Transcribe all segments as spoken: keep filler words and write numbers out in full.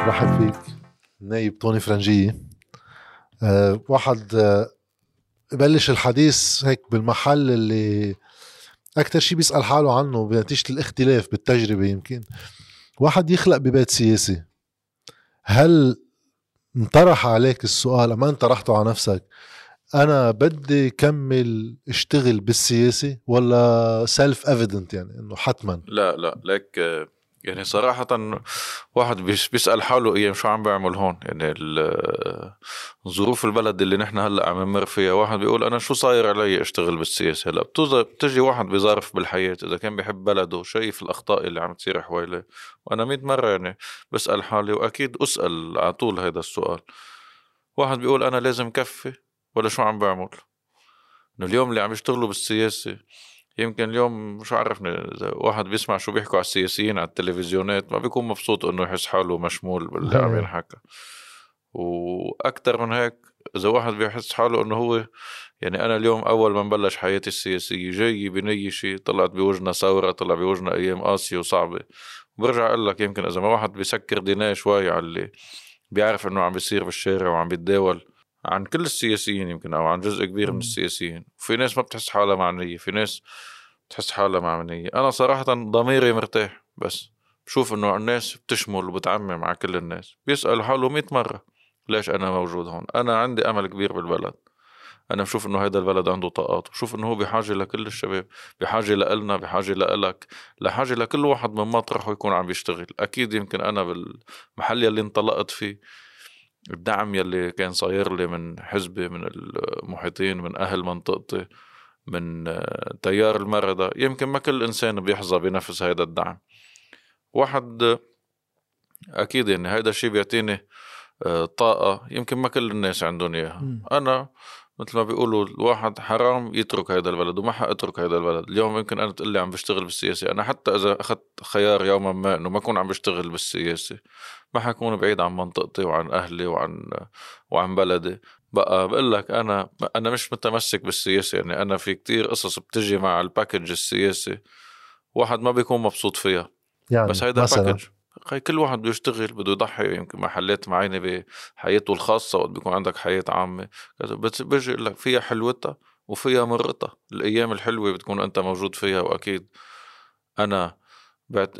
رحب فيك نايب طوني فرنجية. أه واحد أه يبلش الحديث هيك بالمحل اللي أكتر شي بيسأل حاله عنه بنتيجة الاختلاف بالتجربة. يمكن واحد يخلق ببيت سياسي، هل انطرح عليك السؤال أما أنت طرحته على نفسك أنا بدي كمل اشتغل بالسياسي ولا سيلف ايفيدنت، يعني إنه حتما؟ لا لا لك يعني صراحة واحد بيس- بيسأل حاله ايه شو عم بعمل هون. يعني ال- ظروف البلد اللي نحن هلأ عم نمر فيها، واحد بيقول انا شو صاير علي اشتغل بالسياسة. هلأ بتوز- بتجي واحد بيظرف بالحياة اذا كان بيحب بلده، شايف الاخطاء اللي عم تصير حواليه. وانا مية مرة يعني بسأل حالي، واكيد اسأل على طول هذا السؤال. واحد بيقول انا لازم كفي ولا شو عم بعمل. انه اليوم اللي عم يشتغلوا بالسياسة، يمكن اليوم مش عارفني إذا واحد بيسمع شو بيحكوا على السياسيين على التلفزيونات ما بيكون مبسوط انه يحس حاله مشمول باللي عم ينحكى. واكتر من هيك، اذا واحد بيحس حاله انه هو، يعني انا اليوم اول ما نبلش حياتي السياسية جاي بني شيء، طلعت بوجنا ثورة، طلع بوجنا ايام قاسية وصعبة. برجع اقول لك يمكن اذا ما واحد بيسكر ديناه شوي على اللي بيعرف انه عم بيصير بالشارع وعم بيتداول عن كل السياسيين، يمكن او عن جزء كبير من السياسيين. في ناس ما بتحس حالها معنية، في ناس بتحس حالها معنية. انا صراحة ضميري مرتاح، بس بشوف انه الناس بتشمل وبتعمم على كل الناس. بيسألوا حاله مئة مرة ليش انا موجود هون. انا عندي امل كبير بالبلد. انا بشوف انه هذا البلد عنده طاقات، بشوف انه هو بحاجة لكل الشباب، بحاجة لإلنا، بحاجة لإلك، لحاجة لكل واحد من مطرحه يكون عم بيشتغل. اكيد يمكن انا بالمحل يلي انطلقت فيه، الدعم يلي كان صاير لي من حزبي، من المحيطين، من أهل منطقتي، من آه، تيار المرضى، يمكن ما كل إنسان بيحظى بنفس هذا الدعم. واحد آه، أكيد يعني هذا الشيء بيعطيني آه، طاقة يمكن ما كل الناس عندهم إياها. أنا مثل ما بيقولوا الواحد حرام يترك هذا البلد وما حأترك هذا البلد. اليوم يمكن أنا تقول لي عم بشتغل بالسياسة، أنا حتى إذا أخذت خيار يوما ما إنه ما أكون عم بشتغل بالسياسة، ما حكون بعيد عن منطقتي وعن أهلي وعن وعن بلدي. بقى بقول لك أنا أنا مش متمسك بالسياسة. يعني أنا في كتير قصص بتجي مع الباكج السياسي واحد ما بيكون مبسوط فيها، بس يعني هيدا مثلا الباكج. خي كل واحد بيشتغل بده يضحي يمكن محلات معينة بحياته الخاصة، وقت بيكون عندك حياة عامة كذا. بس بيجي يقول لك فيها حلوتها وفيها مرتها. الأيام الحلوة بتكون أنت موجود فيها، وأكيد أنا بعد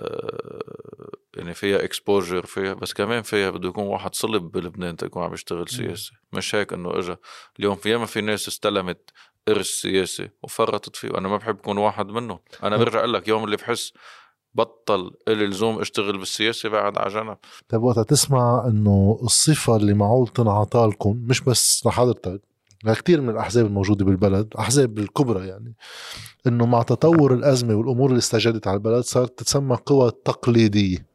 آه يعني فيها اكسبوجر فيها، بس كمان فيها بده يكون واحد صلب بلبنان تكون عم يشتغل سياسي. مش هيك انه اجا اليوم في ياما في ناس استلمت إرث سياسي وفرطت فيه، وانا ما بحب اكون واحد منهم. انا برجع اقول لك يوم اللي بحس بطل إلي لزوم اشتغل بالسياسة بعد على جنب. طيب وقتها تسمع انه الصفة اللي معقول تنعطى لكم، مش بس لحضرتك، لكثير من الأحزاب الموجودة بالبلد، أحزاب الكبرى، يعني انه مع تطور الأزمة والأمور اللي استجدت على البلد صارت تتسمى قوى تقليدية.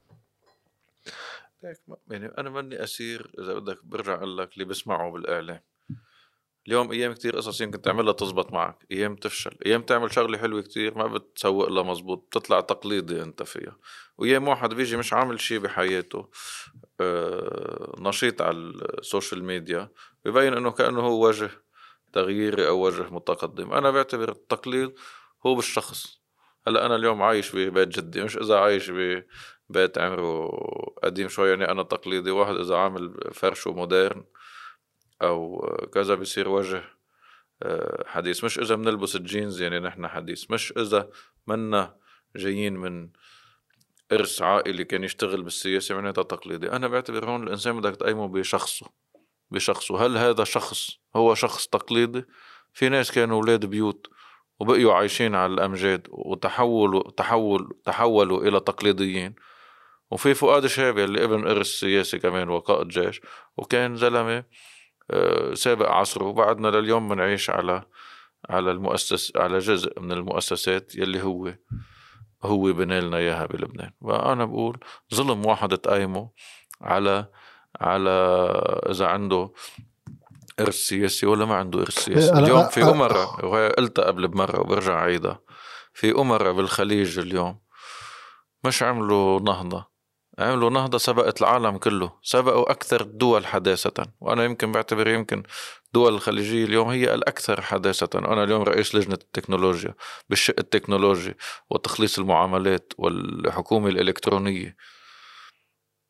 يعني انا ماني اسير اذا بدك. برجع اقول لك اللي بسمعه بالاعلام اليوم، ايام كتير قصص يمكن تعملها تزبط معك، ايام تفشل، ايام تعمل شغله حلوه كتير ما بتسوق لها مزبوط، بتطلع تقليدي انت فيها. وايام واحد بيجي مش عامل شي بحياته آه نشيط على السوشيال ميديا، ببين انه كأنه هو وجه تغييري او وجه متقدم. انا بعتبر التقليد هو بالشخص. هلا انا اليوم عايش ببيت جدي، مش اذا عايش ببيت عمره قديم شوي يعني انا تقليدي. واحد اذا عامل فرشه مودرن او كذا بيصير وجه حديث. مش إذا منلبس الجينز يعني نحن حديث، مش إذا منا جايين من إرث عائلي كان يشتغل بالسياسة معناتها تقليدي. أنا بعتبر هون الإنسان بدك تقيمه بشخصه بشخصه هل هذا شخص هو شخص تقليدي؟ في ناس كانوا أولاد بيوت وبقيوا عايشين على الأمجاد وتحولوا تحول تحولوا إلى تقليديين. وفي فؤاد شهاب اللي ابن إرث سياسي كمان وقائد جيش وكان زلمة سابق عصره. وبعدنا لليوم بنعيش على على المؤسس على جزء من المؤسسات يلي هو هو بنالنا إياها بلبنان. وأنا بقول ظلم واحد تقايمه على على إذا عنده إرث سياسي ولا ما عنده إرث سياسي. اليوم في أمراء، وهي قلتها قبل بمرة وبرجع عيدها، في أمراء بالخليج اليوم مش عملوا نهضة، عملوا نهضة سبقت العالم كله، سبقوا أكثر الدول حداثة. وأنا يمكن بعتبر يمكن دول الخليجية اليوم هي الأكثر حداثة. أنا اليوم رئيس لجنة التكنولوجيا بالشق التكنولوجي وتخليص المعاملات والحكومة الإلكترونية.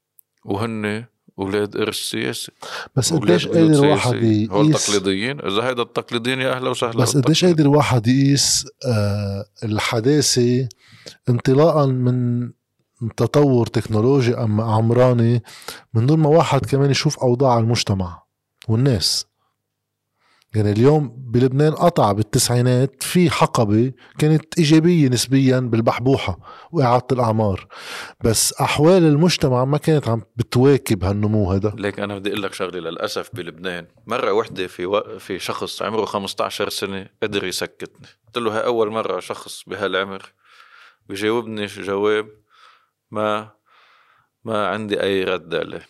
وهن أولاد إرث سياسي. بس قديش قادر واحد يقيس هول تقليديين؟ إذا هيدا التقليديين يا أهلا وسهلا. بس قديش قادر واحد يقيس آه الحداثة انطلاقا من تطور تكنولوجي أم عمراني من دون ما واحد كمان يشوف أوضاع المجتمع والناس. يعني اليوم بلبنان قطع بالتسعينات في حقبة كانت إيجابية نسبيا بالبحبوحة وإعادة الأعمار، بس أحوال المجتمع ما كانت عم بتواكب هالنمو هذا. ليك أنا بدي أقول لك شغلي، للأسف بلبنان مرة واحدة في و... في شخص عمره خمسة عشر سنة قدر يسكتني. قلت له هاي أول مرة شخص بهالعمر بيجاوبني جواب ما ما عندي أي رد عليه.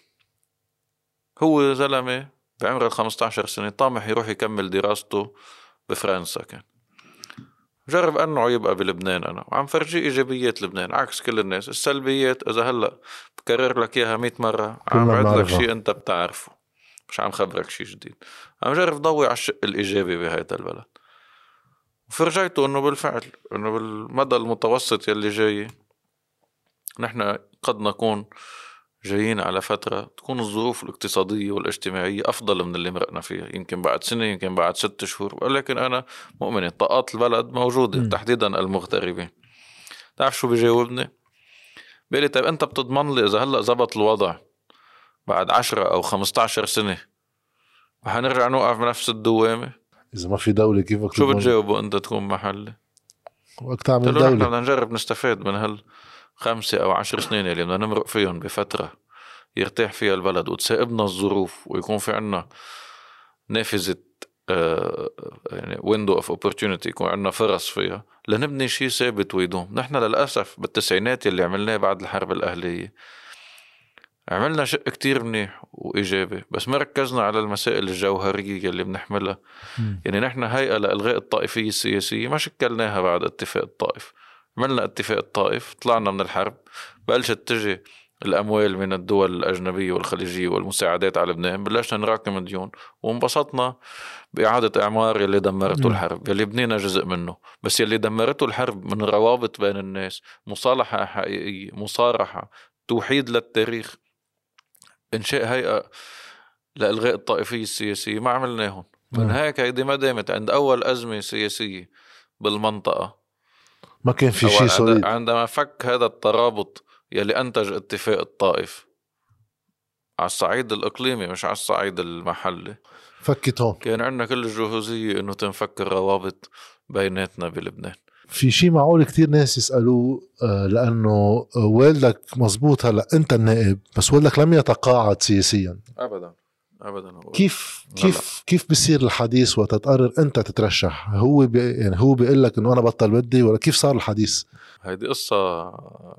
هو زلمة بعمر الخمسة عشر سنة طامح يروح يكمل دراسته بفرنسا، كان جرب أنه يبقى بلبنان. أنا وعم فرجي إيجابيات لبنان عكس كل الناس. السلبيات إذا هلأ بكرر لك إياها مئة مرة عم بعد لك شيء أنت بتعرفه، مش عم خبرك شيء جديد. عم جرب ضوي على الشق الإيجابي بهذا البلد، وفرجيته أنه بالفعل أنه بالمدى المتوسط يلي جاي نحن قد نكون جايين على فترة تكون الظروف الاقتصادية والاجتماعية أفضل من اللي مرقنا فيها، يمكن بعد سنة يمكن بعد ست شهور، ولكن أنا مؤمن طاقات البلد موجودة م. تحديدا المغتربين. تعرف شو بيجاوبني؟ بيقولي طيب أنت بتضمن لي إذا هلأ زبط الوضع بعد عشرة أو خمسة عشر سنة وحنرجع نوقف بنفس الدوامة؟ إذا ما في دولة كيفك شو بتجاوبه أنت تكون محلي؟ وقت عمل دولة دولة نحن بدنا نجرب نستفاد من هال خمسة أو عشر سنين اللي بدنا نمرق فيهم بفترة يرتاح فيها البلد وتسائبنا الظروف ويكون في عنا نافذة آه يعني window of opportunity، يكون عنا فرص فيها لنبني شيء ثابت ويدوم. نحن للأسف بالتسعينات اللي عملناه بعد الحرب الأهلية عملنا شيء كتير منيح وإيجابي، بس ما ركزنا على المسائل الجوهرية اللي بنحملها. م. يعني نحن هيئة لإلغاء الطائفية السياسية ما شكلناها بعد اتفاق الطائف. عملنا اتفاق الطائف، طلعنا من الحرب، بلشت تجي الأموال من الدول الأجنبية والخليجية والمساعدات على لبنان، بلشنا نراكم ديون وانبسطنا بإعادة إعمار يلي دمرته م. الحرب، يلي بنينا جزء منه، بس يلي دمرته الحرب من روابط بين الناس، مصالحة حقيقية، مصارحة، توحيد للتاريخ، إنشاء هيئة لإلغاء الطائفية السياسية، ما عملناهم. من هيك هيدي ما دامت عند أول أزمة سياسية بالمنطقة ما كان في شيء صليب. عندما فك هذا الترابط يلي أنتج اتفاق الطائف على الصعيد الإقليمي مش على الصعيد المحلي، فكت هون كان عندنا كل الجهوزية إنه تنفك الروابط بيناتنا بلبنان. في شيء معقول كتير ناس يسألوه آه لأنه والدك مزبوط هلأ أنت النائب، بس والدك لم يتقاعد سياسيا أبدا أبدا. كيف كيف كيف بيصير الحديث وتتقرر أنت تترشح؟ هو بي يعني هو بيقول لك إنه أنا بطل بدي، ولا كيف صار الحديث؟ هيدي قصة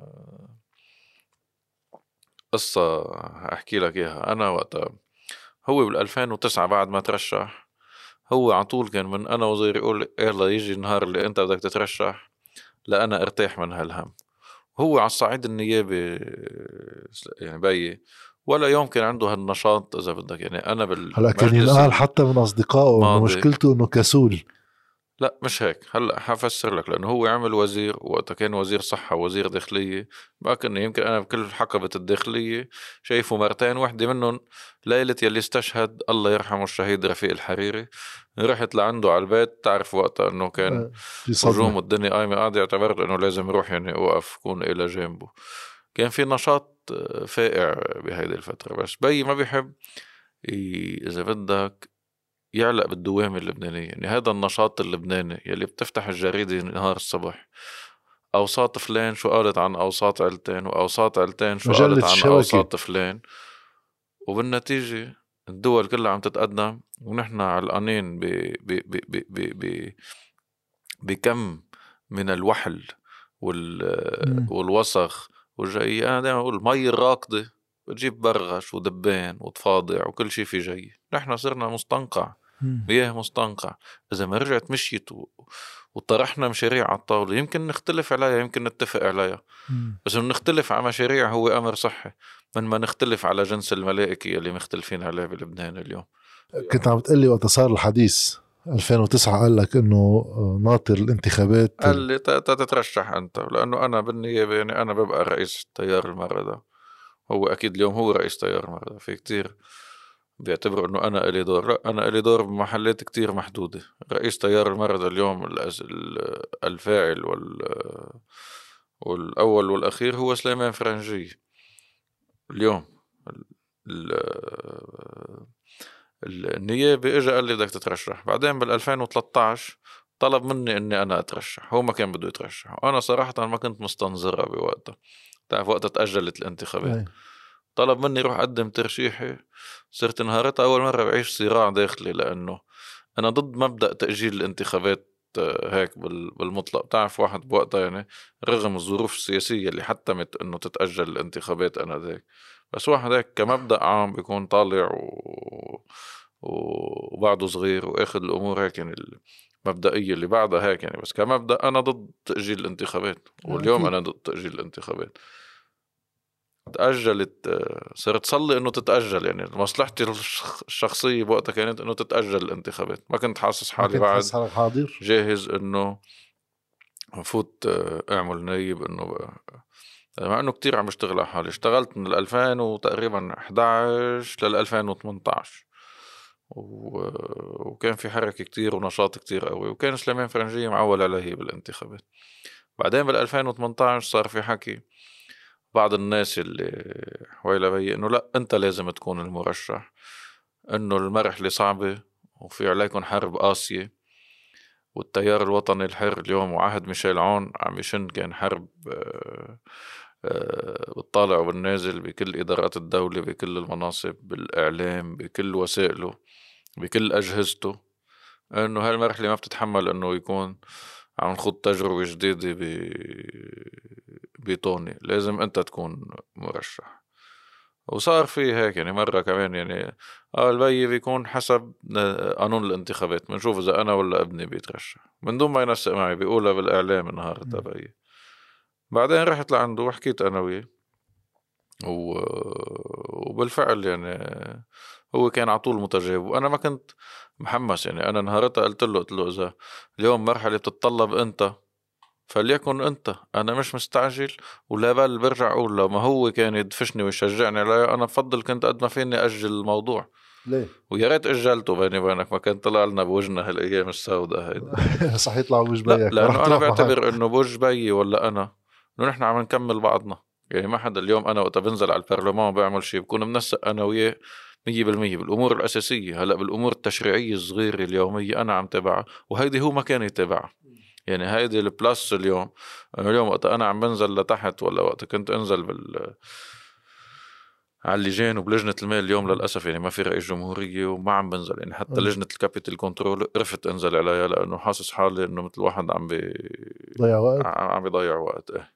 قصة أحكي لك إياها. أنا وقتها هو بالألفين وتسعة بعد ما ترشح، هو عطول كان من أنا وزير يقول يلا يجي النهار اللي أنت بدك تترشح لأنا ارتاح من هالهم. هو على الصعيد النيابي يعني بي ولا يوم كان عنده هالنشاط إذا بدك. يعني أنا بال هلا كان ينقال حتى من أصدقائه إنه مشكلته إنه كسول. لا مش هيك، هلا حفسر لك. لأنه هو عمل وزير وقتها كان وزير صحة ووزير داخلية، ما كنا يمكن أنا بكل حقبة الداخلية شايفه مرتين، واحدة منهم ليلة يلي استشهد الله يرحمه الشهيد رفيق الحريري. رحت لعنده على البيت، تعرف وقتها إنه كان هجوم الدنيا قايمة قاعدة، اعتبرت إنه لازم يروح يعني أوقف كون إلى جنبه. كان في نشاط فائع بهيدي الفترة. بس بي ما بيحب إذا بدك يعلق بالدوامة اللبنانية. يعني هذا النشاط اللبناني يلي بتفتح الجريدة نهار الصبح، أوساط فلان شو قالت عن أوساط علتين، وأوساط علتين شو قالت عن الشبكة. أوساط فلان، وبالنتيجة الدول كلها عم تتقدم ونحن علقانين ب ب ب ب ب ب بكم من الوحل وال والوسخ والجاي. أنا دائما أقول مي الراكضة بتجيب برغش ودبان وتفاضع وكل شيء في جاي. نحن صرنا مستنقع، مياه مستنقع. إذا ما رجعت مشيت وطرحنا مشاريع على الطاولة يمكن نختلف عليها، يمكن نتفق عليها، بس إنه نختلف على مشاريع هو أمر صحي، من ما نختلف على جنس الملائكة اللي مختلفين عليه بلبنان اليوم. كنت عم تقلي وقت صار الحديث ألفين وتسعة قال لك إنه ناطر الانتخابات، قال لي تترشح أنت، لأنه أنا بالنيابة يعني أنا ببقى رئيس التيار المرة ده، هو أكيد اليوم هو رئيس تيار المرضى. في كتير بيعتبروا إنه أنا إلي دور، لا، أنا إلي دور بمحلات كتير محدودة. رئيس تيار المرضى اليوم الفاعل وال والأول والأخير هو سليمان فرنجي اليوم. النيابة إجا قال لي بدك تترشح. بعدين بالألفين وثلاثة عشر طلب مني إني أنا أترشح، هو ما كان بده يترشح، وأنا صراحة ما كنت مستنظرة بوقتها. تعرف وقتها تأجلت الانتخابات. أي. طلب مني روح أقدم ترشيحي. صرت نهارتها أول مرة بعيش صراع داخلي، لأنه أنا ضد مبدأ تأجيل الانتخابات هيك بالمطلق. تعرف واحد بوقتها يعني رغم الظروف السياسية اللي حتمت إنه تتأجل الانتخابات أنا ذاك، بس واحد هيك كمبدأ عام بيكون طالع و... وبعده صغير وأخذ الأمور هيك يعني المبدئية اللي بعدها هيك يعني. بس كمبدأ أنا ضد تأجيل الانتخابات، واليوم أنا ضد تأجيل الانتخابات. تأجلت، صرت صلي إنه تتأجل، يعني مصلحتي الشخصية بوقتها كانت إنه تتأجل الانتخابات. ما كنت حاسس حالي بعد حاضر جاهز إنه فوت أعمل نايب. إنه مع إنه كتير عم اشتغل على حالي. اشتغلت من الألفين وتقريبا إحدى عشر للألفين وثمانية عشر، و... وكان في حركة كتير ونشاط كتير قوي، وكان سليمان فرنجية معول عليه بالانتخابات. بعدين بالألفين وثمانية عشر صار في حكي بعض الناس اللي حوالي بي إنه لا أنت لازم تكون المرشح، إنه المرحلة صعبة وفي عليكم حرب قاسية، والتيار الوطني الحر اليوم وعهد ميشيل عون عم يشن كان حرب بالطالع وبالنازل بكل إدارات الدولة، بكل المناصب، بالإعلام، بكل وسائله، بكل أجهزته. إنه هالمرحلة ما بتتحمل إنه يكون عم نخوض تجربة جديدة بطوني، لازم أنت تكون مرشح. وصار في هيك يعني مرة كمان يعني آه البي بيكون حسب قانون الانتخابات، بنشوف إذا أنا ولا ابني بيترشح من دون ما ينسق معي، بيقولها بالإعلام النهاردة بي. بعدين رحت لعنده وحكيت أنا وياه، وبالفعل يعني هو كان عطول متجاوب، وأنا ما كنت محمس. يعني أنا نهارتها قلت له قلت له إذا اليوم مرحلة بتتطلب أنت فليكن أنت، أنا مش مستعجل. ولا بل برجع أقول له ما هو كان يدفشني ويشجعني عليه، أنا بفضل كنت قد ما فيني أجل الموضوع. ليه؟ ويا ريت أجلته بيني وبينك، ما كان طلع لنا بوجنا هالأيام السوداء هيدا. صح يطلع بوج لا بيك، لأنه أنا بعتبر إنه بوج بيي ولا أنا، إنه نحن عم نكمل بعضنا. يعني ما حدا اليوم أنا وقت بنزل على البرلمان بعمل شيء بكون منسق أنا وياه مية بالمية بالأمور الأساسية. هلأ بالأمور التشريعية الصغيرة اليومية أنا عم تابعها، وهيدي هو ما كان يتابعها. يعني هيدي البلاس اليوم. اليوم وقت أنا عم بنزل لتحت، ولا وقت كنت أنزل بال على اللجان وبلجنة المال اليوم للأسف يعني ما في رئيس جمهورية وما عم بنزل. يعني حتى لجنة الكابيتال كنترول قرفت أنزل عليها، لأنه حاسس حالي إنه مثل واحد عم بي ضيع وقت عم بيضيع وقت. إيه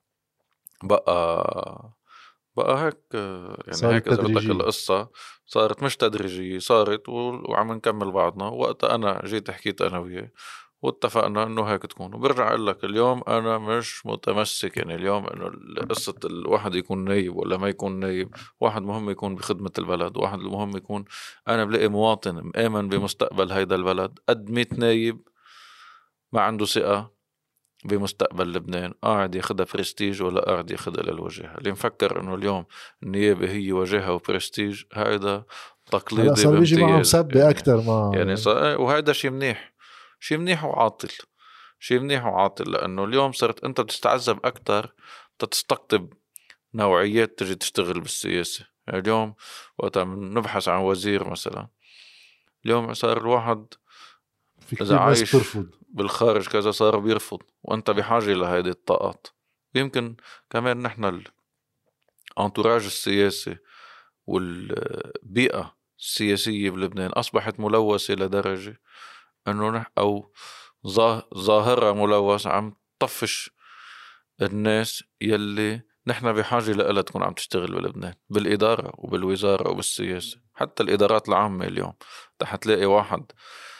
بقى بقى هيك يعني هيك إذا بدك القصة صارت مش تدريجية، صارت وعم نكمل بعضنا. وقتها أنا جيت حكيت أنا وياه واتفقنا انه هيك تكون. وبرجع اقول لك اليوم انا مش متمسك يعني اليوم انه قصة الواحد يكون نايب ولا ما يكون نايب. واحد مهم يكون بخدمة البلد، واحد المهم يكون انا بلاقي مواطن مآمن بمستقبل هيدا البلد. قد ميت نايب ما عنده ثقة بمستقبل لبنان، قاعد ياخدها برستيج ولا قاعد ياخدها للوجاهة. اللي مفكر انه اليوم النيابة هي وجاهة وبرستيج هيدا تقليدي صار بيجي معهم سبة يعني اكتر ما يعني صار. وهيدا شي منيح، شي منيح وعاطل، شي منيح وعاطل، لأنه اليوم صرت أنت بتستعذب أكتر تستقطب نوعيات تجي تشتغل بالسياسة. يعني اليوم وقت نبحث عن وزير مثلا، اليوم صار الواحد إذا عايش بالخارج كذا صار بيرفض، وأنت بحاجة لهذه الطاقات. يمكن كمان نحن الانتوراج السياسي والبيئة السياسية بلبنان أصبحت ملوثة لدرجة أنه نح أو ظاهرة ملوثة عم تطفش الناس يلي نحن بحاجة لها تكون عم تشتغل بلبنان بالإدارة وبالوزارة وبالسياسة. حتى الإدارات العامة اليوم تحت تلاقي واحد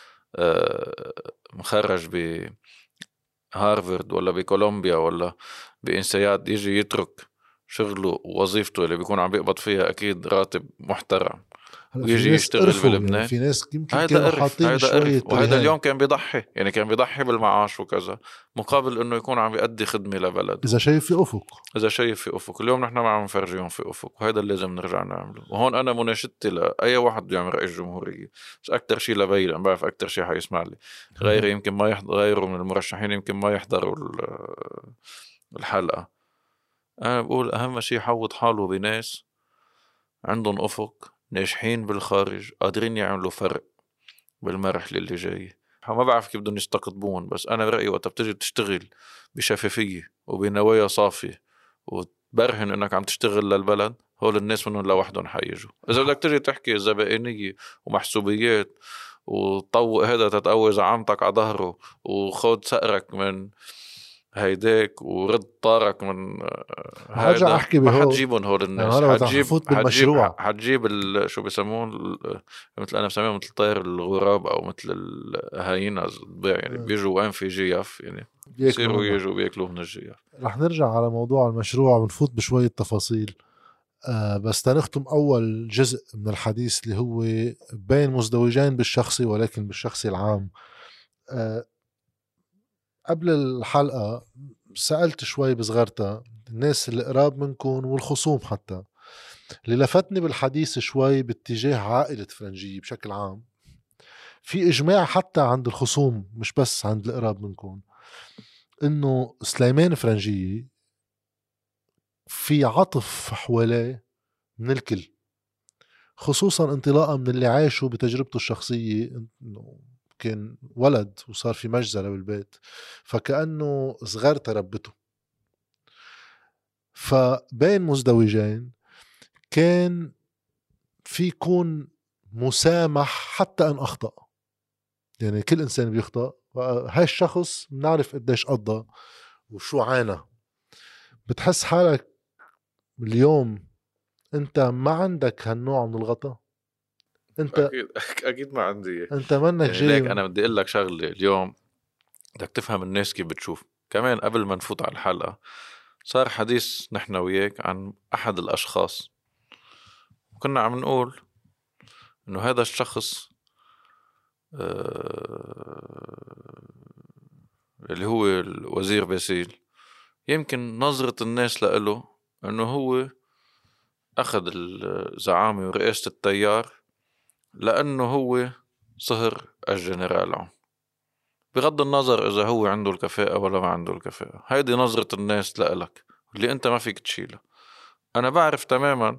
مخرج بهارفرد ولا بكولومبيا ولا بإنسياد يجي يترك شغله ووظيفته اللي بيكون عم بيقبض فيها أكيد راتب محترم هلا في ويجي ناس يشتغل قرفوا، يعني بلبنان. في ناس يمكن هيدا كانوا قرف، حاطين هيدا شوية قرف. وهيدا رهان. اليوم كان بيضحي، يعني كان بيضحي بالمعاش وكذا مقابل انه يكون عم بيأدي خدمة لبلده إذا شايف في أفق. اذا شايف في افق. اليوم نحن ما عم نفرجيهم في افق، وهذا اللي لازم نرجع نعمله. وهون انا مناشدتي لاي واحد بده يعمل رئيس جمهوريه، بس اكثر شيء لبي، لان بعرف اكثر شيء حيسمع لي. غيري يمكن ما يحضر، غيره من المرشحين يمكن ما يحضروا ال- الحلقه. انا بقول اهم شيء يحوط حاله بناس عندهم افق، ناجحين بالخارج، قادرين يعملوا فرق بالمرحله اللي جايه. ما بعرف كيف بدهم يستقطبون، بس انا برايي وقت بتجي تشتغل بشفافيه وبنوايا صافيه وتبرهن انك عم تشتغل للبلد، هول الناس منهم لوحدهم حيجوا. اذا بدك تجي تحكي زبائنيه ومحسوبيات وطوق هذا تتقوي زعامتك على ظهره وخد سقرك من هيداك ورد طارك من هرجع هيدا، أحكي ما بهو حتجيبهم هول يعني الناس. هلا وقت حتجيب حفوت حتجيب بالمشروع. حتجيب ال- شو بيسموه ال- مثل انا بسميهم مثل طير الغراب او مثل الهايناز يعني، بيجوا وين في جيف يعني بيصيروا يجوا بياكلوا من الجيف. رح نرجع على موضوع المشروع ونفوت بشوية تفاصيل. آه بس تنختم أول جزء من الحديث اللي هو بين مزدوجين بالشخصي ولكن بالشخصي العام. آه قبل الحلقة سألت شوي بصغرتها الناس اللي قراب منكم والخصوم حتى. اللي لفتني بالحديث شوي باتجاه عائلة فرنجية بشكل عام، في إجماع حتى عند الخصوم مش بس عند القراب منكم، إنه سليمان فرنجية في عطف حواليه من الكل، خصوصا انطلاقا من اللي عاشه بتجربته الشخصية، إنه كان ولد وصار في مجزرة بالبيت فكأنه صغار تربته. فبين مزدوجين كان في يكون مسامح حتى ان اخطأ، يعني كل انسان بيخطأ، هاي الشخص بنعرف قديش قضى وشو عانى. بتحس حالك اليوم انت ما عندك هالنوع من الغطاء؟ انت اكيد اكيد ما عندي. انت منك يعني جاي ليك انا بدي اقول لك شغله اليوم، بدك تفهم الناس كيف بتشوف. كمان قبل ما نفوت على الحلقه صار حديث نحن وياك عن احد الاشخاص، وكنا عم نقول انه هذا الشخص آه اللي هو الوزير باسيل، يمكن نظرة الناس لإله انه هو اخذ الزعامة ورئاسة التيار لانه هو صهر الجنرال عون، بغض النظر إذا هو عنده الكفاءة ولا ما عنده الكفاءة. هيدي نظرة الناس لإلك اللي أنت ما فيك تشيلها. أنا بعرف تماما،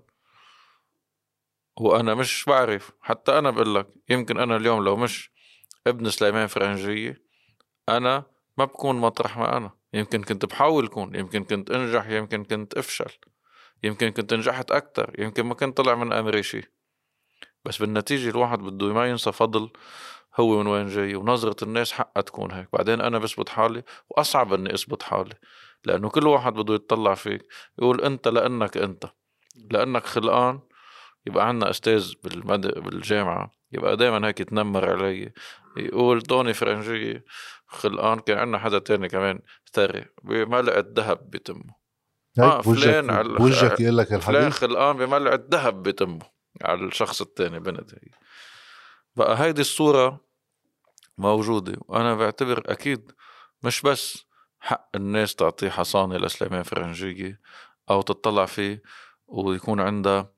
وأنا مش بعرف حتى أنا بقول لك يمكن أنا اليوم لو مش ابن سليمان فرنجية أنا ما بكون مطرح ما أنا. يمكن كنت بحاول كون، يمكن كنت أنجح، يمكن كنت أفشل، يمكن كنت نجحت أكتر، يمكن ما كنت طلع من أمري شي. بس بالنتيجة الواحد بده ما ينسى فضل هو من وين جاي، ونظرة الناس حقها تكون هيك. بعدين أنا بثبت حالي، وأصعب إني أثبت حالي لأنه كل واحد بده يتطلع فيك يقول أنت لأنك أنت لأنك خلقان. يبقى عنا أستاذ بالمد... بالجامعة يبقى دايما هيك يتنمر علي، يقول توني فرنجية خلقان. كان عنا حدا تاني كمان ثري بملعقة ذهب بتمه. هيك آه بوجهك فلان على بوجهك يقول لك فلان الحديث. خلقان بملعقة ذهب بتمه على الشخص التاني بنت هي. بقى هيدي الصورة موجودة، وأنا بعتبر أكيد مش بس حق الناس تعطيه حصانة لسليمان فرنجية أو تطلع فيه ويكون عندها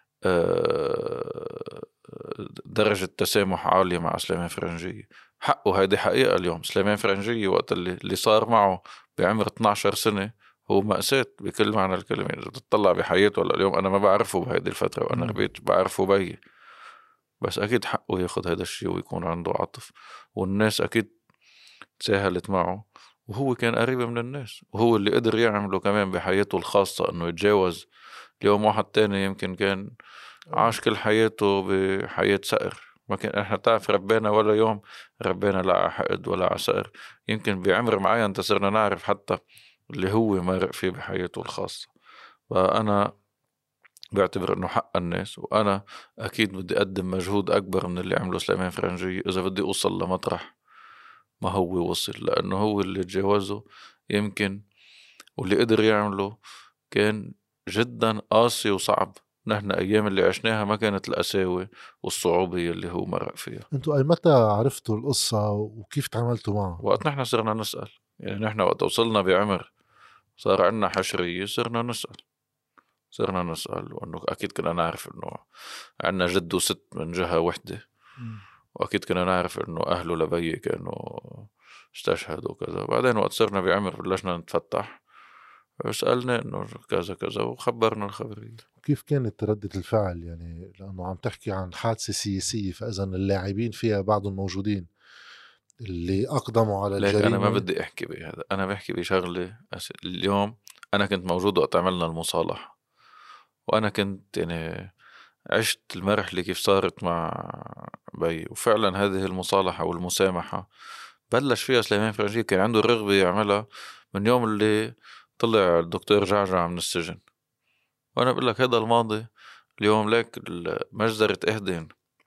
آه، درجة تسامح عالية مع سليمان فرنجية. حقه، هيدي حقيقة. اليوم سليمان فرنجية وقت اللي, اللي صار معه بعمر اثني عشر سنة هو مأساة بكل معنى الكلمة. إذا تطلع بحياته اليوم أنا ما بعرفه بهيدي الفترة وأنا ربيت بعرفه بي، بس أكيد حقه ياخد هذا الشيء ويكون عنده عطف. والناس أكيد تساهلت معه، وهو كان قريب من الناس، وهو اللي قدر يعمله كمان بحياته الخاصة أنه يتجاوز. اليوم واحد تاني يمكن كان عاش كل حياته بحياة سقر. ما كان احنا تعرف ربنا ولا يوم ربنا لا حقد ولا على سقر. يمكن بعمر معين تصرنا نعرف حتى اللي هو مرق فيه بحياته الخاصة. فأنا بعتبر انه حق الناس، وانا اكيد بدي اقدم مجهود اكبر من اللي عمله سليمان فرنجية اذا بدي اوصل لمطرح ما هو وصل، لانه هو اللي تجاوزه يمكن، واللي قدر يعمله كان جدا قاسي وصعب نحن أيام اللي عشناها ما كانت القساوة والصعوبة اللي هو مرق فيها. انتوا اي متى عرفتوا القصة وكيف تعاملتوا معها؟ وقت نحن صرنا نسأل، يعني نحن وقت وصلنا بعمر صار عنا حشرية صرنا نسأل صرنا نسأل وأنه أكيد كنا نعرف أنه عنا جد وست من جهة وحدة، وأكيد كنا نعرف أنه أهله لبي كانوا استشهدوا وكذا. بعدين وقت صرنا بعمر بلشنا نتفتح، سألنا أنه كذا كذا وخبرنا الخبرية. كيف كانت ردة الفعل؟ يعني لأنه عم تحكي عن حادثة سياسية، فإذا اللاعبين فيها بعضهم موجودين اللي أقدموا على ليك الجريمة. أنا ما بدي أحكي بهذا، أنا بحكي بشغلة. اليوم أنا كنت موجود وقت عملنا المصالحة، وأنا كنت يعني عشت المرحلة كيف صارت مع بي، وفعلا هذه المصالحة والمسامحة بلش فيها سليمان فرنجي. كان عنده الرغبة يعملها من يوم اللي طلع الدكتور جعجع من السجن. وأنا بقول لك هذا الماضي اليوم. لك مجزرة إهدن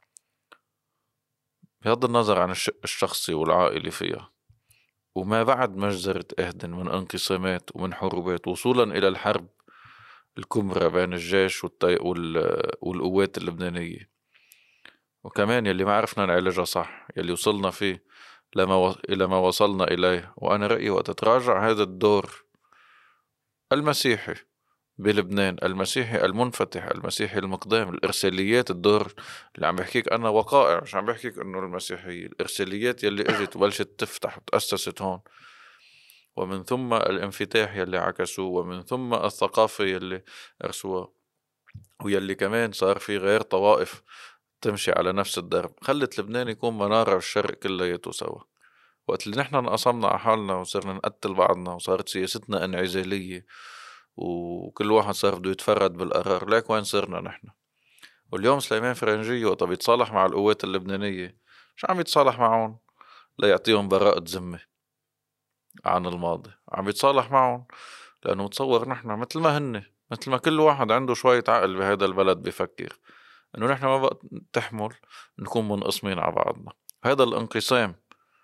بغض النظر عن الشق الشخصي والعائلي فيها، وما بعد مجزرة إهدن من انقسامات ومن حروبات وصولا إلى الحرب الكبرى بين الجيش والطي... وال... والقوات اللبنانية، وكمان يلي ما عرفنا نعالجها صح، يلي وصلنا فيه لما و... إلى ما وصلنا إليه. وأنا رأيي وقت تراجع هذا الدور المسيحي بلبنان، المسيحي المنفتح، المسيحي المقدام، الإرساليات، الدور اللي عم بحكيك أنا وقائع، مش عم بحكيك إنه المسيحية، الإرساليات يلي إجت وبلشت تفتح وتأسست هون، ومن ثم الانفتاح يلي عكسوه، ومن ثم الثقافة يلي أرسوها، ويلي كمان صار في غير طوائف تمشي على نفس الدرب، خلت لبنان يكون منارة الشرق كلياته سوا. وقت اللي نحن انقسمنا على حالنا وصرنا نقتل بعضنا وصارت سياستنا انعزالية وكل واحد صار بده يتفرد بالقرار، ليك وين صرنا نحن؟ واليوم سليمان فرنجي وقت بيتصالح مع القوات اللبنانية مش عم يتصالح معهم ليعطيهم براءة ذمة عن الماضي، عم يتصالح معهم لأنه متصور نحن مثل ما هن، مثل ما كل واحد عنده شوية عقل بهذا البلد بيفكر إنه نحن ما بقى تحمل نكون منقسمين على بعضنا. هذا الانقسام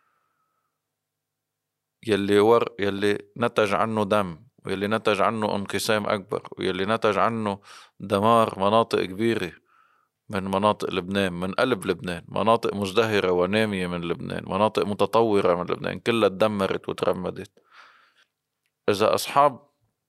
يلي ور يلي نتج عنه دم، ويلي نتج عنه انقسام أكبر، ويلي نتج عنه دمار مناطق كبيرة من مناطق لبنان، من قلب لبنان، مناطق مزدهرة ونامية من لبنان، مناطق متطورة من لبنان كلها تدمرت وترمدت. إذا أصحاب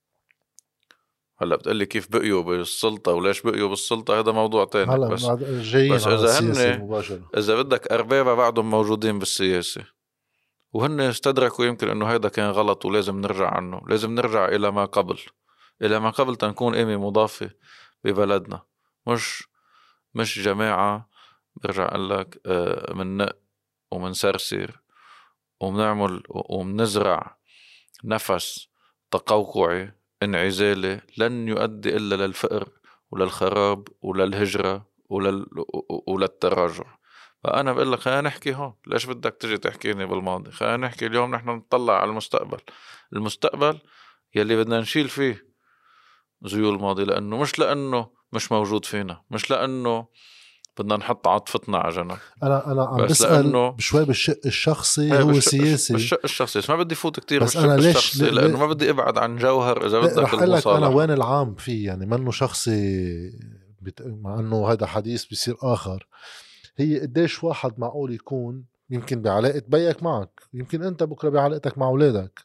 هلا بتقلي كيف بقيوا بالسلطة وليش بقيوا بالسلطة، هذا موضوع تاني. هلا بس, جايين بس على إذا السياسة هن مباشرة، إذا بدك أربابة بعدهم موجودين بالسياسة وهن استدركوا يمكن إنه هذا كان غلط ولازم نرجع عنه، لازم نرجع إلى ما قبل، إلى ما قبل تنكون قيمة مضافة ببلدنا، مش مش جماعة برجع أقول لك من ومن سرسر ومنعمل ومنزرع نفس تقوقعي انعزالي لن يؤدي إلا للفقر وللخراب وللهجرة ولل... وللتراجع. فأنا بقول لك خلينا نحكي هون، ليش بدك تجي تحكيني بالماضي؟ خلينا نحكي اليوم، نحن نطلع على المستقبل، المستقبل يلي بدنا نشيل فيه زيول الماضي، لأنه مش لأنه مش موجود فينا، مش لأنه بدنا نحط عاطفتنا على جنب. أنا أنا عم بس بسأل لأنه بشوي بالشق الشخصي، هو بالشق سياسي بالشق الشخصي، بس ما بدي فوت كتير بس بالشق أنا ليش الشخصي ل... لأنه ما بدي أبعد عن جوهر إذا بدك رح أقول لك أنا المصالحة. وين العام فيه، يعني منه شخصي بت... مع أنه هذا حديث بيصير آخر. هي قديش واحد معقول يكون يمكن بعلاقة بيك معك، يمكن أنت بكرة بعلاقتك مع أولادك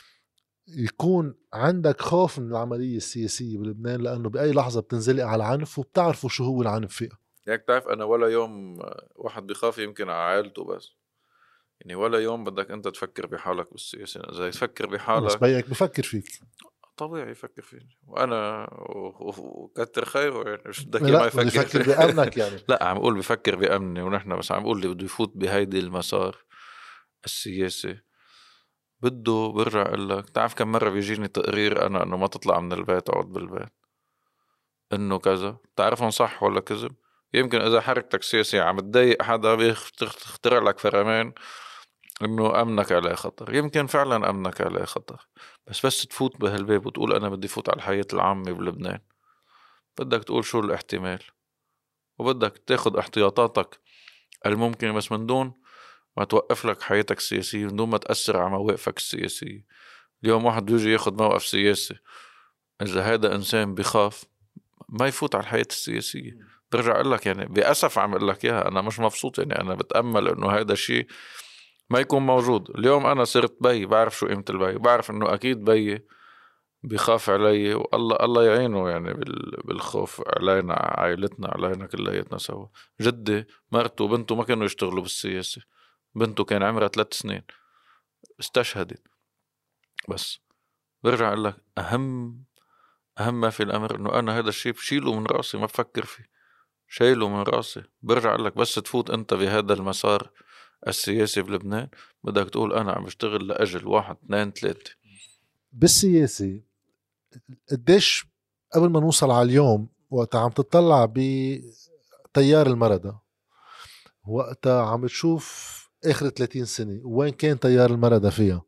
يكون عندك خوف من العملية السياسية بلبنان، لأنه بأي لحظة بتنزلق على العنف وبتعرفوا شو هو العنف فيها. يعني بتعرف أنا ولا يوم واحد بيخاف يمكن على عائلته، بس يعني ولا يوم بدك أنت تفكر بحالك بالسياسة. إذا تفكر بحالك بس بيك بفكر فيك، طبيعي يفكر فيني، وأنا وكتر خيره، يعني مش بدك لا ما يفكر بفكر بأمنك يعني. لا عم بقول بفكر بأمني، ونحن بس عم بقول اللي بده يفوت بهيدي المسار السياسي بده برجع أقول لك، تعرف كم مرة بيجيني تقرير أنا إنه ما تطلع من البيت أقعد بالبيت، إنه كذا، تعرفهم صح ولا كذب. يمكن إذا حركتك سياسية عم تضايق حدا بيخترع لك فرمان إنه أمنك عليه خطر، يمكن فعلا أمنك عليه خطر، بس بس تفوت بهالباب وتقول أنا بدي فوت على الحياة العامة بلبنان، بدك تقول شو الاحتمال وبدك تاخد احتياطاتك الممكن، بس من دون ما توقف لك حياتك السياسية، من دون ما تأثر على مواقفك السياسية. اليوم واحد بيجي ياخد موقف سياسي، إذا هذا إنسان بيخاف ما يفوت على الحياة السياسية. برجع أقول لك يعني بأسف عم أقول لك إياها، أنا مش مبسوط، يعني أنا بتأمل إنه هذا الشيء ما يكون موجود. اليوم أنا صرت بي، بعرف شو قيمة البي، بعرف إنه أكيد بي بيخاف علي، والله الله يعينه يعني بالخوف علينا، عائلتنا، علينا كلياتنا سوا. جدي مرته وبنته ما كانوا يشتغلوا بالسياسة، بنته كان عمرها ثلاث سنين استشهدت. بس برجع أقول لك أهم أهم ما في الأمر إنه أنا هذا الشيء بشيله من راسي، ما بفكر فيه، شايله من راسي. برجع أقول لك بس تفوت أنت بهذا المسار السياسي بلبنان بدك تقول أنا عم بشتغل لأجل واحد اثنين ثلاثة. بالسياسي قديش قبل ما نوصل على اليوم، وقتها عم تطلع بتيار المردة، وقتها عم تشوف آخر ثلاثين سنة وين كان تيار المردة فيها،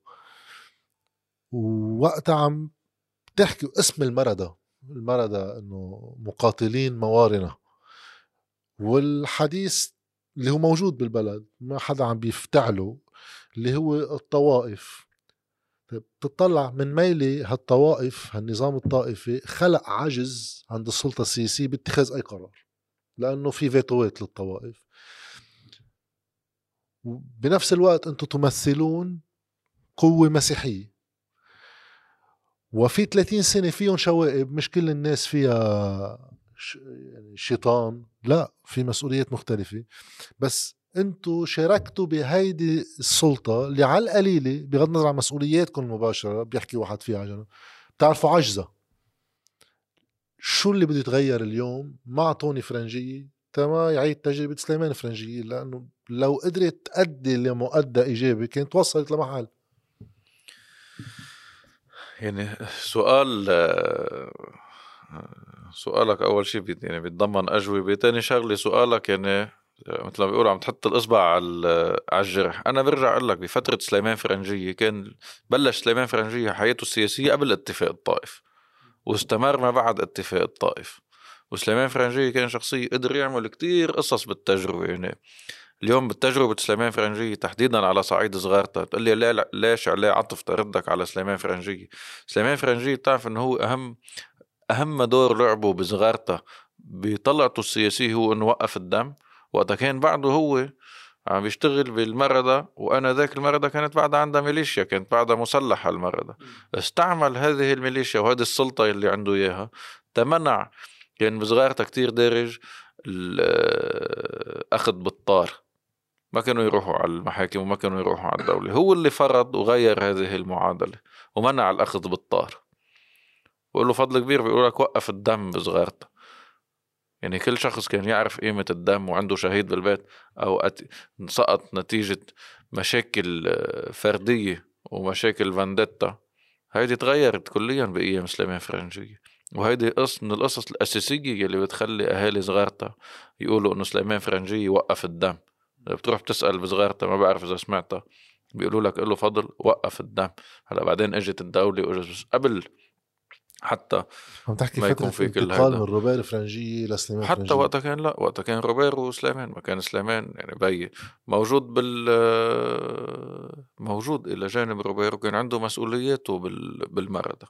ووقتها عم تحكي اسم المردة المردة إنه مقاتلين موارنة، والحديث اللي هو موجود بالبلد ما حدا عم بيفتعله اللي هو الطوائف. بتطلع من ميلة هالطوائف، هالنظام الطائفي خلق عجز عند السلطة السياسية باتخاذ أي قرار، لأنه في فيتوات للطوائف. بنفس الوقت أنتم تمثلون قوة مسيحية، وفي ثلاثين سنة فيهم شوائب، مش كل الناس فيها يعني شيطان، لا، في مسؤوليات مختلفة، بس انتو شاركتوا بهيدي السلطة اللي على القليلة بغض النظر عن مسؤولياتكم المباشرة، بيحكي واحد فيها عجنة، بتعرفوا عجزة. شو اللي بده يتغير اليوم مع طوني فرنجية تما يعيد تجربة سليمان فرنجية؟ لأنه لو قدرت تأدي لمؤدى إيجابي كانت وصلت لمحل. يعني سؤال سؤالك أول شيء بي يعني بيتضمن أجوبة. تاني شغلة سؤالك يعني مثل ما بيقولوا عم تحط الإصبع على الجرح. أنا برجع أقول لك بفترة سليمان فرنجية كان بلش سليمان فرنجية حياته السياسية قبل اتفاق الطائف واستمر ما بعد اتفاق الطائف. وسليمان فرنجية كان شخصية قدر يعمل كتير قصص بالتجربة. يعني اليوم بالتجربة سليمان فرنجية تحديدا على صعيد صغارته تقول لي لا ليش عليه عطف تردك على سليمان فرنجية. سليمان فرنجية بتعرف انه هو اهم اهم دور لعبه بصغارته بطلعته السياسية هو انه وقف الدم. وقتها كان بعده هو عم بيشتغل بالمردة، وانا ذاك المردة كانت بعدها عندها ميليشيا، كانت بعدها مسلحة المردة. استعمل هذه الميليشيا وهذه السلطة اللي عنده اياها تمنع. كان بصغارته كتير دارج الاخذ بالطار، ما كانوا يروحوا على المحاكم وما كانوا يروحوا على الدولة. هو اللي فرض وغير هذه المعادلة ومنع الأخذ بالطار، وقال له فضل كبير بيقول لك وقف الدم بصغارته. يعني كل شخص كان يعرف قيمة الدم وعنده شهيد بالبيت أو سقط نتيجة مشاكل فردية ومشاكل فانديتا، هيدي تغيرت كليا بأيام سليمان فرنجية. وهيدي قص من القصص الأساسية اللي بتخلي أهالي صغارته يقولوا إنه سليمان فرنجية وقف الدم. بتروح بتسأل بصغارته، ما بعرف إذا سمعتها، بيقولوا لك قله فضل وقف الدم. هلا بعدين اجت الدولة وإجت، بس قبل حتى عم تحكي ما يكون فترة في كل انتقال هيدا من روبير فرنجية لسليمان حتى فرنجية. وقتها كان لا وقتها كان روبير وسليمان، ما كان سليمان يعني بي موجود بال موجود إلى جانب روبير وكان عنده مسؤولياته بال... بالمرضى.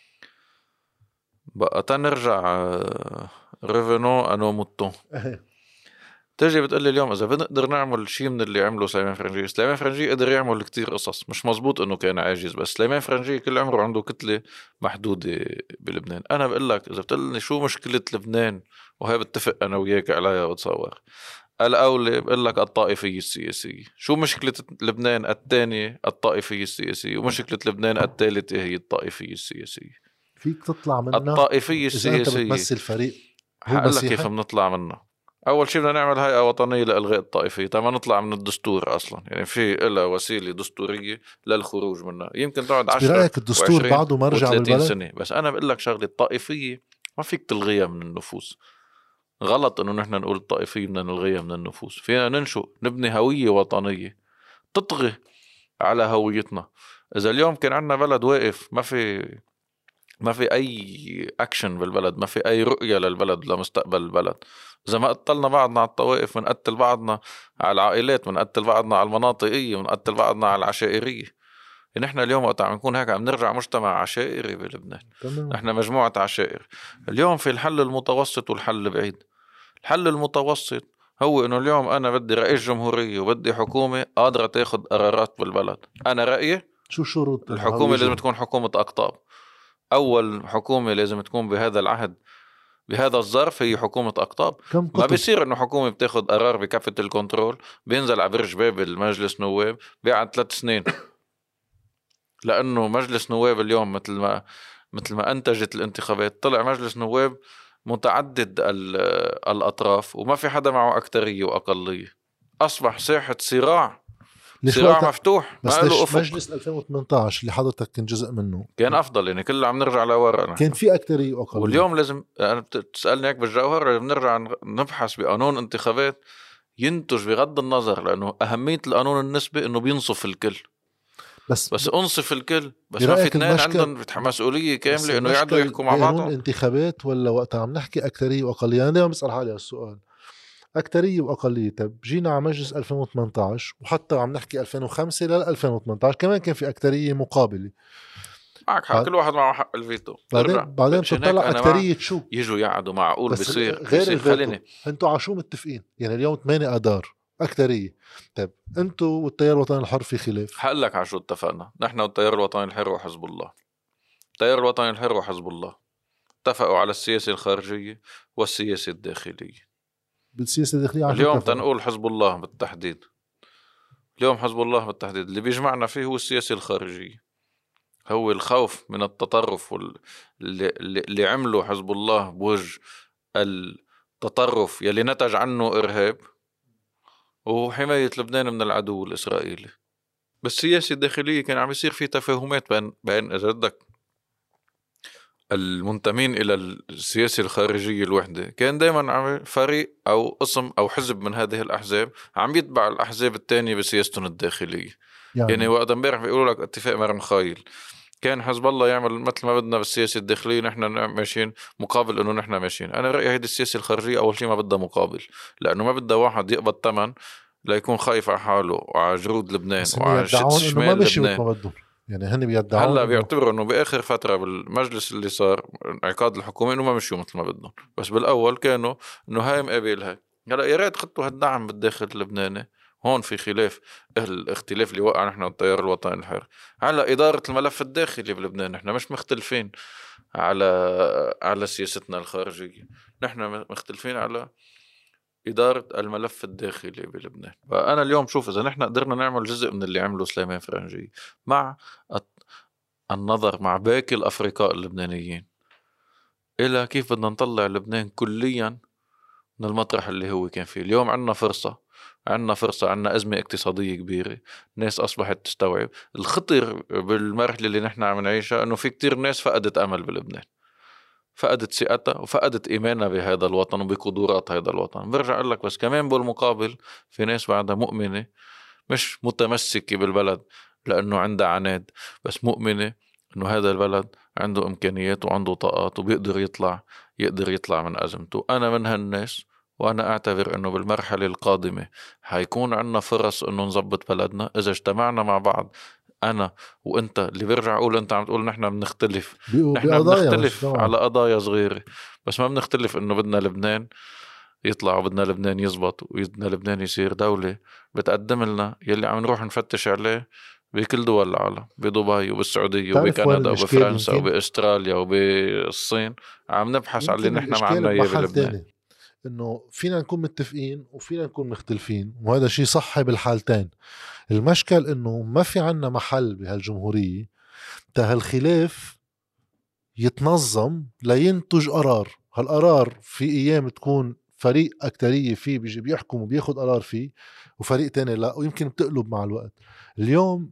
بقى تنرجع ريفينو أنو موتون. تجي بتقلي اليوم إذا بنقدر نعمل شيء من اللي عمله سليمان فرنجي. سليمان فرنجي قدر يعمل كتير قصص، مش مزبوط إنه كان عاجز، بس سليمان فرنجي كل عمره عنده كتلة محدودة بلبنان. أنا بقول لك إذا بتقلني شو مشكلة لبنان، وهي بتفق أنا وياك عليها وتصور الأولى، بقول لك الطائفية السياسية. شو مشكلة لبنان الثانية؟ الطائفية السياسية. ومشكلة لبنان الثالثة هي الطائفية السياسية. فيك تطلع منها الطائفية إذا أنت السياسية بتمثل فريق هو هقول لك كيف مسيحي. بنطلع منها. أول شيء بدنا نعمل هيئة وطنية لإلغاء الطائفية، تما نطلع من الدستور أصلا. يعني في إلها وسيلة دستورية للخروج منها، يمكن تقعد عشرة برأيك الدستور بعده مرجع بالبلد؟ سنة. بس أنا بقول لك شغلة، الطائفية ما فيك تلغيها من النفوس. غلط إنه نحن نقول الطائفية بدنا نلغيها من النفوس. فينا ننشئ نبني هوية وطنية تطغي على هويتنا. إذا اليوم كان عندنا بلد واقف ما في ما في أي أكشن بالبلد، ما في أي رؤية للبلد لمستقبل البلد، إذا ما قتلنا بعضنا على الطوائف منقتل بعضنا على العائلات، منقتل بعضنا على المناطقية، منقتل بعضنا على العشائرية. نحن اليوم وقت عم نكون هيك عم نرجع مجتمع عشائري بلبنان. تمام. نحن مجموعة عشائر. اليوم في الحل المتوسط والحل البعيد. الحل المتوسط هو انه اليوم انا بدي رئيس جمهورية وبدي حكومة قادرة تاخد قرارات بالبلد. انا رأيي شو شروط الحكومة لازم تكون حكومة أقطاب. أول حكومة لازم تكون بهذا العهد بهذا الظرف هي حكومة أقطاب. ما بيصير إنه حكومة بتاخد قرار بكافة الكنترول بينزل على برج بابل مجلس نواب بيقعد ثلاث سنين، لأنه مجلس نواب اليوم مثل ما مثل ما أنتجت الانتخابات طلع مجلس نواب متعدد الأطراف وما في حدا معه أكترية وأقلية. أصبح ساحة صراع صراع مفتوح. بس ليش مجلس ألفين وثمانية عشر اللي حضرتك كان جزء منه كان أفضل يعني كله عم نرجع لورا كان في أكترية وأقلية. واليوم لازم أنا بتسألني هيك بالجوهر لازم نرجع نبحث بقانون انتخابات ينتج بغض النظر، لأنه أهمية القانون النسبي إنه بينصف الكل. بس بس انصف الكل بس ما في اثنين عندهم مسؤولية كاملة إنه يقعدوا يحكوا مع بعضهم. انتخابات ولا وقت عم نحكي أكترية وأقلية؟ أنا دائما بسأل حالي هالسؤال، أكترية وأقلية. طب جينا على مجلس ألفين وثمانية عشر وحتى عم نحكي ألفين وخمسة ل ألفين وثمانية عشر كمان كان في أكترية مقابلة. معك حق، كل واحد معه حق الفيتو. بعدين بعدين بتطلع أكترية شو يجوا يقعدوا معقول بصير غير بصير خليني انتوا على شو متفقين؟ يعني اليوم ثمانية أدار أكترية. طيب انتوا والتيار الوطني الحر في خلاف. هقول لك على شو اتفقنا. نحن والتيار الوطني الحر وحزب الله. التيار الوطني الحر وحزب الله اتفقوا على السياسة الخارجية والسياسة الداخلية. بالسياسة الداخلية اليوم تنقول حزب الله بالتحديد. اليوم حزب الله بالتحديد اللي بيجمعنا فيه هو السياسة الخارجية، هو الخوف من التطرف واللي اللي عمله حزب الله بوجه التطرف يلي نتج عنه إرهاب، وحماية لبنان من العدو الإسرائيلي. بالسياسة الداخلية كان عم يصير في تفاهمات بين بين إذا بدك المنتمين إلى السياسة الخارجية الوحدة. كان دايما عم فريق أو قسم أو حزب من هذه الأحزاب عم يتبع الأحزاب التانية بسياستهم الداخلية. يعني, يعني وقت امبارح بيقولوا لك اتفاق مرمخايل، كان حزب الله يعمل مثل ما بدنا بالسياسة الداخلية نحن ماشيين مقابل إنه نحن ماشيين. أنا رأيي هيدي السياسة الخارجية أول شيء ما بدها مقابل، لأنه ما بدها واحد يقبض ثمن ليكون خايف على حاله وعلى جرود لبنان وعلى شمال لبنان. يعني هن بيدعون هلا بيعتبروا انه باخر فتره بالمجلس اللي صار انعقاد الحكومه انه ما مشيوا مثل ما بدهم، بس بالاول كانوا انه هاي مقابلها. هلا يا ريت خطوا هالدعم بالداخل اللبناني. هون في خلاف، الاختلاف اللي وقع نحن والتيار الوطني الحر على اداره الملف الداخلي بلبنان. نحن مش مختلفين على على سياستنا الخارجيه، نحن مختلفين على إدارة الملف الداخلي بلبنان. فأنا اليوم شوف إذا نحن قدرنا نعمل جزء من اللي عمله سليمان فرنجي مع النظر مع باقي الأفرقاء اللبنانيين إلى كيف بدنا نطلع لبنان كليا من المطرح اللي هو كان فيه. اليوم عنا فرصة عنا فرصة عنا أزمة اقتصادية كبيرة، الناس أصبحت تستوعب. الخطر بالمرحلة اللي نحن عم نعيشها أنه في كتير ناس فقدت أمل بلبنان، فقدت ثقتها وفقدت إيمانها بهذا الوطن وبقدرات هذا الوطن. برجع أقول لك بس كمان بالمقابل في ناس بعدها مؤمنة، مش متمسكة بالبلد لأنه عندها عناد، بس مؤمنة إنه هذا البلد عنده إمكانيات وعنده طاقات وبيقدر يطلع يقدر يطلع من أزمته. أنا من هالناس، وأنا أعتبر إنه بالمرحلة القادمة هيكون عنا فرص إنه نضبط بلدنا إذا اجتمعنا مع بعض. أنا وأنت اللي برجع أقول أنت عم تقول نحن بنختلف، نحن بنختلف على قضايا صغيرة، بس ما بنختلف إنه بدنا لبنان يطلع وبدنا لبنان يزبط وبدنا لبنان يصير دولة بتقدم لنا يلي عم نروح نفتش عليه بكل دول العالم، بدبي وبالسعودية وبكندا وبفرنسا وبأستراليا وبالصين. عم نبحث على اللي نحن معنا إياه بلبنان. إنه فينا نكون متفقين وفينا نكون مختلفين، وهذا شيء صحي بالحالتين. المشكل إنه ما في عنا محل بهالجمهورية تا هالخلاف يتنظم لينتج قرار. هالقرار في أيام تكون فريق أكترية فيه بيجي بيحكم وبياخد قرار فيه، وفريق تاني لا، ويمكن بتقلب مع الوقت. اليوم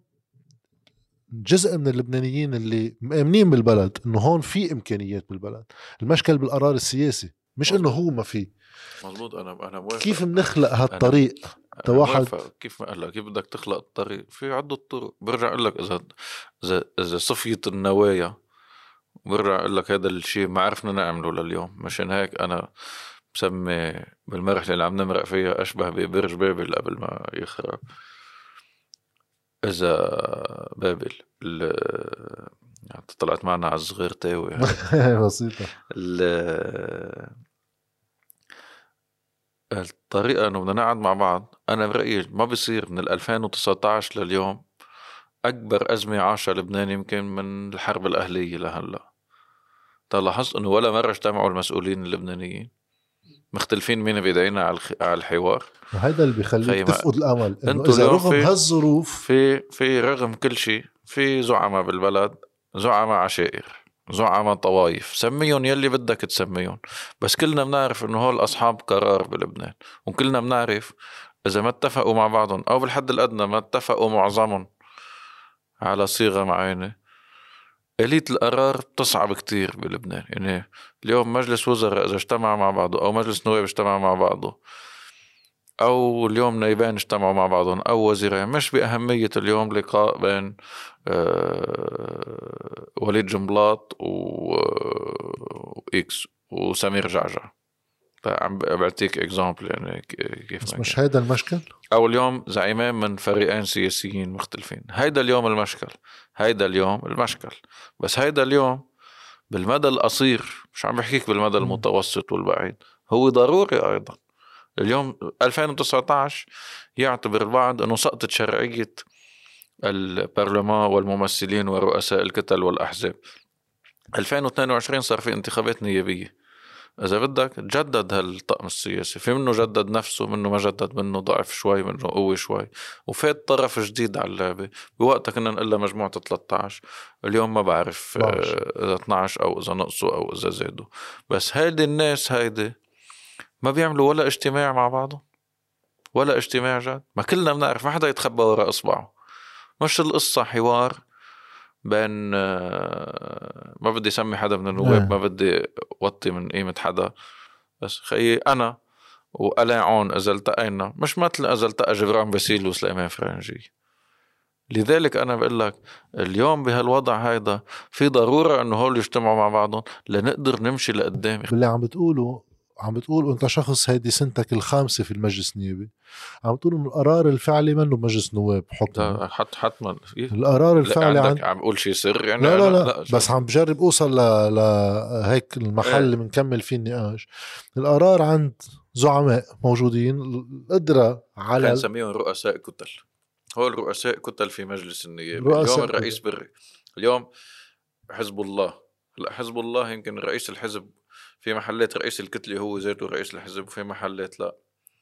جزء من اللبنانيين اللي مؤمنين بالبلد إنه هون في إمكانيات بالبلد، المشكل بالقرار السياسي مش إنه هو ما فيه. مظبوط. أنا أنا موافق. كيف بنخلق هالطريق؟ واحد كيف هلا كيف بدك تخلق الطريق؟ في عدة طرق. برجع أقول لك إذا إذا إذا صفيت النوايا، برجع أقول لك هذا الشيء ما عرفنا نعمله لليوم. مشان هيك أنا بسمي بالمرحلة اللي عم نمرق فيها أشبه ببرج بابل قبل ما يخرب. إذا بابل يعني طلعت معنا على الصغير تاوي يعني. بسيطة. الطريقة إنه بدنا نقعد مع بعض، أنا برأيي ما بيصير من ألفين وتسعة عشر لليوم. أكبر أزمة عاشها لبنان يمكن من الحرب الأهلية لهلا. لاحظت إنه ولا مرة اجتمعوا المسؤولين اللبنانيين مختلفين مين بيدعينا على على الحوار. وهذا اللي بيخليك تفقد الأمل إنه إذا رغم هالظروف في في رغم كل شيء في زعماء بالبلد، زعماء عشائر، زعماء طوائف، سميهم يلي بدك تسميهم، بس كلنا بنعرف إنه هول أصحاب قرار بلبنان، وكلنا بنعرف إذا ما اتفقوا مع بعضهم أو بالحد الأدنى ما اتفقوا معظمهم على صيغة معينة، آلية القرار بتصعب كتير بلبنان. يعني اليوم مجلس وزراء إذا اجتمع مع بعضه أو مجلس نواب اجتمع مع بعضه أو اليوم نايبين اجتمعوا مع بعضهم أو وزيرين، مش بأهمية اليوم لقاء بين أه وليد جنبلاط وإكس وسمير جعجع. فعم بعطيك إكزامبل يعني كيف. بس مش هيدا المشكل. أو اليوم زعيمين من فريقين سياسيين مختلفين، هيدا اليوم المشكل، هيدا اليوم المشكل. بس هيدا اليوم بالمدى القصير، مش عم بحكيك بالمدى المتوسط والبعيد، هو ضروري أيضا. اليوم ألفين وتسعة عشر يعتبر البعض أنه سقطت شرعية البرلمان والممثلين ورؤساء الكتل والأحزاب. ألفين واثنين وعشرين صار في انتخابات نيابية، إذا بدك تجدد هالطقم السياسي، في منه جدد نفسه، منه ما جدد، منه ضعف شوي، منه قوي شوي، وفات طرف جديد على اللعبة. بوقتها كنا نقول مجموعة ثلاثة عشر، اليوم ما بعرف إذا اثنا عشر أو إذا نقصوا أو إذا زادوا. بس هيدي الناس هيدي ما بيعملوا ولا اجتماع مع بعضهم، ولا اجتماع جد. ما كلنا بنعرف، ما حدا يتخبى وراء إصبعه. مش القصة حوار بين ما بدي سمي حدا من النواب، ما بدي وطي من قيمة حدا، بس خيي أنا وقلاعون إذا التقينا مش مثل إذا التقى جبران باسيل وسليمان فرنجي. لذلك أنا بقول لك اليوم بهالوضع هيدا في ضرورة إنه هول يجتمعوا مع بعضهم لنقدر نمشي لقدام. باللي عم بتقوله عم بتقول أنت شخص هيدي سنتك الخامسة في المجلس النيابي، عم بتقول إنه القرار الفعلي منه بمجلس نواب حكم حت حتما القرار الفعلي عندك. عم بقول شيء سر يعني؟ لا لا لا, لا بس عم بجرب أوصل ل... لهيك المحل اللي ايه. منكمل فيه النقاش. القرار عند زعماء موجودين، القدرة على كان نسميهم رؤساء كتل. هو الرؤساء كتل في مجلس النيابة. اليوم الرئيس بري، اليوم حزب الله. لا حزب الله يمكن رئيس الحزب في محلات رئيس الكتلة هو ذاته رئيس الحزب، وفي محلات لا.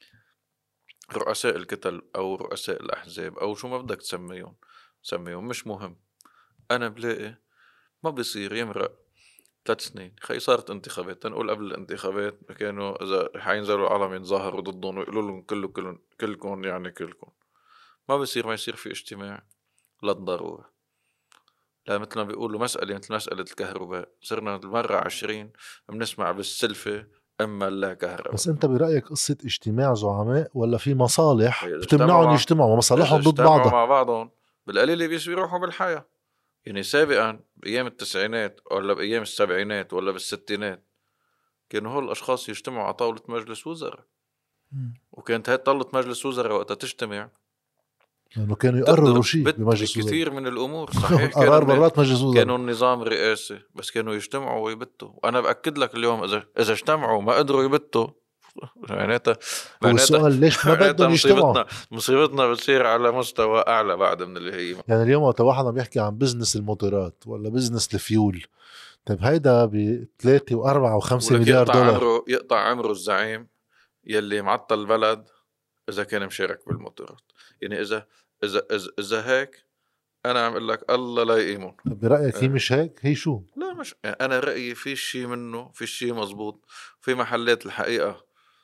رؤساء الكتل أو رؤساء الأحزاب أو شو ما بدك تسميهم سميهم مش مهم. أنا بلاقي ما بيصير يمرق ثلاث سنين خي صارت انتخابات، تنقول قبل الانتخابات كانوا إذا حينزلوا العالم ينظاهروا ضدهم ويقولوا لهم كله كله كلكم يعني كلكم. ما بيصير ما يصير في اجتماع للضرورة. لا مثل ما بيقولوا مسألة مثل مسألة الكهرباء، صرنا المرة عشرين بنسمع بالسلفة أما لا كهرباء. بس أنت برأيك قصة اجتماع زعماء ولا في مصالح بتمنعهم يجتمعوا ومصالحهم ضد بعضها؟ مع بعضهم بالقليل بيروحوا بالحياة. يعني سابقا بأيام التسعينات ولا بأيام السبعينات ولا بالستينات كانوا هول الأشخاص يجتمعوا على طاولة مجلس وزراء، وكانت هاي طاولة مجلس وزراء وقتها تجتمع لأنه كانوا يقرروا شيء بمجلس وزراء كثير من الأمور. صحيح قرار برات مجلس وزراء، كانوا النظام رئاسي بس كانوا يجتمعوا ويبتوا. وأنا بأكد لك اليوم إذا إذا اجتمعوا ما قدروا يبتوا معناتها السؤال ليش ما بدهم يجتمعوا؟ مصيبتنا بتصير على مستوى أعلى بعد من اللي هي. يعني اليوم وقت واحد عم يحكي عن بزنس الموتورات ولا بزنس الفيول، طيب هيدا بثلاثة وأربعة وخمسة مليار يقطع دولار عمره يقطع عمره الزعيم يلي معطل البلد إذا كان مشارك بالموتورات. يعني إذا إذا إذا, إذا هيك أنا عم أقول لك الله لا يقيمون. برأيك هي مش هيك؟ هي شو؟ لا مش أنا رأيي في شيء منه، في شيء مزبوط. في محلات الحقيقة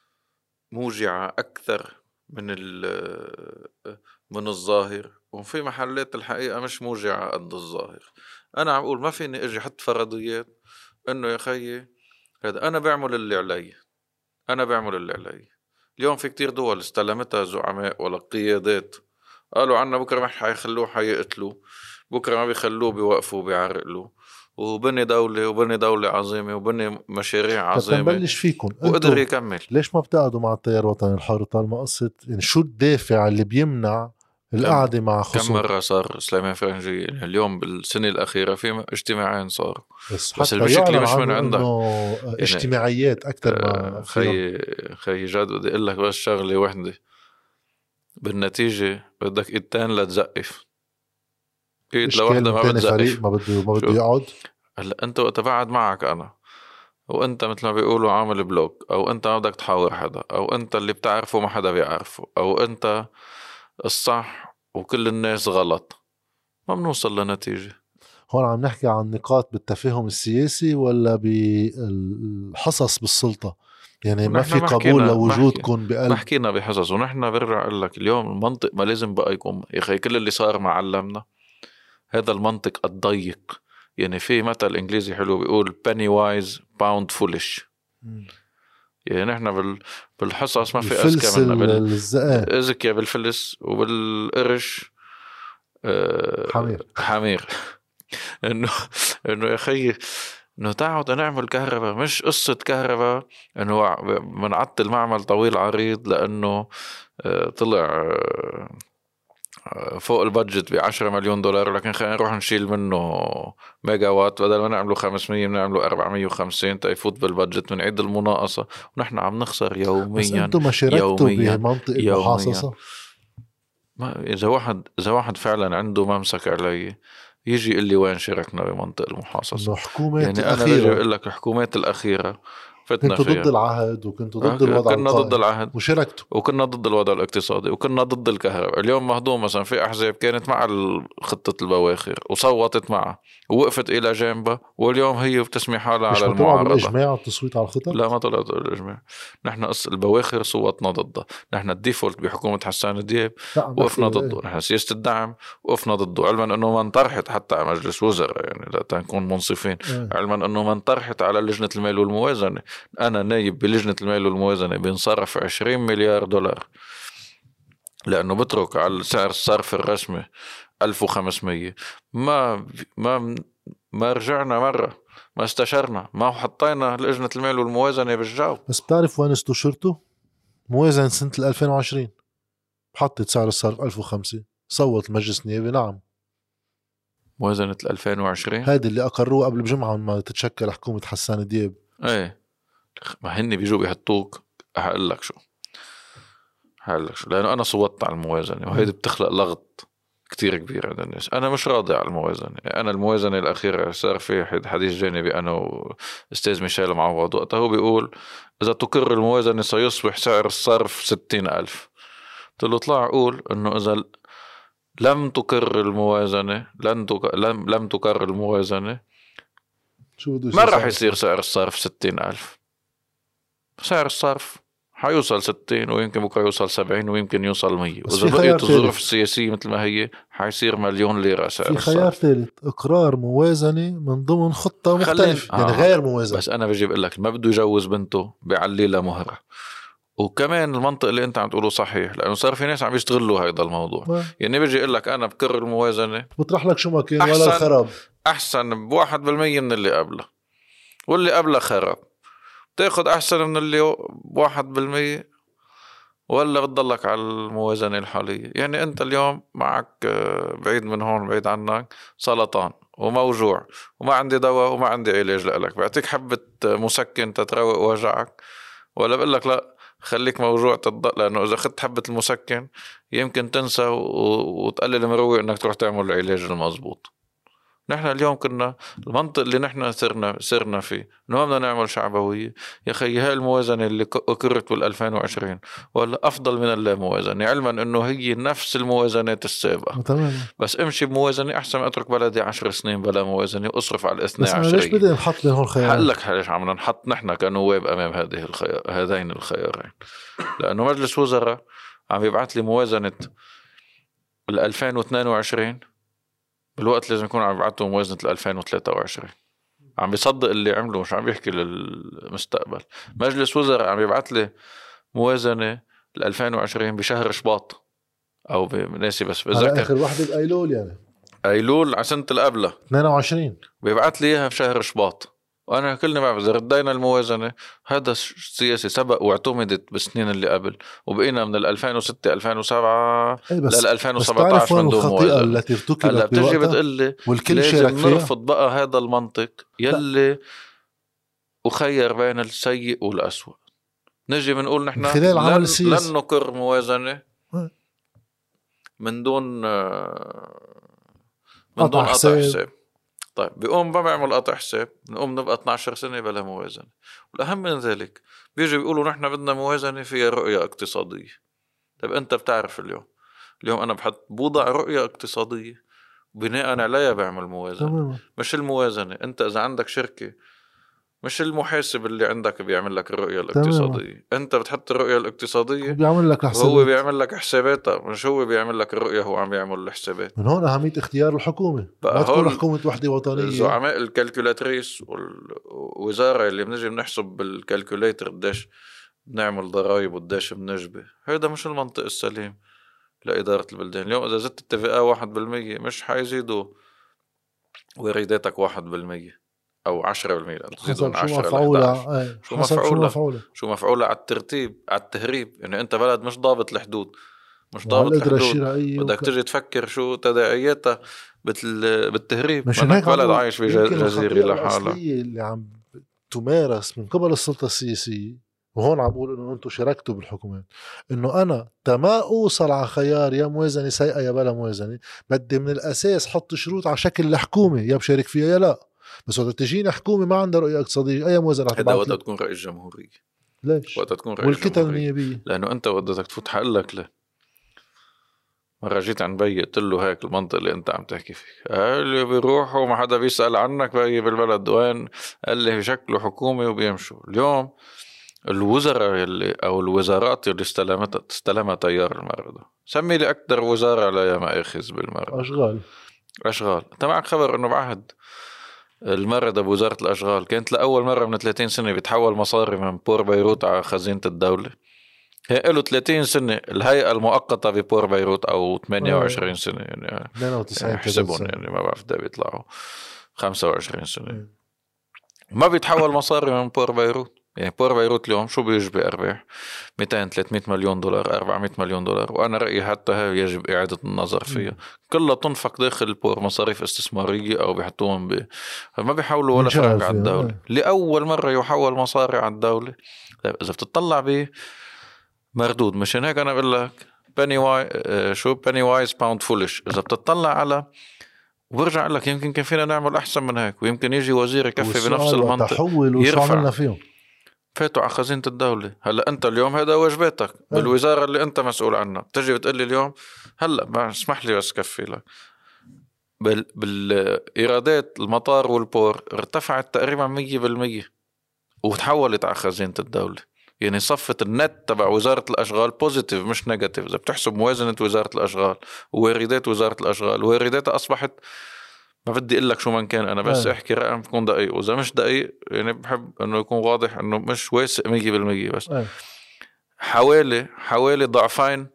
موجعة أكثر من من الظاهر، وفي محلات الحقيقة مش موجعة قد الظاهر. أنا عم أقول ما فيني أجي حط فرضيات إنه يا خيي هذا أنا بعمل اللي علي، أنا بعمل اللي علي. اليوم في كتير دول استلمتها زعماء ولا قيادات قالوا عنا بكرة ما حيخلوه حيقتلوا، بكرة ما بيخلوه بيوقفوا بيعرقلوا، وبني دولة وبني دولة عظيمة وبني مشاريع عظيمة. بنبلش فيكم وقدر يكمل. ليش ما بتقعدوا مع التيار الوطني الحر طالما قصة يعني شو الدافع اللي بيمنع القعدة مع كم خصوم. مرة صار سليمان فرنجي اليوم بالسنة الأخيرة في اجتماعين صاروا، بس, بس حتى المشكلة مش من عنه عندك إنه يعني. اجتماعيات أكتر ما خي خي جاد بدي أقول لك بس شغلة وحدة، بالنتيجة بدك إيدتين لتزقف، إيد لوحدة ما تاني فريق بتزقف. ما بده ما بده يقعد. هلا أنت وقت بعد معك أنا وأنت مثل ما بيقولوا عامل بلوك، أو أنت ما بدك تحاور حدا، أو أنت اللي بتعرفه ما حدا بيعرفه، أو أنت الصح وكل الناس غلط، ما بنوصل لنتيجة. هون عم نحكي عن نقاط بالتفاهم السياسي ولا بالحصص بالسلطة؟ يعني ما في قبول لوجودكم بقلب. ما حكينا بحصص، ونحن برجع أقول لك اليوم المنطق ما لازم بقى يكون يا أخي كل اللي صار ما علمنا هذا المنطق الضيق. يعني في مثل إنجليزي حلو بيقول penny wise pound foolish. يعني نحن بال بالحصص ما في أذكى منا، بالذكاء بالفلس وبالقرش آه حمير حمير. إنه إنه يا أخي إنه تعود نعمل كهرباء، مش قصة كهرباء إنه منعطل معمل طويل عريض لأنه آه طلع آه فوق البادجت بعشرة مليون دولار، لكن خلينا نروح نشيل منه ميجا وات بدل ما نعمله خمسمية بنعمله أربعمية وخمسين تيفوت بالبادجت، بنعيد المناقصة ونحن عم نخسر يوميا. بس انتم ما شاركتوا بمنطق المحاصصة. ما إذا واحد إذا واحد فعلا عنده ممسك علي يجي يقول لي وين شاركنا بمنطق المحاصصة. الحكومات يعني أنا بيجي بقول لك الحكومات الأخيرة كنتوا ضد العهد وكنتوا ضد الوضع كنا ضد العهد وشاركتوا، وكنا ضد الوضع الاقتصادي وكنا ضد الكهرباء. اليوم مهضوم مثلا في أحزاب كانت مع خطة البواخر وصوتت معها ووقفت إلى جانبها، واليوم هي بتسمي حالها على المعارضة. مش الإجماع والتصويت على الخطط؟ لا ما طلعت الإجماع. نحن قص البواخر صوتنا ضدها. نحن الديفولت بحكومة حسان دياب وقفنا ضده. نحن سياسة الدعم وقفنا ضده، علما أنه ما انطرحت حتى على مجلس وزراء، يعني لا نكون منصفين. اه. علما أنه ما انطرحت على لجنة المال والموازنة. أنا نايب بلجنة المال والموازنة بينصرف عشرين مليار دولار لأنه بترك على سعر الصرف الرسمي ألف وخمسمية. ما ما ما رجعنا مرة، ما استشرنا، ما حطينا لجنة المال والموازنة بالجو. بس بتعرف وين استشرتوا؟ موازنة سنة ألفين وعشرين حطت سعر الصرف ألف وخمسة، صوت المجلس النيابي نعم. موازنة ألفين وعشرين هذه اللي أقروه قبل بجمعة ما تتشكل حكومة حسان دياب. ايه ما هن بيجوا بيحطوك. هقول لك شو هقول لك شو لأنه أنا صوتت على الموازنة وهيدي بتخلق لغط كتير كبير عند الناس. أنا مش راضي على الموازنة. أنا الموازنة الأخيرة صار في حديث جانبي أنا وأستاذ ميشيل معوض وقتها هو بيقول إذا تقر الموازنة سيصبح سعر الصرف ستين ألف. قلت له اطلع أقول إنه إذا لم تقر الموازنة لن تك... لم لم تقر الموازنة ما راح يصير سعر الصرف ستين ألف. سعر الصرف حيوصل ستين ويمكن بكره يوصل سبعين ويمكن يوصل مية، وإذا بقيت الظروف السياسية مثل ما هي حيصير مليون ليرة سعر في خيار ثالث إقرار موازنة من ضمن خطة مختلفة يعني آه. غير موازنة. بس أنا بجيب لك ما بده يجوز بنته بعلي لها مهرة. وكمان المنطق اللي أنت عم تقوله صحيح لأنه صار في ناس عم يشتغلوا هذا الموضوع ما. يعني بيجي يقول لك أنا بكرر الموازنة بطرح لك شو ما كان ولا الخراب أحسن بواحد بالمية من اللي قبله، واللي قبله خرب. تاخد أحسن من اللي بواحد بالمية ولا بتضلك على الموازنة الحالية؟ يعني أنت اليوم معك بعيد من هون بعيد عنك سرطان وموجوع وما عندي دواء وما عندي علاج لك، بعطيك حبة مسكن تتروق وجعك ولا بقول لك لا خليك موجوع تضل؟ لأنه إذا أخذت حبة المسكن يمكن تنسى وتقلل مروي إنك تروح تعمل العلاج المضبوط. نحن اليوم كنا المنطق اللي نحن سرنا سرنا فيه إنه بدنا نعمل شعبوية. يا أخي هاي الموازنة اللي أقرت بالألفين وعشرين ولا أفضل من اللا موازنة، علما إنه هي نفس الموازنات السابقة تمام. بس امشي بموازنة أحسن ما أترك بلدي عشر سنين بلا موازنة وأصرف على الاثنى عشر. بس ليش بدي نحط بين هالخيارين؟ هقول لك ليش عم نحط نحن كنواب أمام هذه الخيار هذين الخيارين. لأنه مجلس وزراء عم يبعث لي موازنة الألفين واثنين وعشرين بالوقت لازم يكون عم يبعثوا موازنة ألفين وثلاثة وعشرين. عم بيصدق اللي عمله مش عم بيحكي للمستقبل. مجلس وزراء عم يبعث لي موازنة ألفين وعشرين بشهر شباط أو بناسي بس بذكر على آخر واحدة بأيلول يعني أيلول على سنة القبلة اثنين وعشرين بيبعث لي إياها بشهر شباط. وانا كلنا بعرف اذا ردينا الموازنه هذا السياسي سبق واعتمدت بالسنين اللي قبل، وبقينا من ألفين وستة ألفين وسبعة لل ألفين وسبعطعش من دون موازنه. التي ارتكبت هلا بتجي بتقول لي والكل شارك فيها. نرفض بقى هذا المنطق يلي وخير بين السيء والأسوأ. نجي بنقول نحن لن, لن نقر موازنه من دون من دون قطع حساب. حساب طيب بيقوم ما بيعمل قطع حساب، نقوم نبقى اثنعش سنة بلا موازنة. والأهم من ذلك بيجي بيقولوا نحن بدنا موازنة فيها رؤية اقتصادية. طيب أنت بتعرف اليوم اليوم أنا بحط بوضع رؤية اقتصادية بناء عليها بعمل موازنة. مش الموازنة أنت إذا عندك شركة مش المحاسب اللي عندك بيعمل لك الرؤية الاقتصادية. تمام. انت بتحط الرؤية الاقتصادية بيعمل لك الحسابات. هو بيعمل لك حساباتها، مش هو بيعمل لك الرؤية، هو عم بيعمل الحسابات. من هون أهمية اختيار الحكومة، ما تكون حكومة وحدة وطنية. زعماء الكالكولاتريس والوزارة اللي بنجي بنحسب بالكالكوليتر قديش بنعمل ضرائب وقديش بنجبه، هذا مش المنطق السليم لإدارة البلدان. اليوم إذا زدت التفاقة واحد بالمية مش حيزيدوا وارداتك واحد بالمية أو عشرة بالمية، حسب شو مفعولة شو مفعولة شو مفعولة على الترتيب على التهريب. يعني أنت بلد مش ضابط الحدود، مش ضابط الحدود، بدك تجي تفكر شو تداعياتها بالتهريب. مش هيك بلد عايش في جزيرة لحالها اللي عم تمارس من قبل السلطة السياسية. وهون عم بقول إنه أنتم شاركتوا بالحكومات، إنه أنا تما أوصل على خيار يا موازنة سيئة يا بلا موازنة، بدي من الأساس حط شروط على شكل الحكومة يا بشارك فيها يا لا. بس وقت تجينا حكومة ما عندها رؤية اقتصادية أي موازنة هذا وقت تكون رئيس جمهورية. ليش؟ وقت تكون رئيس والكتل النيابية، لأنه أنت بدك تفوت حقلك له. مرة جيت عن بي قلت له هيك المنطق اللي أنت عم تحكي فيه، قال لي بيروحوا وما حدا بيسأل عنك بي بالبلد وين، قال لي شكله حكومة وبيمشوا. اليوم الوزراء اللي أو الوزارات اللي استلمتها استلمها تيار المرضى، سمي لي أكثر وزارة لا مأخذ بالمرضى. أشغال أشغال. أنت معك خبر إنه بعهد المرضى بوزارة الأشغال كانت لأول مرة من ثلاثين سنة بيتحول مصاري من بور بيروت على خزينة الدولة. هي له ثلاثين سنة الهيئة المؤقتة ببور بيروت أو ثمانية وعشرين سنة يعني اثنين وتسعين حسبهم يعني ما بعرف ده بيطلعوا خمسة وعشرين سنة ما بيتحول مصاري من بور بيروت. يعني بور بيروت اليوم شو بيجبي أرباح مئتين ثلاثمئة مليون دولار أربعمئة مليون دولار، وأنا رأيي حتى هاي يجب إعادة النظر فيها. كلها تنفق داخل البور مصاريف استثمارية أو بيحطوهم ب ما بيحولوا ولا فرق على الدولة. لأول مرة يحول مصاري على الدولة. إذا بتطلع به مردود. مشان هيك أنا بقول لك بني واي شو بني وايز باوند فوليش. إذا بتطلع على وبرجع أقول لك يمكن كان فينا نعمل أحسن من هيك، ويمكن يجي وزير يكفي بنفس المنطق يرفع فيهم فاتوا على خزينة الدولة. هلأ أنت اليوم هذا واجباتك بالوزارة اللي أنت مسؤول عنها، تجي بتقول لي اليوم هلأ اسمح لي بس كفي لك بال... بالإيرادات المطار والبور ارتفعت تقريبا مية بالمية وتحولت على خزينة الدولة. يعني صفت النت تبع وزارة الأشغال بوزيتيف مش نيجاتيف. إذا بتحسب موازنة وزارة الأشغال وواردات وزارة الأشغال، وارداتها أصبحت ما بدي أقول لك شو من كان، أنا بس أحكي رقم تكون دقيق، وإذا مش دقيق يعني بحب إنه يكون واضح إنه مش واثق مية بالمية بس أي. حوالي حوالي ضعفين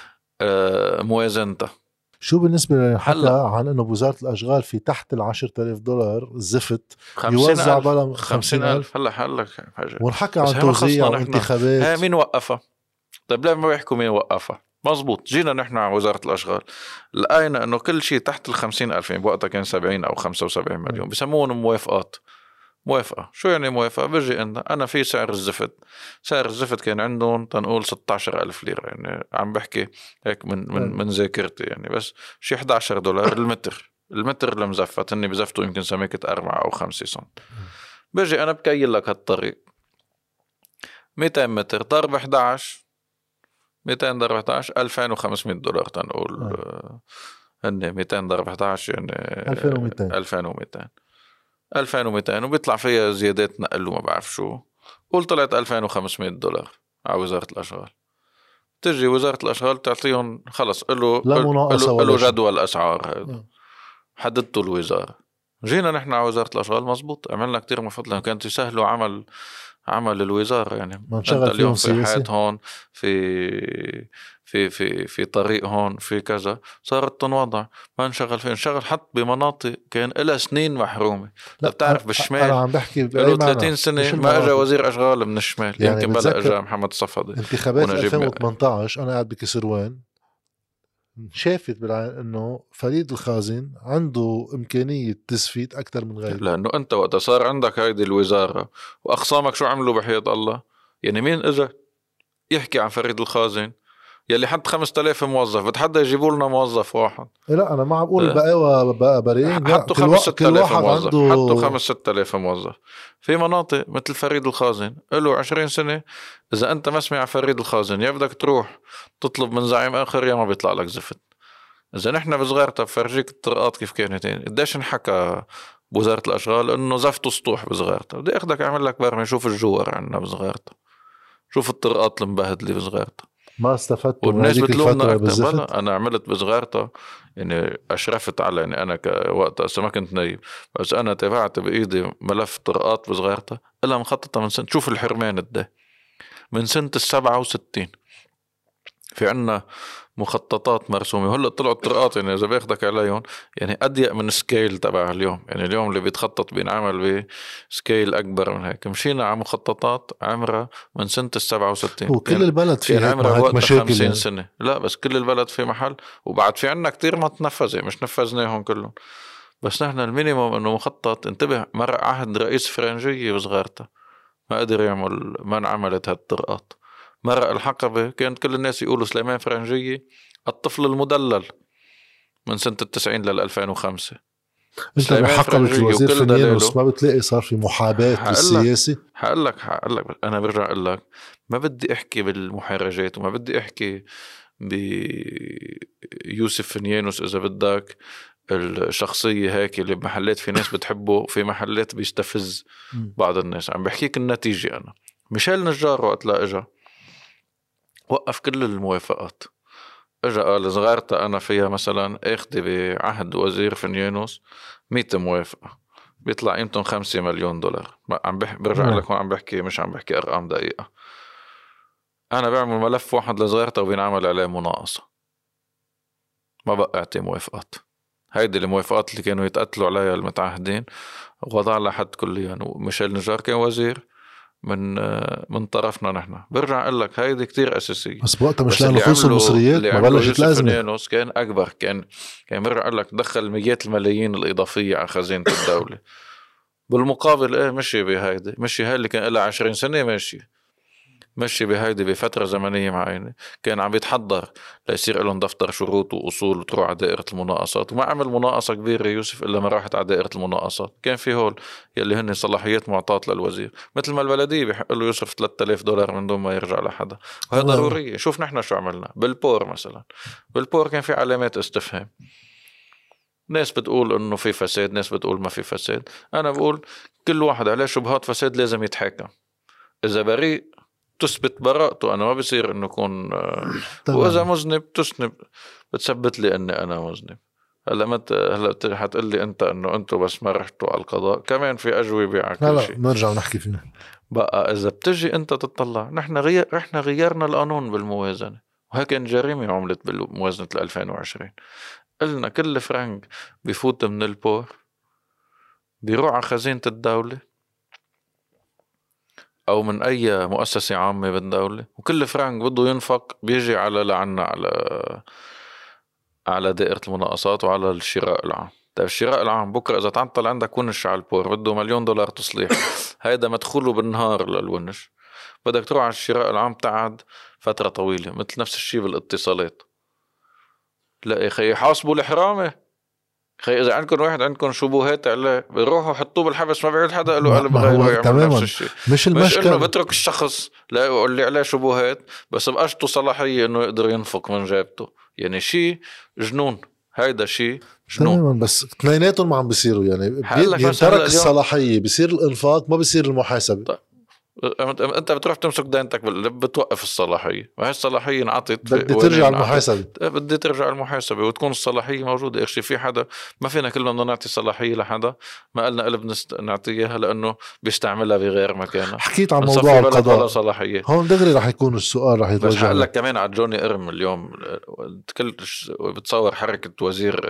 آه موازنتها. شو بالنسبة لحكى عن إنه بوزارة الأشغال في تحت العشرة آلاف دولار زفت يوزع بلا خمسين ألف. هلا هلا حاجة ونحكى عن توزيع وانتخابات. ها مين وقفها؟ طيب لا ما بيحكوا مين وقفها. مزبوط. جينا نحن على وزارة الأشغال لقينا إنه كل شيء تحت الخمسين ألف، يعني بوقتها كان سبعين أو خمسة وسبعين مليون بيسمون موافقات. موافقة شو يعني موافقة؟ بيجي أنا أنا في سعر الزفت، سعر الزفت كان عندهم تنقول ستة عشر ألف ليرة، يعني عم بحكي هيك من من من ذاكرتي يعني، بس شي إحدى عشر دولار المتر. المتر المزفت هني بزفتوا يمكن سماكة أربعة أو خمسة سنت. بيجي أنا بكيل لك هالطريق مئتين متر ضرب إحدى عشر، مئتين ضرب إحدى عشر ألفين وخمسمئة دولار تنقول هني مئتين ضرب إحدى عشر يعني ألفين ومئتين ألفين ومئتين ألفين ومئتين وبيطلع فيها زيادات نقل وما بعرف شو. قول طلعت ألفين وخمسمئة دولار على وزارة الأشغال. تجي وزارة الأشغال تعطيهم خلص قلوا قلوا جدول الأسعار هذا حددتوا الوزارة. جينا نحن على وزارة الأشغال مزبوط عملنا كتير مفضل، كانت يسهلوا عمل عمل الوزارة. يعني ما انت نشغل اليوم فيهم في سياسي. حيط هون، في في في في طريق هون، في كذا، صارت تنوضع. ما نشغل فيه، نشغل حتى بمناطق كان لها سنين محرومة. لا بتعرف أ- انا بالشمال عم بحكي باي له معنى، ثلاثين سنة مش ما اجى المناطق. وزير اشغال من الشمال. يعني يمكن بلا بتذكر اجى محمد صفدي انتخابات ونجيب م... ألفين وثمانية عشر انا قاعد بكسروان، شافت بالعين انه فريد الخازن عنده امكانيه تزفيت اكثر من غيره. لانه انت وقت صار عندك هيدي الوزارة واخصامك شو عملوا بحياة الله؟ يعني مين اجى يحكي عن فريد الخازن يلي حط خمسة آلاف موظف؟ بتحدى يجيبوا لنا موظف واحد. إيه لا انا ما عم بقول أه؟ البقاوى بقى بريئين، لا حطوا كل خمس وا... ست كل آلاف واحد موظف، عنده. حطوا خمس ست آلاف موظف في مناطق مثل فريد الخازن له عشرين سنة. إذا أنت ما سمع فريد الخازن يا بدك تروح تطلب من زعيم آخر يا ما بيطلع لك زفت. إذا نحن بصغيرتها بفرجيك الطرقات كيف كانت، يعني قديش انحكى بوزارة الأشغال إنه زفتوا سطوح بصغيرتها. بدي أخدك أعمل لك برمي، شوف الجوار عندنا بصغيرتها، شوف الطرقات المبهدلة بصغيرتها. ما استفدتوا من والناس هذيك بتلومنا الفتره أكتر. بالزفت. بلا أنا عملت بصغيرتها، يعني أشرفت على، يعني أنا كوقت أصلا ما كنت نايب، بس أنا تابعت بإيدي ملف طرقات بصغيرتها إلا مخططة من سنة. شوف الحرمان ده من سنة السبعة وستين في عنا مخططات مرسومة. هلا طلعوا الطرقات يعني إذا باخدك عليهم يعني أضيق من سكيل تبع اليوم. يعني اليوم اللي بيتخطط بينعمل بسكيل أكبر من هيك. مشينا على مخططات عمرها من سنة السبعة وستين. هو كل البلد في كان هيك عمرها هيك بوقت مشاكل خمسين يعني. سنة. لا بس كل البلد في محل، وبعد في عنا كتير ما تنفذ، مش نفذناهم كلهم. بس نحن المينيموم انه مخطط. انتبه، مرق عهد رئيس فرنجية بصغيرتها ما قدر يعمل، ما انعملت هالطرقات. مرق الحقبة كانت كل الناس يقولوا سليمان فرنجية الطفل المدلل من سنة التسعين للألفين وخمسة. انت بحقبة الوزير فنيانوس ما بتلاقي صار في محاباة بالسياسة؟ حقول لك حقول لك انا برجع اقول لك ما بدي احكي بالمحرجات وما بدي احكي بيوسف فنيانوس اذا بدك الشخصية هيك اللي بمحلات في ناس بتحبه في محلات بيستفز بعض الناس. عم بحكيك النتيجة. أنا ميشيل نجار وقت لا إجا وقف كل الموافقات. إجا قال صغيرتها أنا فيها مثلا اخدي بعهد وزير فنيانوس مية موافقة بيطلع قيمتهم خمسة مليون دولار. عم بح... برجع لك هون عم بحكي مش عم بحكي أرقام دقيقة. أنا بعمل ملف واحد لصغيرتها وبينعمل عليه مناقصة ما بقى أعطي موافقات. هيدي الموافقات اللي كانوا يتقتلوا عليها المتعهدين وضع لها حد كليا. يعني ميشيل نجار كان وزير من من طرفنا نحن. برجع اقول لك هيدي كتير اساسيه. بس بوقتها مش لانه خلصوا المصريات ما بلشت لازمه. كان اكبر كان كان برجع اقول لك دخل مئات الملايين الاضافيه على خزينه الدوله. بالمقابل ايه مشي بهيدي مشي هاي اللي كان لها عشرين سنه ماشي مشي بهيدي بفترة زمنية معينة. كان عم يتحضر ليصير لهم دفتر شروط وأصول وتروح على دائرة المناقصات. وما عمل مناقصة كبيرة يوسف إلا ما راحت على دائرة المناقصات. كان في هول يلي هن صلاحيات معطاة للوزير مثل ما البلدية بيحق له يصرف ثلاثة آلاف دولار من دون ما يرجع لحدا. وهي ضرورية. شوف نحن شو عملنا بالبور مثلا. بالبور كان في علامات استفهام. ناس بتقول انه في فساد، ناس بتقول ما في فساد. انا بقول كل واحد عليه شبهات فساد لازم يتحاكم. اذا بريء تثبت براءته. أنا ما بصير إنه يكون وإذا مذنب تسنب بتثبت لي إني أنا مذنب. هلا مت هلا حتقول لي أنت إنه أنتوا بس ما رحتوا على القضاء. كمان في أجوبة على كل شيء. نرجع نحكي فيه بقى. إذا بتجي أنت تطلع نحن غير رحنا غيرنا القانون بالموازنة وهي كان جريمة عملت بالموازنة ألفين وعشرين. قلنا كل فرنك بيفوت من البور بيروح على خزينة الدولة أو من أي مؤسسة عامة بالدولة وكل فرنك بده ينفق بيجي على لعنا على على دائرة المناقصات وعلى الشراء العام. طيب الشراء العام بكرة إذا تعطل عندك ونش على البور بده مليون دولار تصليح هيدا مدخوله بالنهار للونش. بدك تروح على الشراء العام تعد فترة طويلة. مثل نفس الشيء بالاتصالات. لا يا أخي حاسبوا الحرامة. خي إذا عندكم واحد عندكم شبهات عليه بيروحوا حطوه بالحبس ما بيعود حدا له قلب غيره يعمل نفس الشيء. مش المشكلة مش إنه بترك الشخص لا يقول لي عليه شبهات بس بقشته صلاحية إنه يقدر ينفق من جابته. يعني شيء جنون. هيدا شيء جنون. تماما. بس اثنيناتهم ما عم بيصيروا يعني ينترك الصلاحية بيصير الإنفاق ما بيصير المحاسبة. طيب انت بتروح تمسك دينتك بتوقف الصلاحيه، وهي الصلاحيه انعطت، بدي ترجع المحاسبه، بدي ترجع المحاسبه وتكون الصلاحيه موجوده. ايش في حدا ما فينا كلنا بدنا نعطي صلاحيه لحدا ما قلنا قلب نست... نعطيها لانه بيستعملها بغير مكانها. حكيت عن موضوع القضاء ولا صلاحيه هون دغري رح يكون السؤال رح يتوجه. بس هقول لك كمان على جوني إرم اليوم، كل بتصور حركه وزير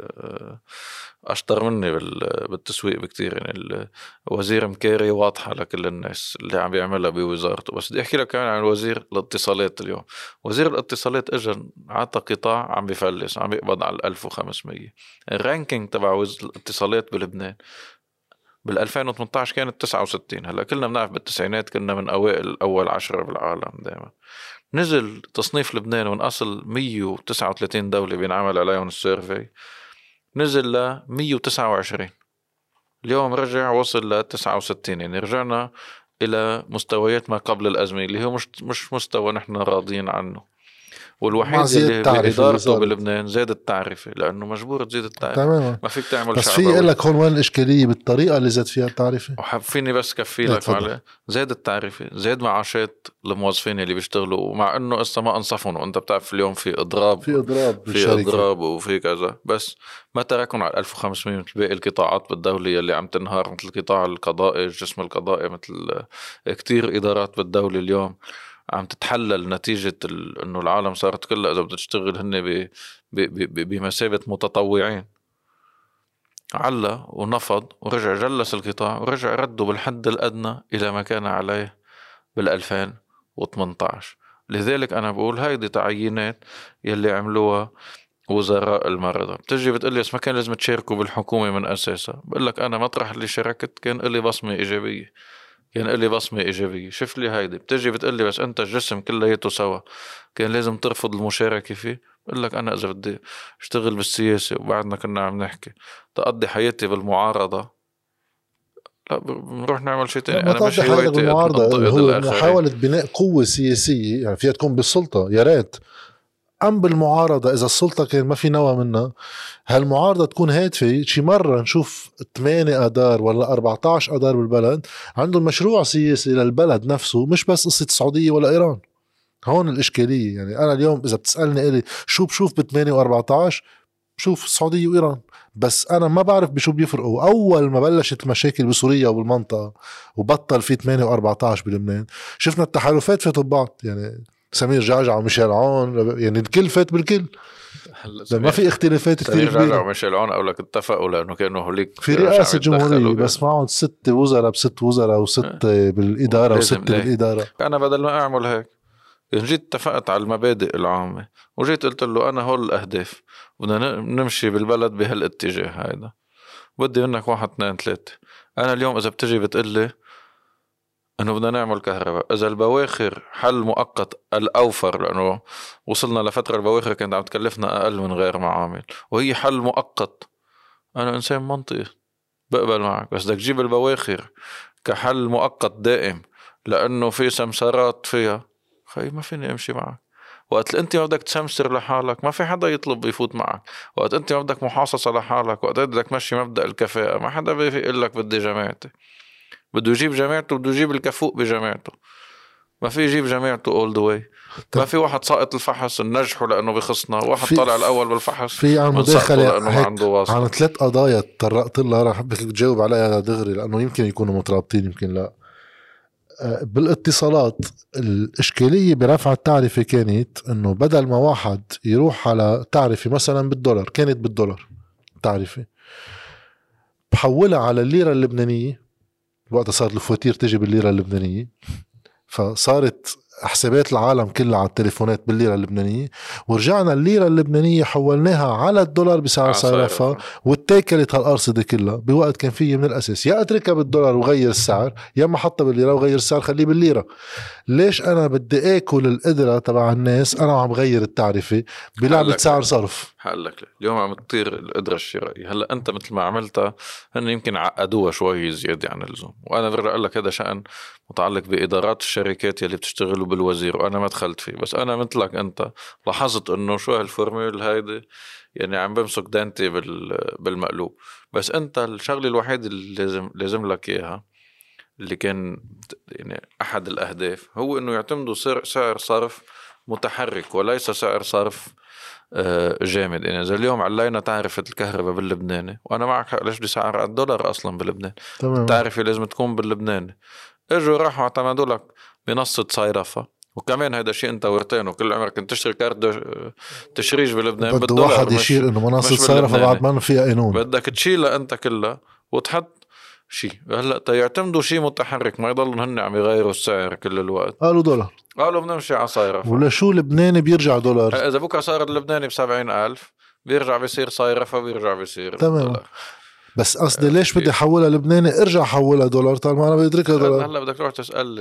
اشطر مني بالتسويق بكتير، يعني الوزير مكيري واضحه لكل الناس اللي عم بيعملها بوزارته. بس بدي احكي لك كمان عن وزير الاتصالات اليوم. وزير الاتصالات اجى عطى قطاع عم بيفلس، عم بيقبض على ألف وخمسمية. الرانكينج تبع وزير الاتصالات بلبنان بال ألفين وثمانية عشر كانت تسعة وستين. هلا كلنا بنعرف بالتسعينات كنا من اوائل اول عشرة بالعالم دائما. نزل تصنيف لبنان من اصل مية وتسعة وثلاثين دوله بينعمل عليهم السيرفي، نزل ل مية وتسعة وعشرين. اليوم رجع وصل ل تسعة وستين، يعني رجعنا إلى مستويات ما قبل الأزمة اللي هو مش مش مستوى نحن راضين عنه. والوحيد اللي بإدارته بلبنان زاد التعرفة، لأنه مجبور تزيد التعرفة. تماما. ما فيك تعمل بس في يقول لك هون وين الإشكالية بالطريقة اللي زاد فيها التعرفة. وحفيني بس كفي لك عليه، زاد التعرفة، زاد معاشات الموظفين اللي بيشتغلوا، ومع إنه قصة ما أنصفهم. وأنت بتعرف اليوم في إضراب في إضراب في إضراب وفي كذا، بس ما تركون على ألف وخمسمية مثل باقي القطاعات بالدولة اللي عم تنهار، مثل القطاع القضائي، الجسم القضائي، مثل كتير إدارات بالدولة اليوم عم تتحلل نتيجة إنه العالم صارت كلها إذا بدها تشتغل هن بمثابة متطوعين. علا ونفض ورجع جلس القطاع ورجع رده بالحد الأدنى إلى ما كان عليه بالألفين وثمانية عشر. لذلك أنا بقول هايدي تعيينات يلي عملوها وزراء المرضى. بتجي بتقلي ما كان لازم تشاركوا بالحكومة من أساسها. بقول لك أنا مطرح اللي شاركت كان لي بصمة إيجابية، كان لي بصمة إيجابية. شوف لي هايدي. بتجي بتقلي بس أنت الجسم كلياته سوا كان لازم ترفض المشاركة فيه. بقول لك أنا إذا بدي اشتغل بالسياسة وبعدنا كنا عم نحكي تقضي حياتي بالمعارضة، لا بنروح نعمل شيء تاني. أنا مش هوايتي المعارضة هو محاولة بناء قوة سياسية، يعني فيها تكون بالسلطة يا ريت. أم بالمعارضة إذا السلطة كان ما في نوى منها، هالمعارضة تكون هادفة. شي مرة نشوف ثمانية أدار ولا أربعة عشر أدار بالبلد عندهم مشروع سياسي للبلد نفسه، مش بس قصة السعودية ولا إيران. هون الإشكالية. يعني أنا اليوم إذا بتسألني إلي شو بشوف بثمانية وأربعة عشر، بشوف السعودية وإيران بس. أنا ما بعرف بشو بيفرقوا. أول ما بلشت المشاكل بسوريا وبالمنطقة وبطل في ثمانية وأربعة عشر بلبنان، شفنا التحالفات فات ببعض. يعني سمير جعجع وميشيل عون، يعني الكل فات بالكل، ما في اختلافات كتير كبيرة. سمير جعجع وميشيل عون أو لك اتفقوا لأنه كانوا هوليك في رئاسة جمهورية، بس معهم ست وزراء بست وزراء وست بالإدارة وست بالإدارة. أنا بدل ما أعمل هيك جيت اتفقت على المبادئ العامة وجيت قلت له أنا هول الأهداف بدنا نمشي بالبلد بهالاتجاه هيدا، بدي منك واحد اثنين ثلاثة. أنا اليوم إذا بتجي بتقلي إنه بدنا نعمل كهرباء، إذا البواخر حل مؤقت الأوفر، لأنه وصلنا لفترة البواخر كانت عم تكلفنا أقل من غير معامل وهي حل مؤقت، أنا إنسان منطقي بقبل معك. بس بدك تجيب البواخر كحل مؤقت دائم لأنه في سمسارات فيها، خي ما فيني أمشي معك. وقت أنت ما بدك تسمسر لحالك ما في حدا يطلب يفوت معك. وقت أنت ما بدك محاصصة لحالك، وقت بدك مشي مبدأ الكفاءة، ما حدا بيقول لك بدي جماعتي. بده يجيب جماعته، بده يجيب الكفوء بجماعته، ما في يجيب جماعته all the way. ما في واحد ساقط الفحص ننجحه لأنه بخصنا، واحد طالع الأول بالفحص في عم مداخلة لأنه ما عنده واسطة. عن ثلاث قضايا تطرقت لها راح بدك تجاوب عليها دغري لأنه يمكن يكونوا مترابطين يمكن لا. بالاتصالات الإشكالية برفع التعرفة كانت إنه بدل ما واحد يروح على تعرفة مثلا بالدولار، كانت بالدولار تعرفة، بحولها على الليرة اللبنانية. وقتها صار الفواتير تجي بالليرة اللبنانية، فصارت حسابات العالم كلها على التليفونات بالليرة اللبنانية، ورجعنا الليرة اللبنانية حولناها على الدولار بسعر صرفها، واتاكلت هالأرصدة كلها بوقت كان فيه من الأساس يا أتركها بالدولار وغير السعر، يا ما حطها بالليرة وغير السعر خليه بالليرة. ليش أنا بدي أكل القدرة تبع الناس أنا عم غير التعرفة بلعبة سعر صرف؟ حقلك اليوم عم تطير القدرة الشرائية. هلأ أنت مثل ما عملتها هن يمكن عقدوها شوي زيادة عن اللزوم، وأنا برجع أقول لك هذا شأن متعلق بإدارات الشركات يلي بتشتغلوا بالوزير وأنا ما دخلت فيه. بس أنا مثلك أنت لاحظت إنه شو هالفورميول هيدي يعني عم بمسك دانتي بالمقلوب. بس أنت الشغل الوحيد اللي لازم لازم لك إياها اللي كان يعني أحد الأهداف هو إنه يعتمدوا سعر صرف متحرك وليس سعر صرف جامد. يعني زي اليوم علينا تعرفة الكهرباء باللبناني، وأنا معك ليش بدي سعر على الدولار أصلا بلبنان. التعرفة لازم تكون باللبناني. إجوا راحوا اعتمدوا لك منصة صيرفة، وكمان هذا شيء انت ورتين وكل عمرك كنت تشتري كارت تشريج بلبنان بده بالدولار. واحد يشير انه منصة صيرفة بعد ما فيها قانون، بدك تشيلها انت كلها وتحط شيء. هلا تيعتمدوا شيء متحرك، ما يضلوا هن عم يغيروا السعر كل الوقت. قالوا دولار، قالوا بنمشي على صيرفة، ولا شو لبناني بيرجع دولار. اذا بكره صار اللبناني بسبعين ألف بيرجع بيصير صيرفة بيرجع بيصير دولار. بس قصدي آه ليش بدي احولها لبناني ارجع حولها دولار طالما انا بدركها دولار. هلا بدك تروح تسال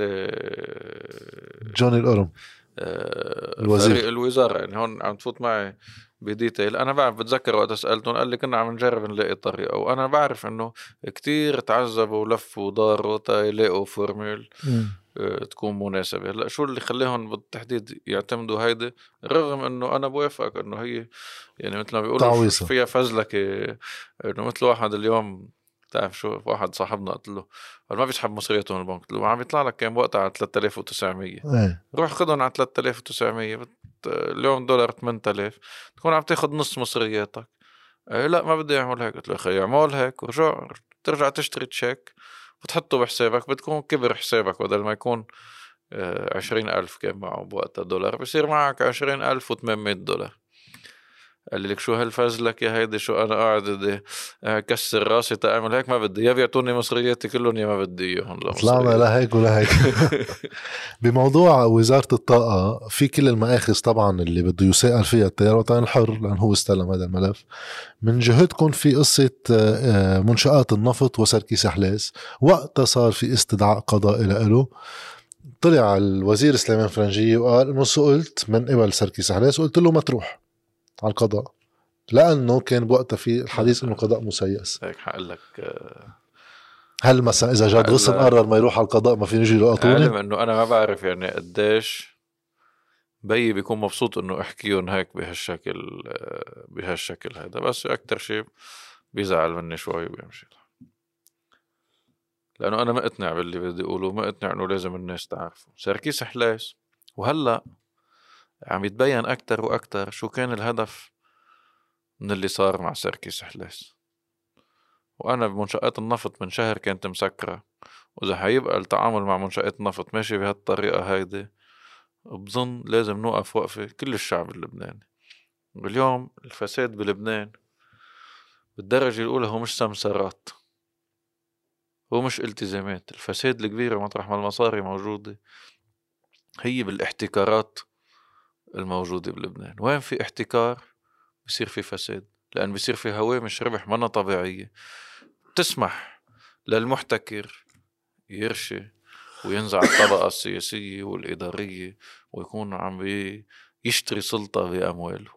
جوني القرم آه الوزير الوزاره. يعني هون عم تفوت معي بديتيل. انا بعرف بتذكر وقت سالتهم قال لي كنا عم نجرب نلاقي طريقه، وانا بعرف انه كتير تعذبوا ولفوا وداروا تا يلاقوا فورمول آه تكون مناسبه. هلا شو اللي خليهم بالتحديد يعتمدوا هيدا، رغم انه انا بوافقك انه هي يعني مثل ما بيقولوا فيها فزلكه. انه مثل واحد اليوم تعرف شو، واحد صاحبنا قلت له ما بيسحب مصرياته من البنك، قلت له عم يطلع لك كان وقتها على ثلاثة آلاف وتسعمية ايه. روح خدهم على ثلاثة آلاف وتسعمية بت... اليوم دولار ثمانية آلاف تكون عم تاخد نص مصرياتك. ايه لا ما بدي اعمل هيك. قلت له اخي اعمل هيك ورجع ترجع تشتري تشيك وتحطه بحسابك، بتكون كبر حسابك بدل ما يكون عشرين ألف كان معه بوقتها دولار بصير معك عشرين ألف وثمانمائة دولار. قال لك شو هالفزلك يا هيدي، شو انا قاعد بدي اكسر راسي تعمل هيك؟ ما بدي، يا بيعطوني مصرياتي كلهم يا ما بدي اياهم. طلعنا لا هيك ولا هيك. بموضوع وزارة الطاقة في كل المآخذ طبعا اللي بده يسائل فيها التيار الوطني الحر لأنه هو استلم هذا الملف. من جهتكم في قصة منشآت النفط وسركيس حلاس، وقتها صار في استدعاء قضائي له، طلع الوزير سليمان فرنجية وقال انه سئلت من قبل سركيس حلاس وقلت له ما تروح على القضاء، لأنه كان بوقتها في الحديث انه قضاء مسيس. هيك حقلك هل مثلا اذا جاد غصن قرر ما يروح على القضاء ما في نجي يلقطوني؟ علم انه انا ما بعرف يعني قديش بي بيكون مبسوط انه احكيهم هيك بهالشكل بهالشكل هذا، بس اكتر شيء بيزعل مني شوي وبيمشي، لانه انا ما اقتنع باللي بدي اقوله، ما اقتنع انه لازم الناس تعرفه. سركيس حلاس وهلا عم يتبين اكتر واكتر شو كان الهدف من اللي صار مع سركيس حلاس. وانا بمنشآت النفط من شهر كانت مسكرة، واذا حيبقى التعامل مع منشآت النفط ماشي بهالطريقة هيدي بظن لازم نوقف وقفة كل الشعب اللبناني. اليوم الفساد بلبنان بالدرجة الأولى هو مش سمسرات، هو مش التزامات. الفساد الكبيرة مطرح ما المصاري موجودة هي بالاحتكارات الموجودة بلبنان. وين في احتكار بيصير في فساد، لأن بيصير في هوامش ربح منا طبيعية تسمح للمحتكر يرشي وينزع الطبقة السياسية والإدارية ويكون عم يشتري سلطة بأمواله.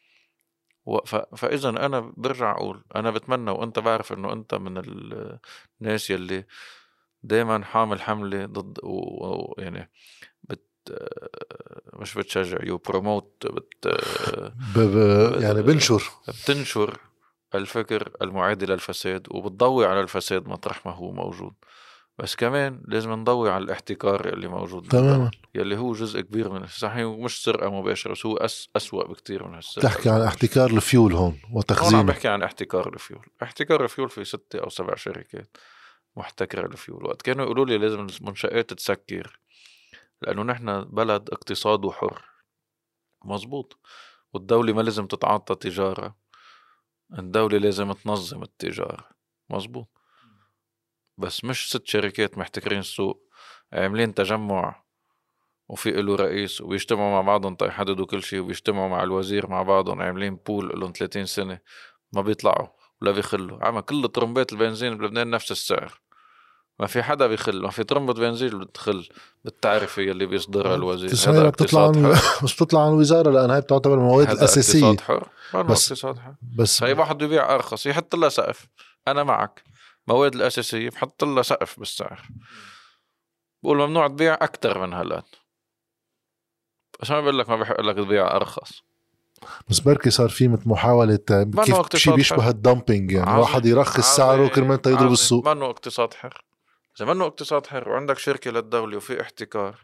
فإذا أنا برجع أقول أنا بتمنى، وأنت بعرف أنه أنت من الناس يلي دايما حامل حملة ضد ويعني بت مش بتشجع يو بروموت بت ب... ب... يعني بنشر بتنشر الفكر المعادي للفساد وبتضوي على الفساد مطرح ما هو موجود، بس كمان لازم نضوي على الاحتكار اللي موجود تماما، يلي هو جزء كبير من صحيح ومش سرقة مباشرة، بس هو أس... أسوأ بكتير من هالسرقة. تحكي عن احتكار الفيول هون وتخزين. هون عم بحكي عن احتكار الفيول. احتكار الفيول في ستة أو سبع شركات محتكرة الفيول. وقت كانوا يقولوا لي لازم المنشآت تسكر لأنه نحن بلد اقتصاده حر، مزبوط، والدولة ما لازم تتعاطى تجارة، الدولة لازم تنظم التجارة، مزبوط، بس مش ست شركات محتكرين السوق عاملين تجمع وفي له رئيس وبيجتمعوا مع بعضهم تيحددوا كل شيء، وبيجتمعوا مع الوزير مع بعضهم عاملين بول لهم ثلاثين سنة ما بيطلعوا ولا بيخلوا. عم كل طرمبات البنزين بلبنان نفس السعر، ما في حدا بيخل، ما في طرمبة بنزين بتخل بالتعرفة اللي بيصدرها الوزير. هذا اقتصاد حر. مش بتطلع عن الوزارة لأن هاي بتعتبر المواد الأساسية. اقتصاد حر، بس اقتصاد حر. بس هاي واحد بيبيع أرخص يحط لها سقف. أنا معك، مواد الأساسية بحط لها سقف بالسعر، بقول ممنوع تبيع أكتر من هالات، بس ما بقول لك ما بحق لك تبيع أرخص. بس بركي صار في مثل محاولة كيف شيء بيشبه الدمبينج، يعني عزي. واحد يرخص سعره كرمال يضرب السوق. ما انه اقتصاد حر، إذا منه اقتصاد حر وعندك شركة للدولة وفي احتكار،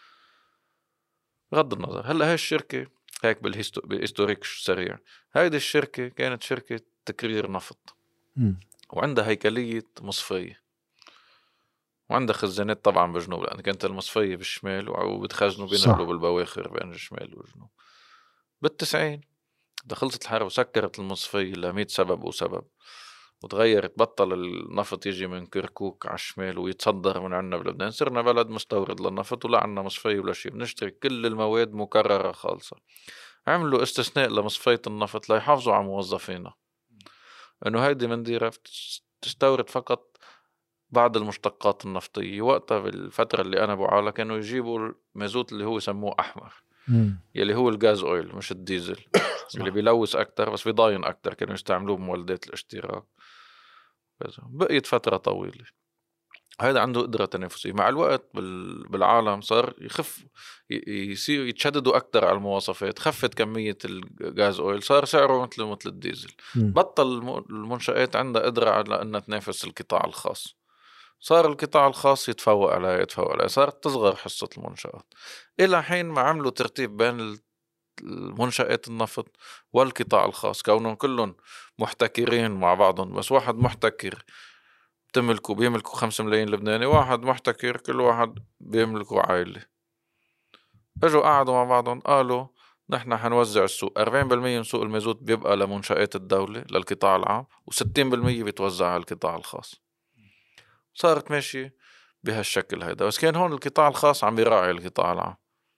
بغض النظر. هلا هاي الشركة هيك بالهيستو... بالهيستوريك سريع، هيدي الشركة كانت شركة تكرير نفط م. وعندها هيكلية مصفية وعندها خزانات طبعا بجنوب، لأن كانت المصفية بالشمال وبتخزنوا بينقلوا بالبواخر بين الشمال والجنوب. بالتسعين دخلت الحرب وسكرت المصفية لمية سبب وسبب، وتغيرت، بطل النفط يجي من كركوك على الشمال ويتصدر من عنا بلبنان، صرنا بلد مستورد للنفط ولا عنا مصفية ولا شيء، بنشتري كل المواد مكررة خالصة. عملوا استثناء لمصفية النفط ليحافظوا على موظفينا، انه هيدي منديرة تستورد فقط بعض المشتقات النفطية. وقتها بالفترة اللي أنا بعالة كانوا يجيبوا المازوت اللي هو يسموه أحمر، م. يلي هو الغاز أويل مش الديزل اللي بيلوث أكتر بس بيضاين أكتر، كانوا يستعملوه بمولدات الاشتراك. بقيت فترة طويلة هذا عنده قدرة تنافسية. مع الوقت بالعالم صار يخف، يصير يتشددوا أكتر على المواصفات، خفت كمية الغاز أويل، صار سعره مثل مثل الديزل. م. بطل المنشآت عندها قدرة على أنها تنافس القطاع الخاص، صار القطاع الخاص يتفوق عليها يتفوق عليها، صارت تصغر حصة المنشآت إلى حين ما عملوا ترتيب بين المنشآت النفط والقطاع الخاص، كونهم كلهم محتكرين مع بعضهم. بس واحد محتكر بتملكوا بيملكوا خمسة ملايين لبناني، واحد محتكر كل واحد بيملكوا عائلة. اجوا قعدوا مع بعضهم قالوا نحن حنوزع السوق، أربعين بالمية من سوق المازوت بيبقى لمنشآت الدولة للقطاع العام وستين بالمية بيتوزع على القطاع الخاص. صارت ماشي بهالشكل هيدا. بس كان هون القطاع الخاص عم بيراعي القطاع العام.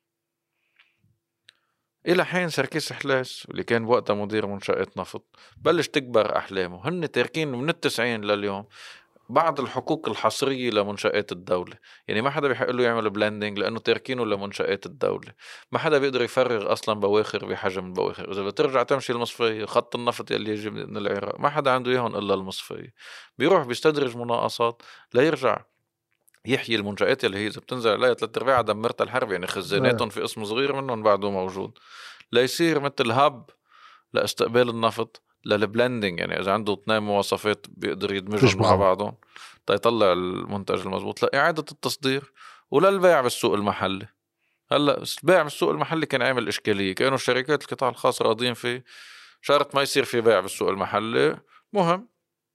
إلى حين سركيس حلاس اللي كان بوقتها مدير منشآت نفط بلش تكبر أحلامه. هن تاركين من التسعين لليوم بعض الحقوق الحصرية لمنشآت الدولة، يعني ما حدا بيحق له يعمل بلاندنج لأنه تاركينه لمنشآت الدولة. ما حدا بيقدر يفرغ أصلا بواخر بحجم البواخر. إذا بترجع تمشي المصفية، خط النفط يلي يجي من العراق ما حدا عنده إياهم إلا المصفية. بيروح بيستدرج مناقصات ليرجع يحيي المنشآت اللي هي إذا بتنزل عليها ثلاث أرباعها دمرتها الحرب، يعني خزاناتهم في قسم صغير منهم بعده موجود، ليصير مثل هاب لاستقبال النفط للبلندنج. يعني إذا عنده اثنين مواصفات بيقدر يدمجهم مع بعضهم تيطلع المنتج المضبوط لإعادة التصدير وللبيع بالسوق المحلي. هلا البيع بالسوق المحلي كان عامل إشكالية، كانوا الشركات القطاع الخاص راضين فيه، شرط ما يصير في بيع بالسوق المحلي. مهم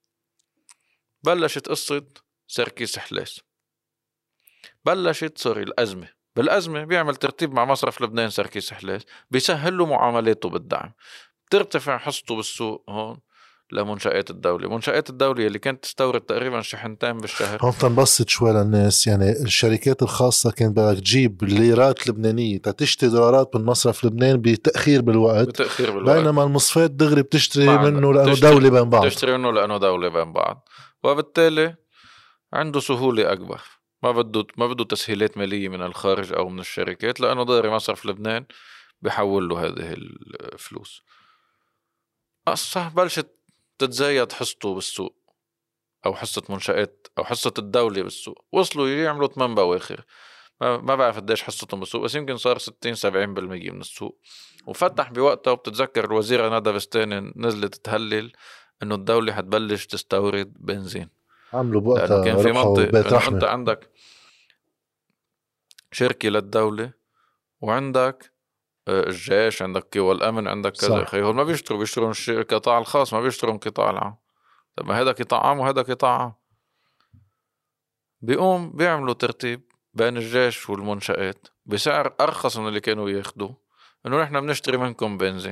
بلشت قصة سركيس حلاس، بلشت سوري الأزمة. بالأزمة بيعمل ترتيب مع مصرف لبنان سركيس حلاس، بيسهل له معاملاته بالدعم، ترتفع حصته بالسوق هون لمنشآت الدولة. منشآت الدولة اللي كانت تستورد تقريبا شحنتين بالشهر. هون تنبسط شوي للناس، يعني الشركات الخاصة كانت بدك تجيب الليرات لبنانية تشتري دولارات من مصرف لبنان بتأخير بالوقت، بتأخير بالوقت. بينما المصفات دغري بتشتري منه لأنه تشتري دولة بين بعض، تشتري منه لأنه دولة بين بعض، وبالتالي عنده سهولة أكبر. ما بده ما بده تسهيلات مالية من الخارج أو من الشركات، لأنه داري مصرف لبنان بيحول له هذه الفلوس. صح بلشت تتزايد حصته بالسوق، أو حصة منشآت أو حصة الدولة بالسوق. وصلوا يعملوا ثمان بواخر، ما ما بعرف قديش حصتهم بالسوق، بس يمكن صار ستين سبعين بالمية من السوق. وفتح بوقتها، وبتتذكر الوزيرة ندى فستاني نزلت تهلل إنه الدولة حتبلش تستورد بنزين. عملوا بوقتها لأنه كان في منطق بيت إنه رحمة. أنت عندك شركة للدولة وعندك الجيش، عندك قوى الأمن، عندك كذا. خي هول ما بيشتروا بيشترون القطاع الخاص، ما بيشترون القطاع العام. طب ما هذا قطاع عام وهذا قطاع عام. بيقوم بيعملوا ترتيب بين الجيش والمنشآت بسعر أرخص من اللي كانوا ياخدوه، إنه نحن بنشتري منكم بنزين.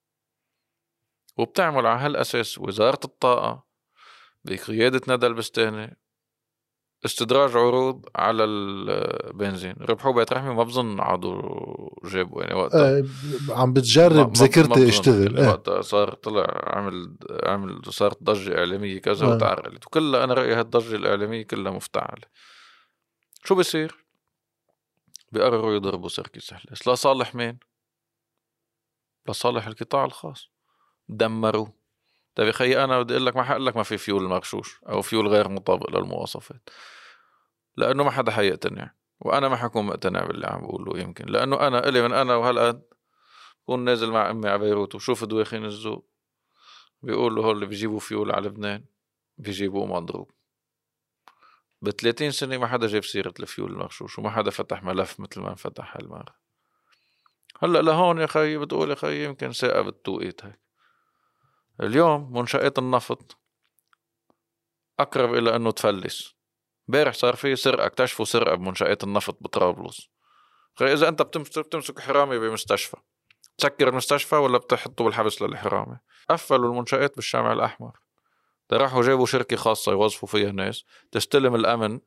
وبتعمل على هالأساس وزارة الطاقة بقيادة ندى البستاني استدراج عروض على البنزين. ربحوا بيت رحمي ما بظن عادوا جابوا يعني وقتها. أه عم بتجرب ذاكرتي اشتغل اه. وقتها صار طلع عمل عمل صارت ضجة إعلامية كذا. اه. وتعرقلت وكلها. أنا رأيي هالضجة الإعلامية كلها مفتعلة. شو بيصير؟ بيقرروا يضربوا سركيس حلاس لصالح مين؟ لصالح القطاع الخاص. دمروه. طيب خي أنا بدي أقول لك ما حقول لك ما في فيول مغشوش أو فيول غير مطابق للمواصفات، لأنه ما حدا حيقتنع، وأنا ما حكون مقتنع باللي عم بقوله. يمكن لأنه أنا إلي من أنا وهالقد كون نازل مع أمي على بيروت وشوف دواخين الزوق بيقولوا هول اللي بيجيبوا فيول على لبنان بيجيبوه مضروب. بثلاثين سنة ما حدا جاب سيرة الفيول المغشوش وما حدا فتح ملف مثل ما انفتح هالمرة. هلأ لهون يا خيي بتقول يا خيي يمكن ساقة بالتوقيت هيك. اليوم منشآت النفط أقرب إلى أنه تفلس. بارح صار في سرقة، اكتشفوا سرقة بمنشآت النفط بطرابلس. خيي إذا أنت بتمسك حرامي بمستشفى تسكر المستشفى ولا بتحطه بالحبس للحرامي؟ قفلوا المنشآت بالشامع الأحمر، راحوا جابوا شركة خاصة يوظفوا فيها ناس تستلم الأمن،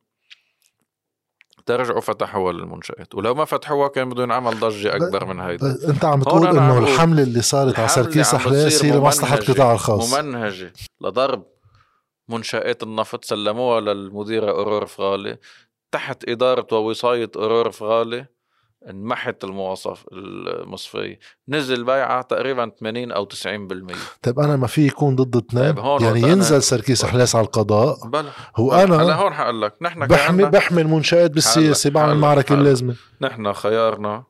ترجعوا فتحوها للمنشآت. ولو ما فتحوها كان بده ينعمل ضجة أكبر من هيدا. انت عم تقول انه الحملة اللي صارت على سركيس أحلاس هي لمصلحة القطاع الخاص، ممنهجة لضرب منشآت النفط. سلموها للمديرة أورور فغالي تحت إدارة ووصاية أورور فغالي، انمحت المواصف المصفية، نزل بيعة تقريبا ثمانين أو تسعين بالمية. طيب أنا ما في يكون ضد اثنين؟ طيب يعني ينزل سركيس أحلاس على القضاء بلا. هو بلا. أنا هلا هون حقول لك نحن بحمي بحمي المنشآت بالسياسة، بعمل المعركة اللازمة. نحن خيارنا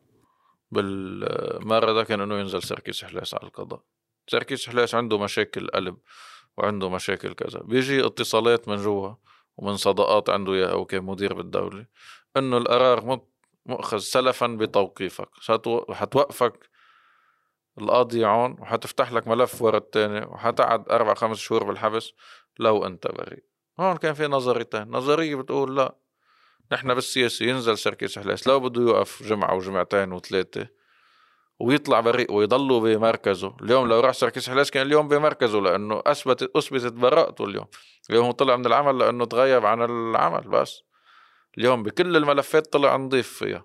بالمرة ده كان إنه ينزل سركيس أحلاس على القضاء. سركيس أحلاس عنده مشاكل قلب وعنده مشاكل كذا، بيجي اتصالات من جوا ومن صداقات عنده إياها أو كمدير بالدولة إنه القرار مؤخذ سلفا بتوقيفك، حتوقفك القاضي عون وحتفتح لك ملف ورا التاني وحتقعد أربع خمس شهور بالحبس لو أنت بريء. هون كان في نظريتين، نظرية بتقول لا نحن بالسياسة ينزل سركيس أحلاس لو بده يوقف جمعة وجمعتين وثلاثة ويطلع بريء ويضلوا بمركزه. اليوم لو راح سركيس أحلاس كان اليوم بمركزه لأنه أثبتت أثبتت براءته. اليوم اليوم هو طلع من العمل لأنه تغيب عن العمل، بس اليوم بكل الملفات طلع نضيف فيها.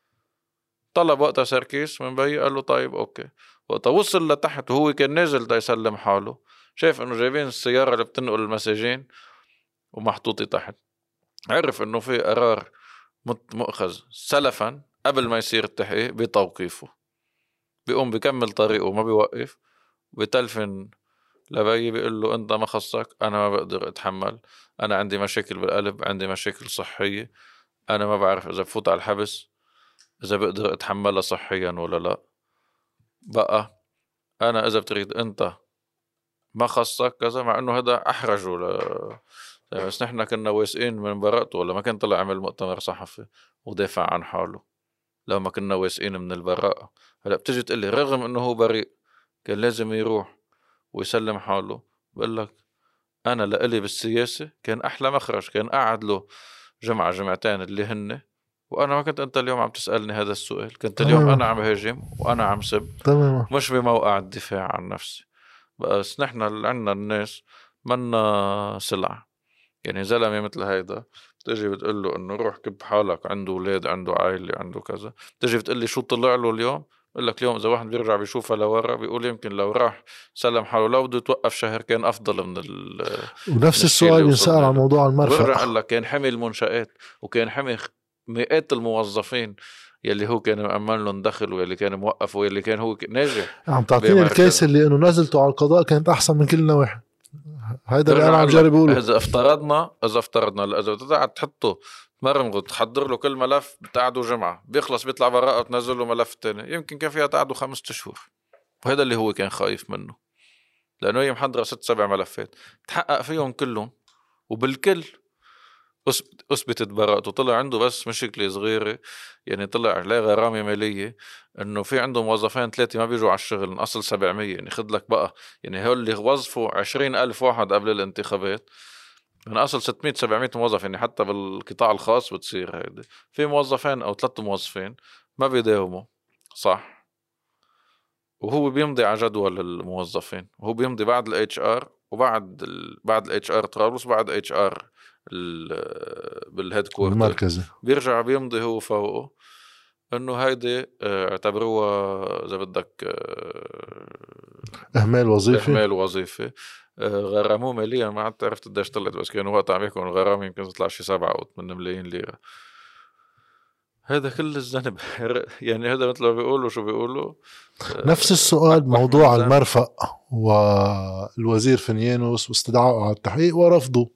طلب وقتها سركيس من بي قال له طيب أوكي. وقتها وصل لتحت وهو كان نازل دا يسلم حاله، شايف إنه جايبين السيارة اللي بتنقل المساجين ومحطوطة تحت، عرف إنه في قرار مؤخذ سلفا قبل ما يصير التحقيق بتوقيفه. بيقوم بيكمل طريقه ما بيوقف، بتلفن لبي بيقول له أنت ما خصك، أنا ما بقدر أتحمل، أنا عندي مشاكل بالقلب، عندي مشاكل صحية، أنا ما بعرف إذا بفوت على الحبس إذا بقدر أتحملها صحيا ولا لا. بقى أنا إذا بتريد أنت ما خصك كذا، مع إنه هذا أحرجه ل... بس نحن كنا واثقين من براءته، ولا ما كان طلع عمل مؤتمر صحفي ودافع عن حاله لو ما كنا واثقين من البراءة. هلا بتجي تقول لي رغم إنه هو بريء كان لازم يروح ويسلم حاله. بقول لك أنا لإلي بالسياسة كان أحلى مخرج كان قاعد له جمعة جمعتين اللي هن، وأنا ما كنت أنت اليوم عم تسألني هذا السؤال، كنت اليوم أنا عم هاجم وأنا عم سب، مش بموقع الدفاع عن نفسي. بس نحن اللي عنا الناس منا سلعة. يعني زلمة مثل هيدا تجي بتقول له إنه روح كب حالك، عنده أولاد عنده عائلة عنده كذا، تجي بتقول لي شو طلع له اليوم؟ بقول لك اليوم إذا واحد بيرجع بيشوفها لورا بيقول يمكن لو راح سلم حاله لو بده يتوقف شهر كان أفضل من ال. ونفس السؤال بينسأل عن موضوع المرفأ. برجع قال لك كان حمي المنشآت وكان حمي مئات الموظفين يلي هو كان مأمن لهم دخل ويلي كان موقف ويلي كان هو ناجح. عم تعطيني الكيس اللي إنه نزلته على القضاء كانت أحسن من كل نواحي. هيدا اللي أنا عم جرب أقوله. إذا افترضنا إذا افترضنا إذا بتقعد تحطه مرمغ تحضر له كل ملف بتقعدوا جمعة بيخلص بيطلع براءة تنزل له ملف تاني، يمكن كان فيها تقعدوا خمسة شهور. وهذا اللي هو كان خايف منه، لأنه هي محضرة ست سبع ملفات تحقق فيهم كلهم وبالكل أثبتت براءته. طلع عنده بس مشكلة صغيرة، يعني طلع عليه غرامة مالية إنه في عنده موظفين ثلاثة ما بيجوا على الشغل من أصل سبعمية. يعني خد لك بقى، يعني هول اللي وظفوا عشرين ألف واحد قبل الانتخابات من أصل ستمية سبعمية موظف. يعني حتى بالقطاع الخاص بتصير هيدا في موظفين أو ثلاثة موظفين ما بيداوموا صح، وهو بيمضي على جدول الموظفين وهو بيمضي بعد الاتش ار وبعد ال... بعد الاتش ار طرابلس وبعد اتش ار بالهيد كوارتر المركزي بيرجع بيمضي هو فوقه انه هيدي اعتبروها اذا بدك اهمال وظيفي اهمال وظيفي. غراموه ماليا ما عاد عرفت قديش طلعت، بس كانوا وقت عم يحكوا الغرامه يمكن تطلع شي سبعة او ثمانية ملايين ليره. هذا كل الذنب يعني هذا مثل ما بيقولوا شو بيقولوا. نفس السؤال بموضوع المرفأ والوزير فنيانوس واستدعائه على التحقيق ورفضه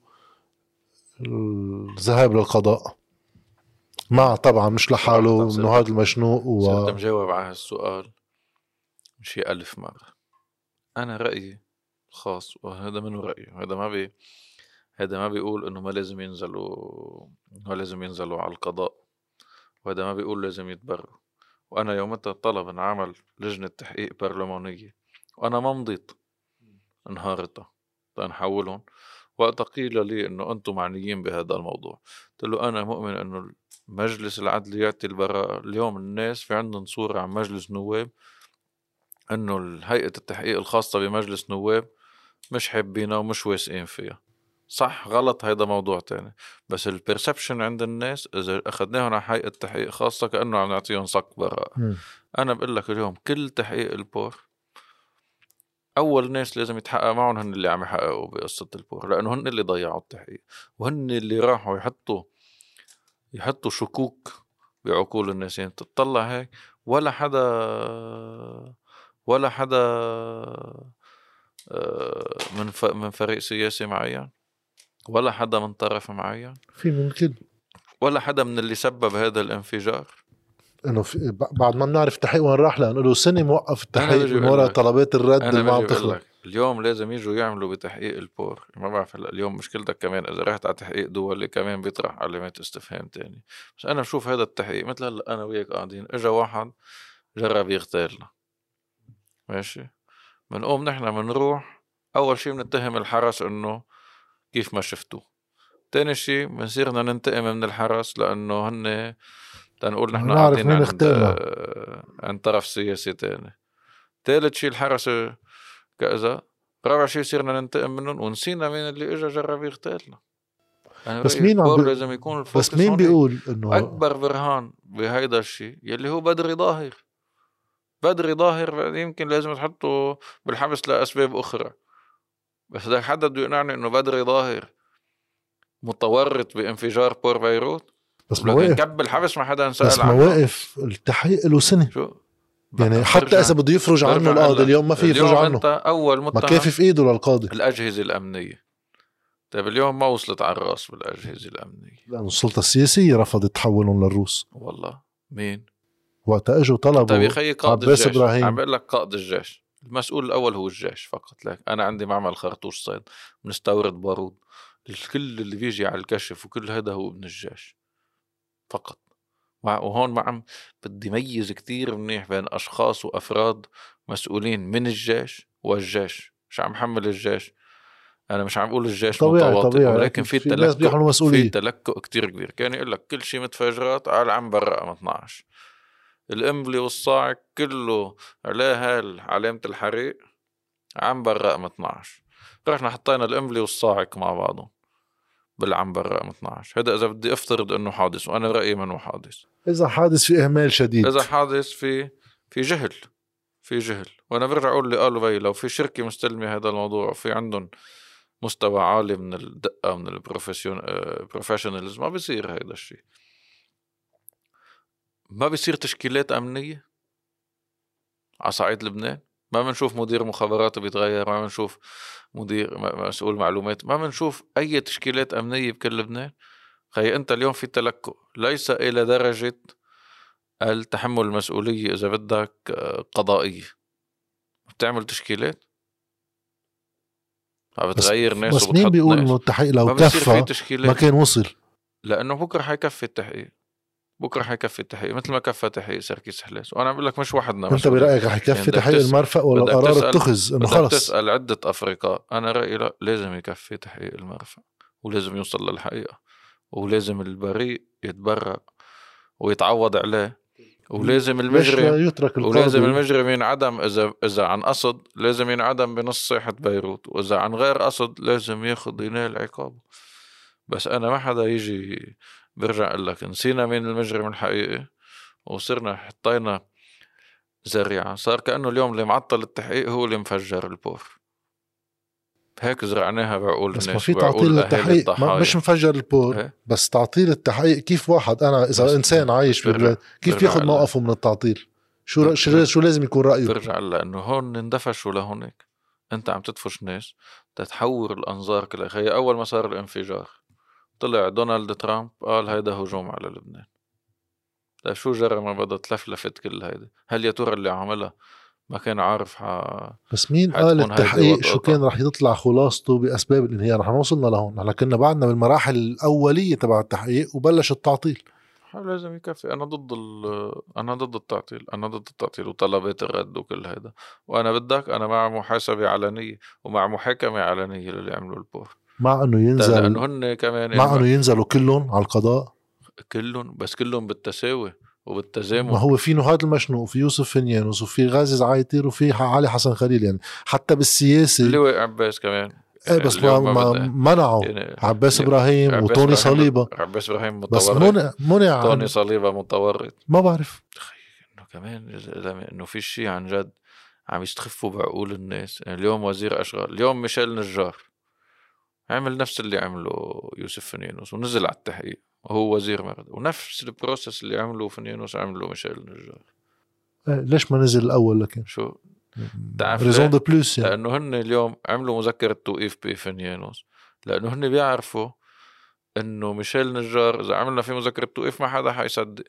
الذهاب للقضاء، مع طبعا مش لحاله انه هذا المشنوق و... صرت مجاوب على هالسؤال شي ألف مرة. أنا رأيي خاص وهذا منه رأيي، هذا ما بي هذا ما بيقول انه ما لازم ينزلوا ما لازم ينزلوا على القضاء، وهذا ما بيقول لازم يتبروا. وانا يومتها طلب انعمل لجنة تحقيق برلمانية، وانا ما مضيت انهارتها تنحولهم. وقت قيل لي انه انتم معنيين بهذا الموضوع، قلت له انا مؤمن انه مجلس العدل يعطي البراءة. اليوم الناس في عندهم صورة عن مجلس نواب انه هيئة التحقيق الخاصة بمجلس نواب مش حابينها ومش واثقين فيها. صح غلط هيدا موضوع تاني، بس البرسبشن عند الناس اذا اخذناهم على هيئة تحقيق خاصة كأنه عم نعطيهم صك براءة. م. انا بقول لك اليوم كل تحقيق البور اول ناس لازم يتحقق معهم هن اللي عم يحققوا بقصة البور، لانه هن اللي ضيعوا التحقيق، وهن اللي راحوا يحطوا يحطوا شكوك بعقول الناس. يعني تطلع هيك ولا حدا ولا حدا من من فريق سياسي معين، ولا حدا من طرف معين، في من كل ولا حدا من اللي سبب هذا الانفجار. انه بعد ما بنعرف التحقيق وين راح، لانه له سنه موقف التحقيق من وراء طلبات الرد اللي ما عم تخلص. اليوم لازم يجوا يعملوا بتحقيق البور. ما بعرف اليوم مشكلتك كمان اذا رحت على تحقيق دولي كمان بيطرح علامات استفهام تاني. بس انا بشوف هذا التحقيق مثل هلا انا وياك قاعدين، اجا واحد جرب يغتالنا، ماشي، بنقوم نحن بنروح اول شيء بنتهم الحرس انه كيف ما شفتوه، تاني شيء بنصيرنا ننتقم من الحرس لانه هن تنقول نحن قاعدين عند عند طرف سياسي تاني، ثالث شيء الحرس كذا، رابع شيء صرنا ننتقم منهم ونسينا مين اللي اجى جرب يغتالنا. بس مين عم بي... لازم يكون الفوكس. بس مين بيقول انه اكبر برهان بهيدا الشيء يلي هو بدري ظاهر. بدري ظاهر يمكن لازم تحطه بالحبس لاسباب اخرى، بس بدك حدا بده يقنعني انه بدري ظاهر متورط بانفجار بور بيروت. بس مواقف كب الحبس ما حدا سأل بس مواقف التحقيق له سنه شو يعني، حتى اذا بده يفرج عنه القاضي اليوم ما في يفرج عنه. اول ما كيف في ايده للقاضي الاجهزه الامنيه. طيب اليوم ما وصلت على الراس بالاجهزه الامنيه لانه السلطه السياسيه رفضت تحولهم للروس. والله مين وقت اجوا طلبوا؟ طيب يا خيي قائد الجيش إبراهيم. عم بقول لك قائد الجيش المسؤول الاول هو الجيش فقط. لك انا عندي معمل خرطوش صيد بنستورد بارود، الكل اللي بيجي على الكشف وكل هذا هو ابن الجيش فقط. وهون ما عم بدي ميز كتير منيح بين أشخاص وأفراد مسؤولين من الجيش والجيش. مش عم حمل الجيش، أنا مش عم أقول الجيش طبيعي متواطئ، طبيعي. ولكن في تلكؤ في تلكؤ كتير كبير. كان يقول لك كل شيء متفجرات على عم برقم اثناشر، القنبلة والصاعق كله عليها علامة الحريق عنبر رقم اثناشر. رحنا حطينا القنبلة والصاعق مع بعضهم بالعنبر رقم اثناشر. هذا إذا بدي أفترض إنه حادث، وأنا رأيي منه حادث. إذا حادث في إهمال شديد، إذا حادث في في جهل في جهل وأنا برجع أقول اللي قالوا بي لو في شركة مستلمة هذا الموضوع وفي عندهم مستوى عالي من الدقة من البروفيشناليزم ما بيصير هذا الشيء. ما بيصير تشكيلات أمنية على صعيد لبنان. ما بنشوف مدير مخابرات بيتغير، ما بنشوف مدير مسؤول معلومات، ما بنشوف أي تشكيلات أمنية بكل لبنان. خي أنت اليوم في تلكؤ ليس إلى درجة التحمل المسؤولية إذا بدك قضائية، بتعمل تشكيلات بتغير ناس. بس مين بيقول إنه التحقيق لو كفى ما كان وصل؟ لأنه بكرة حيكفي التحقيق، بكره حيكفي التحقيق مثل ما كفى تحقيق سركيس حلاس. وانا بقول لك مش وحدنا. انت برايك رح يكفي يعني تحقيق المرفأ ولا القرار اتخذ انه خلص؟ تسال عده افرقاء، انا رايي لا، لازم يكفي تحقيق المرفأ ولازم يوصل للحقيقه، ولازم البريء يتبرأ ويتعوض عليه، ولازم المجرم يترك ولازم المجرم ينعدم اذا اذا عن قصد لازم ينعدم بنص ساحه بيروت، واذا عن غير قصد لازم ياخذ ينال عقابه. بس انا ما حدا يجي برجع اقول لك نسينا مين المجرم الحقيقي وصرنا حطينا ذريعة. صار كأنه اليوم اللي معطل التحقيق هو اللي مفجر البور. هيك زرعناها بعقول الناس. بس ما في تعطيل للتحقيق، مش مفجر البور إيه؟ بس تعطيل التحقيق. كيف واحد انا اذا انسان عايش ببلاد كيف ياخذ موقفه من التعطيل؟ شو شو, شو لازم يكون رايه؟ برجع لانه هون اندفشوا لهونيك. انت عم تدفش ناس تتحور الانظار كلها. هي اول ما صار الانفجار طلع دونالد ترامب قال هيدا هجوم على لبنان. طيب شو جرى ما بدها تلفلفت كل هيدا؟ هل يا ترى اللي عملها ما كان عارف ح... بس مين قال التحقيق شو كان رح يطلع خلاصته بأسباب الانهيار؟ نحن وصلنا لهون، نحن كنا بعدنا بالمراحل الأولية تبع التحقيق وبلش التعطيل. لازم يكفي. أنا ضد أنا ضد التعطيل، أنا ضد التعطيل وطلبات الرد وكل هذا. وأنا بدك أنا مع محاسبة علنية ومع محاكمة علنية للي عملوا البور، مع إنه ينزل، لأنه هن كمان مع إنه ينزلوا كلهم على القضاء، كلهم، بس كلهم بالتساوي وبالتزامن. ما هو في نهاد المشنوق وفي يوسف فنيانوس وفي غازي زعايتير وفي علي حسن خليل، يعني حتى بالسياسة اللواء عباس كمان. ايه بس ما, ما منعوا يعني عباس ابراهيم عباس وتوني صليبة. عباس ابراهيم متورط، بس منع منع توني صليبة متورط. ما بعرف انه كمان انه في شيء عن جد عم يستخفوا بعقول الناس. يعني اليوم وزير اشغال، اليوم ميشيل نجار عمل نفس اللي عمله يوسف فنيانوس ونزل على التحقيق وهو وزير مغرب، ونفس البروسس اللي عمله فنيانوس عمله ميشيل نجار. ليش ما نزل الاول؟ لكن شو ريزون دو بلوس يعني. لانه هن اليوم عملوا مذكرة توقيف بفنيانوس، لانه هن بيعرفوا انه ميشيل نجار اذا عملنا في مذكرة توقيف ما حدا حيصدق.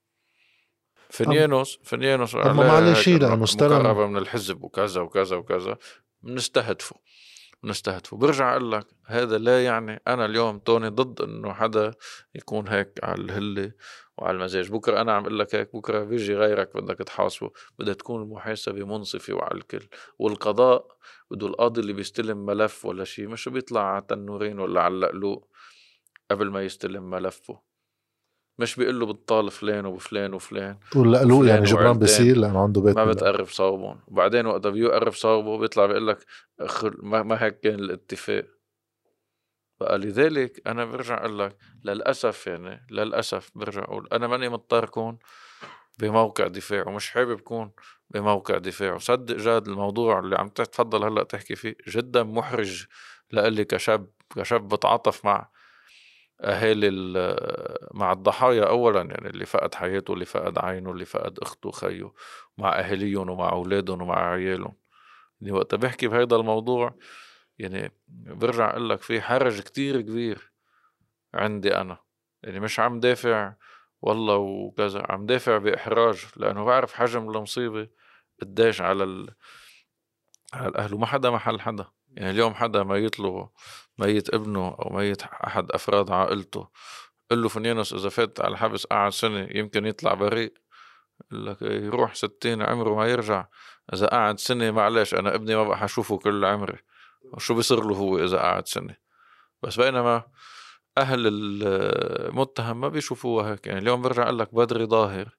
فنيانوس فنيانوس اما معلش لانه مقربة من الحزب وكذا وكذا وكذا بنستهدفه بنستهدفه برجع اقول لك هذا لا يعني انا اليوم توني ضد انه حدا يكون هيك على الهله وعلى المزاج. بكره انا عم اقول لك هيك، بكره بيجي غيرك بدك تحاسبه، بدها تكون المحاسبه منصفه وعلى الكل. والقضاء بده القاضي اللي بيستلم ملف ولا شيء مش بيطلع على التنورين ولا على اللقلوق قبل ما يستلم ملفه، مش بيقول له بتطال فلان وفلان وفلان تقول لا يعني جبران بصير لانه عنده بيت ما بتقرب صوبهم. وبعدين وقت بيقرب صوبه بيطلع بيقول لك ما, ما هيك كان الاتفاق. بقى لذلك انا برجع اقول لك للاسف يعني للاسف برجع اقول انا ماني مضطر كون بموقع دفاع ومش حابب كون بموقع دفاع. وصدق جاد الموضوع اللي عم تتفضل هلا تحكي فيه جدا محرج لإلي كشاب كشاب بتعاطف مع أهالي مع الضحايا أولا، يعني اللي فقد حياته، اللي فقد عينه، اللي فقد أخته وخيه، مع أهليهم ومع أولادهم ومع عيالهم. يعني وقت بحكي بهذا الموضوع يعني برجع أقول لك في حرج كتير كبير عندي أنا، يعني مش عم دافع والله وكذا، عم دافع بإحراج لأنه بعرف حجم المصيبة قديش على ال... على الأهل. وما حدا محل حدا. يعني اليوم حدا ميت له ميت ابنه أو ميت أحد أفراد عائلته، قل له فنيانوس إذا فات على الحبس قعد سنة يمكن يطلع بريء، قل لك يروح ستين عمره ما يرجع. إذا قعد سنة معلش أنا ابني ما بقى حشوفه كل عمري، شو بيصير له هو إذا قعد سنة؟ بس بينما أهل المتهم ما بيشوفوها هيك. يعني اليوم برجع أقول لك بدري ظاهر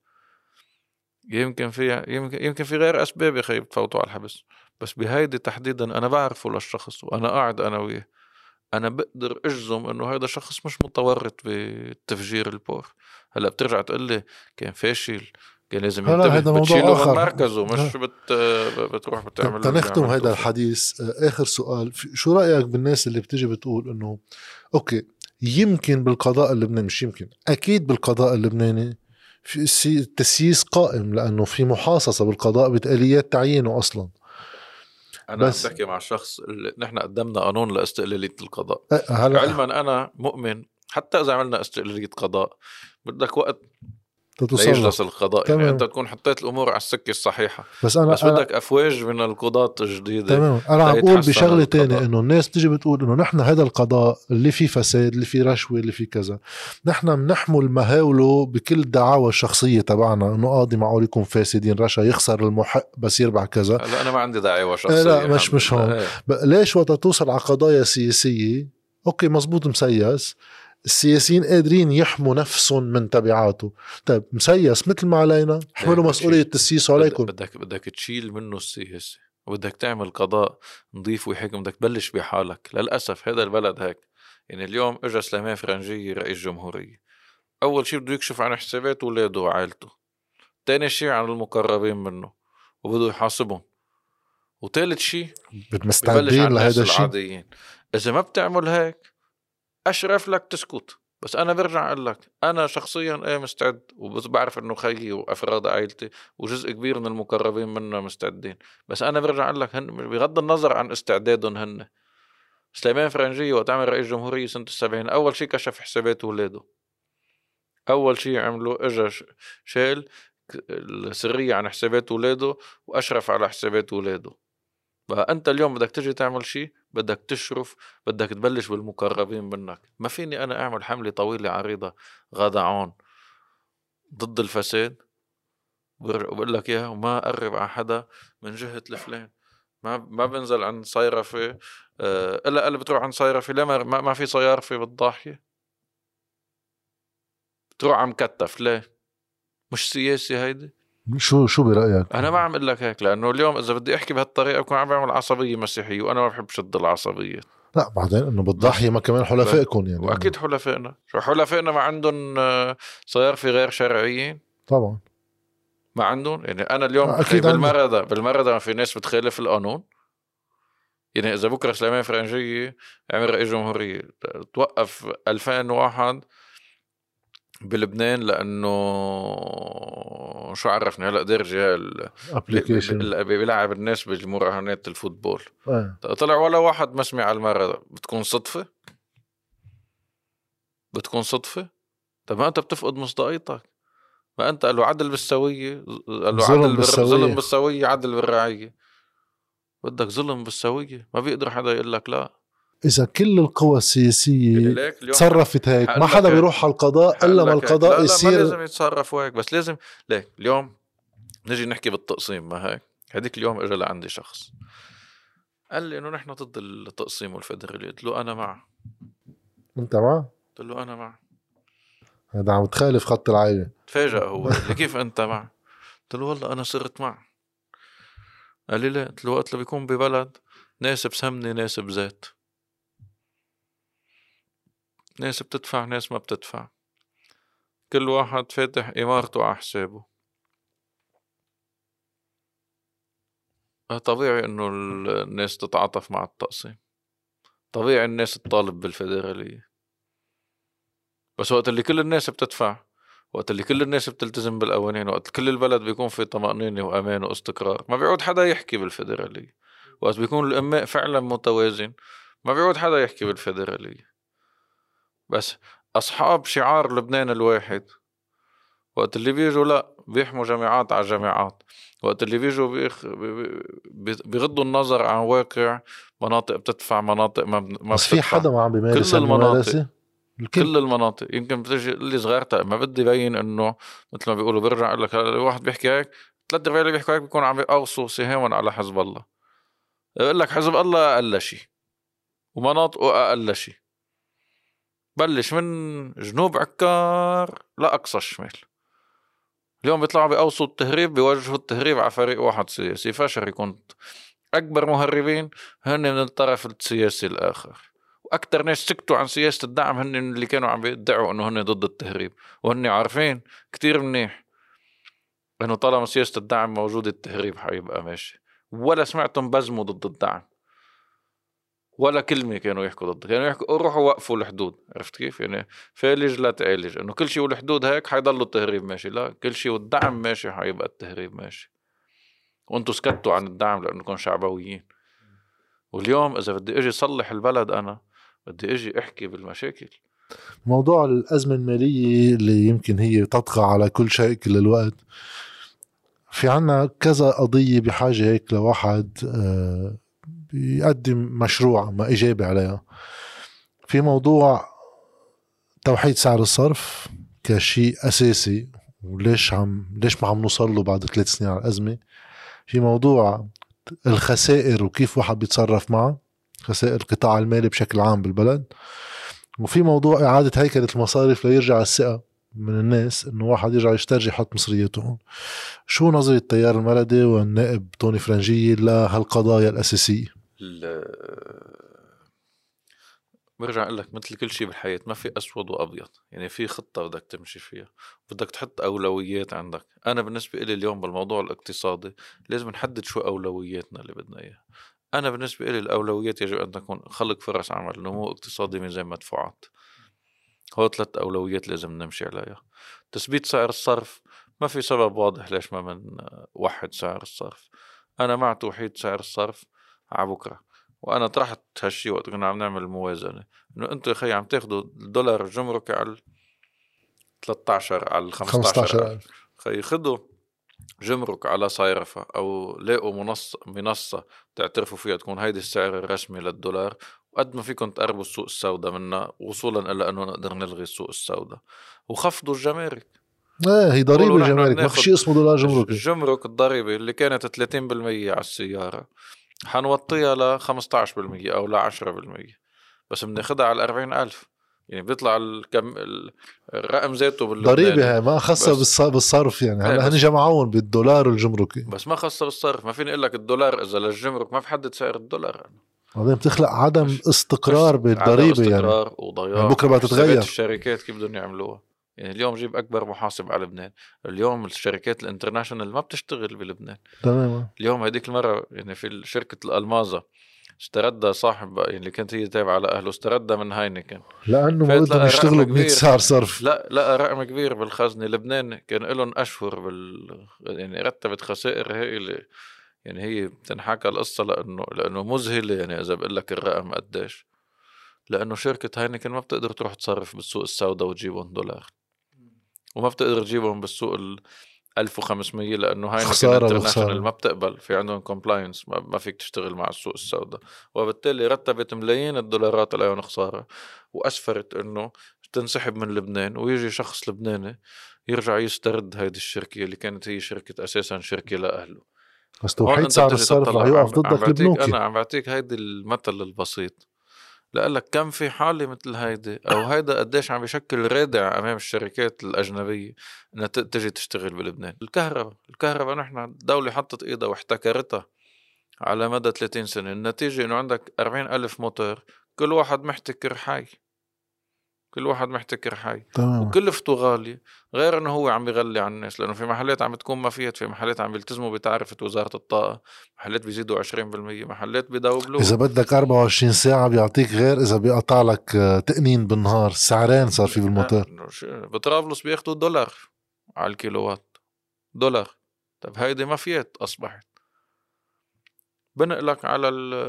يمكن في يمكن يمكن في غير أسباب يا خي بتفوتوا على الحبس، بس بهيدي تحديدا أنا بعرفه للشخص وأنا قاعد أنا وياه، أنا بقدر أجزم إنه هذا شخص مش متورط بتفجير البور. هلا بترجع تقول لي كان فاشل كان لازم ينتبه، بتشيله من مركزه مش بت بتروح بتعمل. تنختم هذا الحديث آخر سؤال، شو رأيك بالناس اللي بتيجي بتقول إنه أوكي يمكن بالقضاء اللبناني، مش يمكن أكيد بالقضاء اللبناني في التسييس قائم لأنه في محاصصة بالقضاء بآليات تعيينه أصلا. أنا بس بحكي مع شخص اللي نحن قدمنا قانون لاستقلالية القضاء. هل... علما أنا مؤمن حتى إذا عملنا استقلالية قضاء بدك وقت ليجلس القضاء. يعني أنت تكون حطيت الأمور على السكة الصحيحة، بس, أنا بس بدك أفواج من القضاة الجديدة. تمام. أنا عم بقول بشغلة تانية إنه الناس تيجي بتقول إنه نحن هذا القضاء اللي فيه فساد اللي فيه رشوة اللي فيه كذا نحن بنحمل مهاوله بكل الدعاوى الشخصية تبعنا إنه قاضي معقول يكون فاسدين رشا يخسر المحق بس يربح كذا. لا أنا ما عندي دعاوى شخصية. لا مش مش هون. ليش وقت توصل على قضايا سياسية أوكي مزبوط مسيس السياسيين قادرين يحموا نفسهم من تبعاته. طيب مسيس مثل ما علينا حملوا مسؤولية تسييسه عليكم. بدك بدك تشيل منه السياسة وبدك تعمل قضاء نظيف وحكم. بدك تبلش بحالك. للأسف هذا البلد هيك. يعني اليوم اجى سليمان فرنجية رئيس جمهورية، أول شيء بده يكشف عن حسابات ولاده وعائلته، تاني شيء عن المقربين منه وبده يحاسبهم، وثالث شيء ببلش عن الناس العاديين. إذا ما بتعمل هيك أشرف لك تسكت. بس أنا برجع أقول لك أنا شخصيا إيه مستعد، وبعرف إنه خيي وأفراد عائلتي وجزء كبير من المقربين منا مستعدين. بس أنا برجع أقول لك هن بغض النظر عن استعدادهم هن، سليمان فرنجية وقت عمل رئيس جمهورية سنة السبعين أول شيء كشف حسابات ولاده، أول شيء عمله إجا شال السرية عن حسابات أولاده وأشرف على حسابات أولاده. بقى أنت اليوم بدك تجي تعمل شيء، بدك تشرف، بدك تبلش بالمقربين منك. ما فيني أنا أعمل حملة طويلة عريضة غادعون ضد الفساد وبقول لك إياها وما أقرب على حدا من جهة الفلان، ما ما بنزل عن صيرفة أه إلا إلا بتروح عن صيرفة. ليه ما, ما في صيارفة بالضاحية؟ بتروح عم كتف ليه؟ مش سياسي هيدي؟ شو شو برأيك؟ أنا ما عم أقول لك هيك، لأنه اليوم إذا بدي أحكي بهالطريقة بكون عم بعمل عصبية مسيحية، وأنا ما بحب شد العصبية. لا بعدين انه بالضاحية ما كمان حلفائكم يعني. واكيد حلفائنا، شو حلفائنا ما عندهم صيارفة غير شرعيين؟ طبعا ما عندهم. يعني انا اليوم اكيد بالمرضى بالمرضى في ناس بتخالف القانون. يعني اذا بكره سليمان فرنجية عمل رئيس جمهورية توقف ألفين وواحد بلبنان لانه شو عرفني هلا دارجة اللي بيلعب الناس بالمراهنات الفوتبول اه. طلع ولا واحد مسمع على المرضى، بتكون صدفة؟ بتكون صدفة؟ طب ما انت بتفقد مصداقيتك. ما انت قال له عدل بالسوية، قال له عدل بالسوية. ظلم بالسوية، عدل بالرعية. بدك ظلم بالسوية، ما بيقدر حدا يقول لك لا. إذا كل القوى السياسية تصرفت هيك ما حدا بيروح على القضاء إلا ما القضاء لا يصير. لا ما لازم يتصرفوا هيك، بس لازم ليك اليوم نجي نحكي بالتقسيم. ما هيك هديك اليوم اجى لعندي شخص قال لي انه نحن ضد التقسيم والفدرالية. قلت له انا مع. انت مع؟ قلت له انا مع. هذا عم تخالف خط العائلة. تفاجأ هو كيف انت مع؟ قلت له والله انا صرت مع. قال لي لا. قلت له وقت اللي بيكون ببلد ناس بسمنة ناس بزيت، ناس بتدفع ناس ما بتدفع، كل واحد فاتح إمارته على حسابه، طبيعي إنه الناس تتعاطف مع التقسيم، طبيعي الناس تطالب بالفيدرالية. بس وقت اللي كل الناس بتدفع، وقت اللي كل الناس بتلتزم بالقوانين، وقت كل البلد بيكون في طمأنينة وأمان واستقرار، ما بيعود حدا يحكي بالفيدرالية. وقت بيكون الإماء فعلا متوازن ما بيعود حدا يحكي بالفيدرالية. بس أصحاب شعار لبنان الواحد وقت اللي بيجوا لا بيحموا جامعات على جامعات، وقت اللي بيجوا بيخ... بيغضوا النظر عن واقع مناطق بتدفع مناطق ما, ما بس في حدا ما عم بيمارس الممارسة؟ الكل. كل المناطق. يمكن بتجي اللي صغيرتها ما بدي يبين انه مثل ما بيقولوا برجع اقول لك الواحد بيحكي هيك ثلاث ارباع اللي بيحكوا هيك بيكون عم بيقوصوا سهاما على حزب الله. يقول لك حزب الله اقل شيء ومناطقه اقل شيء، بلش من جنوب عكار لاقصى الشمال. اليوم بيطلعوا بيقوصوا التهريب، بيوجهوا التهريب على فريق واحد سياسي. فشر يكون اكبر مهربين هن من الطرف السياسي الاخر، واكثر ناس سكتوا عن سياسه الدعم هن اللي كانوا عم بيدعوا انه هن ضد التهريب، وهن عارفين كتير منيح انه طالما سياسه الدعم موجوده التهريب حيبقى ماشي. ولا سمعتهم بزموا ضد الدعم ولا كلمه كانوا يحكوا ضد، كانوا يحكوا روحوا وقفوا الحدود. عرفت كيف؟ يعني فالج لا تعالج، انه كل شيء والحدود هيك حيضلوا التهريب ماشي. لا، كل شيء والدعم ماشي حيبقى التهريب ماشي. وانتوا سكتوا عن الدعم لانكم شعبويين. واليوم اذا بدي اجي صلح البلد انا بدي اجي احكي بالمشاكل. موضوع الازمه الماليه اللي يمكن هي تطغى على كل شيء كل الوقت، في عنا كذا قضيه بحاجه هيك لواحد بيقدم مشروع ما إجابة عليها. في موضوع توحيد سعر الصرف كشيء أساسي، وليش عم ليش ما عم نوصل له بعد ثلاث سنين على الأزمة. في موضوع الخسائر وكيف واحد بيتصرف معه، خسائر القطاع المالي بشكل عام بالبلد. وفي موضوع إعادة هيكلة المصارف ليرجع الثقة من الناس إنه واحد يرجع يشتري يحط مصرياته. شو نظرة التيار المردي والنائب طوني فرنجية لهالقضايا الأساسية؟ برجع أقول لك مثل كل شيء بالحياة ما في أسود وأبيض، يعني في خطة بدك تمشي فيها، بدك تحط أولويات عندك. أنا بالنسبة إلي اليوم بالموضوع الاقتصادي لازم نحدد شو أولوياتنا اللي بدنا إياها. أنا بالنسبة إلي الأولويات يجب أن تكون خلق فرص عمل، نمو اقتصادي، ميزان مدفوعات. هو ثلاث أولويات لازم نمشي عليها. تثبيت سعر الصرف ما في سبب واضح ليش ما من وحد سعر الصرف. أنا مع توحيد سعر الصرف على بكرة، وأنا طرحت هالشي وقت كنا عم نعمل الموازنة إنه أنتوا يا خي عم تاخدوا الدولار الجمرك على ثلاثة عشر على خمسة عشر خي خدوا جمرك على صيرفة أو لاقوا منصة منصة تعترفوا فيها تكون هيدي السعر الرسمي للدولار، وقد ما فيكم تقربوا السوق السوداء منا وصولا إلى أنه نقدر نلغي السوق السوداء وخفضوا الجمارك. ايه هي ضريبة جمارك، ما في شيء اسمه دولار جمركي. الجمرك الضريبة اللي كانت ثلاثين بالمية على السيارة حنوطيها ل خمسة عشر بالمية أو ل عشرة بالمية، بس بناخدها على أربعين ألف. يعني بيطلع الكم الرقم ذاته باللبناني ضريبة هاي ما خاصة بالصرف. يعني هلا هن جمعون بالدولار الجمركي، بس ما خاصة بالصرف. ما فيني اقول لك الدولار اذا للجمرك ما بحدد سعر الدولار. بعدين بتخلق عدم مش استقرار مش بالضريبة. عدم استقرار يعني وضياع. يعني بكره بتتغير الشركات كيف بدهم يعملوها. يعني اليوم جيب اكبر محاسب على لبنان، اليوم الشركات الانترناشونال ما بتشتغل بلبنان تماما. اليوم هديك المرة يعني في شركة الألمازة استردها صاحب يعني اللي كانت هي تابعة لأهله، استردها من هاينكن لأنه ما بدهم يشتغلوا بمية سعر صرف. لا لا رقم كبير بالخزنة. لبنان كان لهم أشهر بال يعني رتبت خسائر هائلة. يعني هي بتنحكى القصة لأنه لأنه مذهلة. يعني إذا بقول لك الرقم قديش، لأنه شركة هاينكن ما بتقدر تروح تصرف بالسوق السوداء وتجيبهم دولار، وما بتقدر تجيبهم بالسوق ال ألف وخمسمية لأنه هاينكن انترناشونال ما بتقبل، في عندهم كومبلاينس، ما فيك تشتغل مع السوق السوداء. وبالتالي رتبت ملايين الدولارات عليهم خسارة، وأسفرت إنه تنسحب من لبنان ويجي شخص لبناني يرجع يسترد هيدي الشركة اللي كانت هي شركة أساسا شركة لأهله. بس توحيد سعر الصرف رح يوقف ضدك البنوكي. أنا عم بعطيك هيدي المثل البسيط لقلك كم في حالة مثل هيدي أو هيدا قديش عم بيشكل رادع أمام الشركات الأجنبية إنها تجي تشتغل بلبنان. الكهرباء الكهرباء نحن الدولة حطت إيدها واحتكرتها على مدى ثلاثين سنة. النتيجة إنه عندك أربعين ألف موتور، كل واحد محتكر حي، كل واحد محتكر حي تمام. وكلفته غالية. غير انه هو عم بيغلي على الناس، لانه في محلات عم تكون ما فيها، في محلات عم بيلتزموا بتعرفة وزارة الطاقة، محلات بيزيدوا عشرين بالمية، محلات بيداوبلوا. اذا بدك أربعة وعشرين ساعة بيعطيك، غير اذا بيقطع لك تقنين بالنهار. سعرين صار في بالموتور. بطرابلس بياخدوا دولار على الكيلووات، دولار. طب هيدي مافيات اصبحت. بنقلك على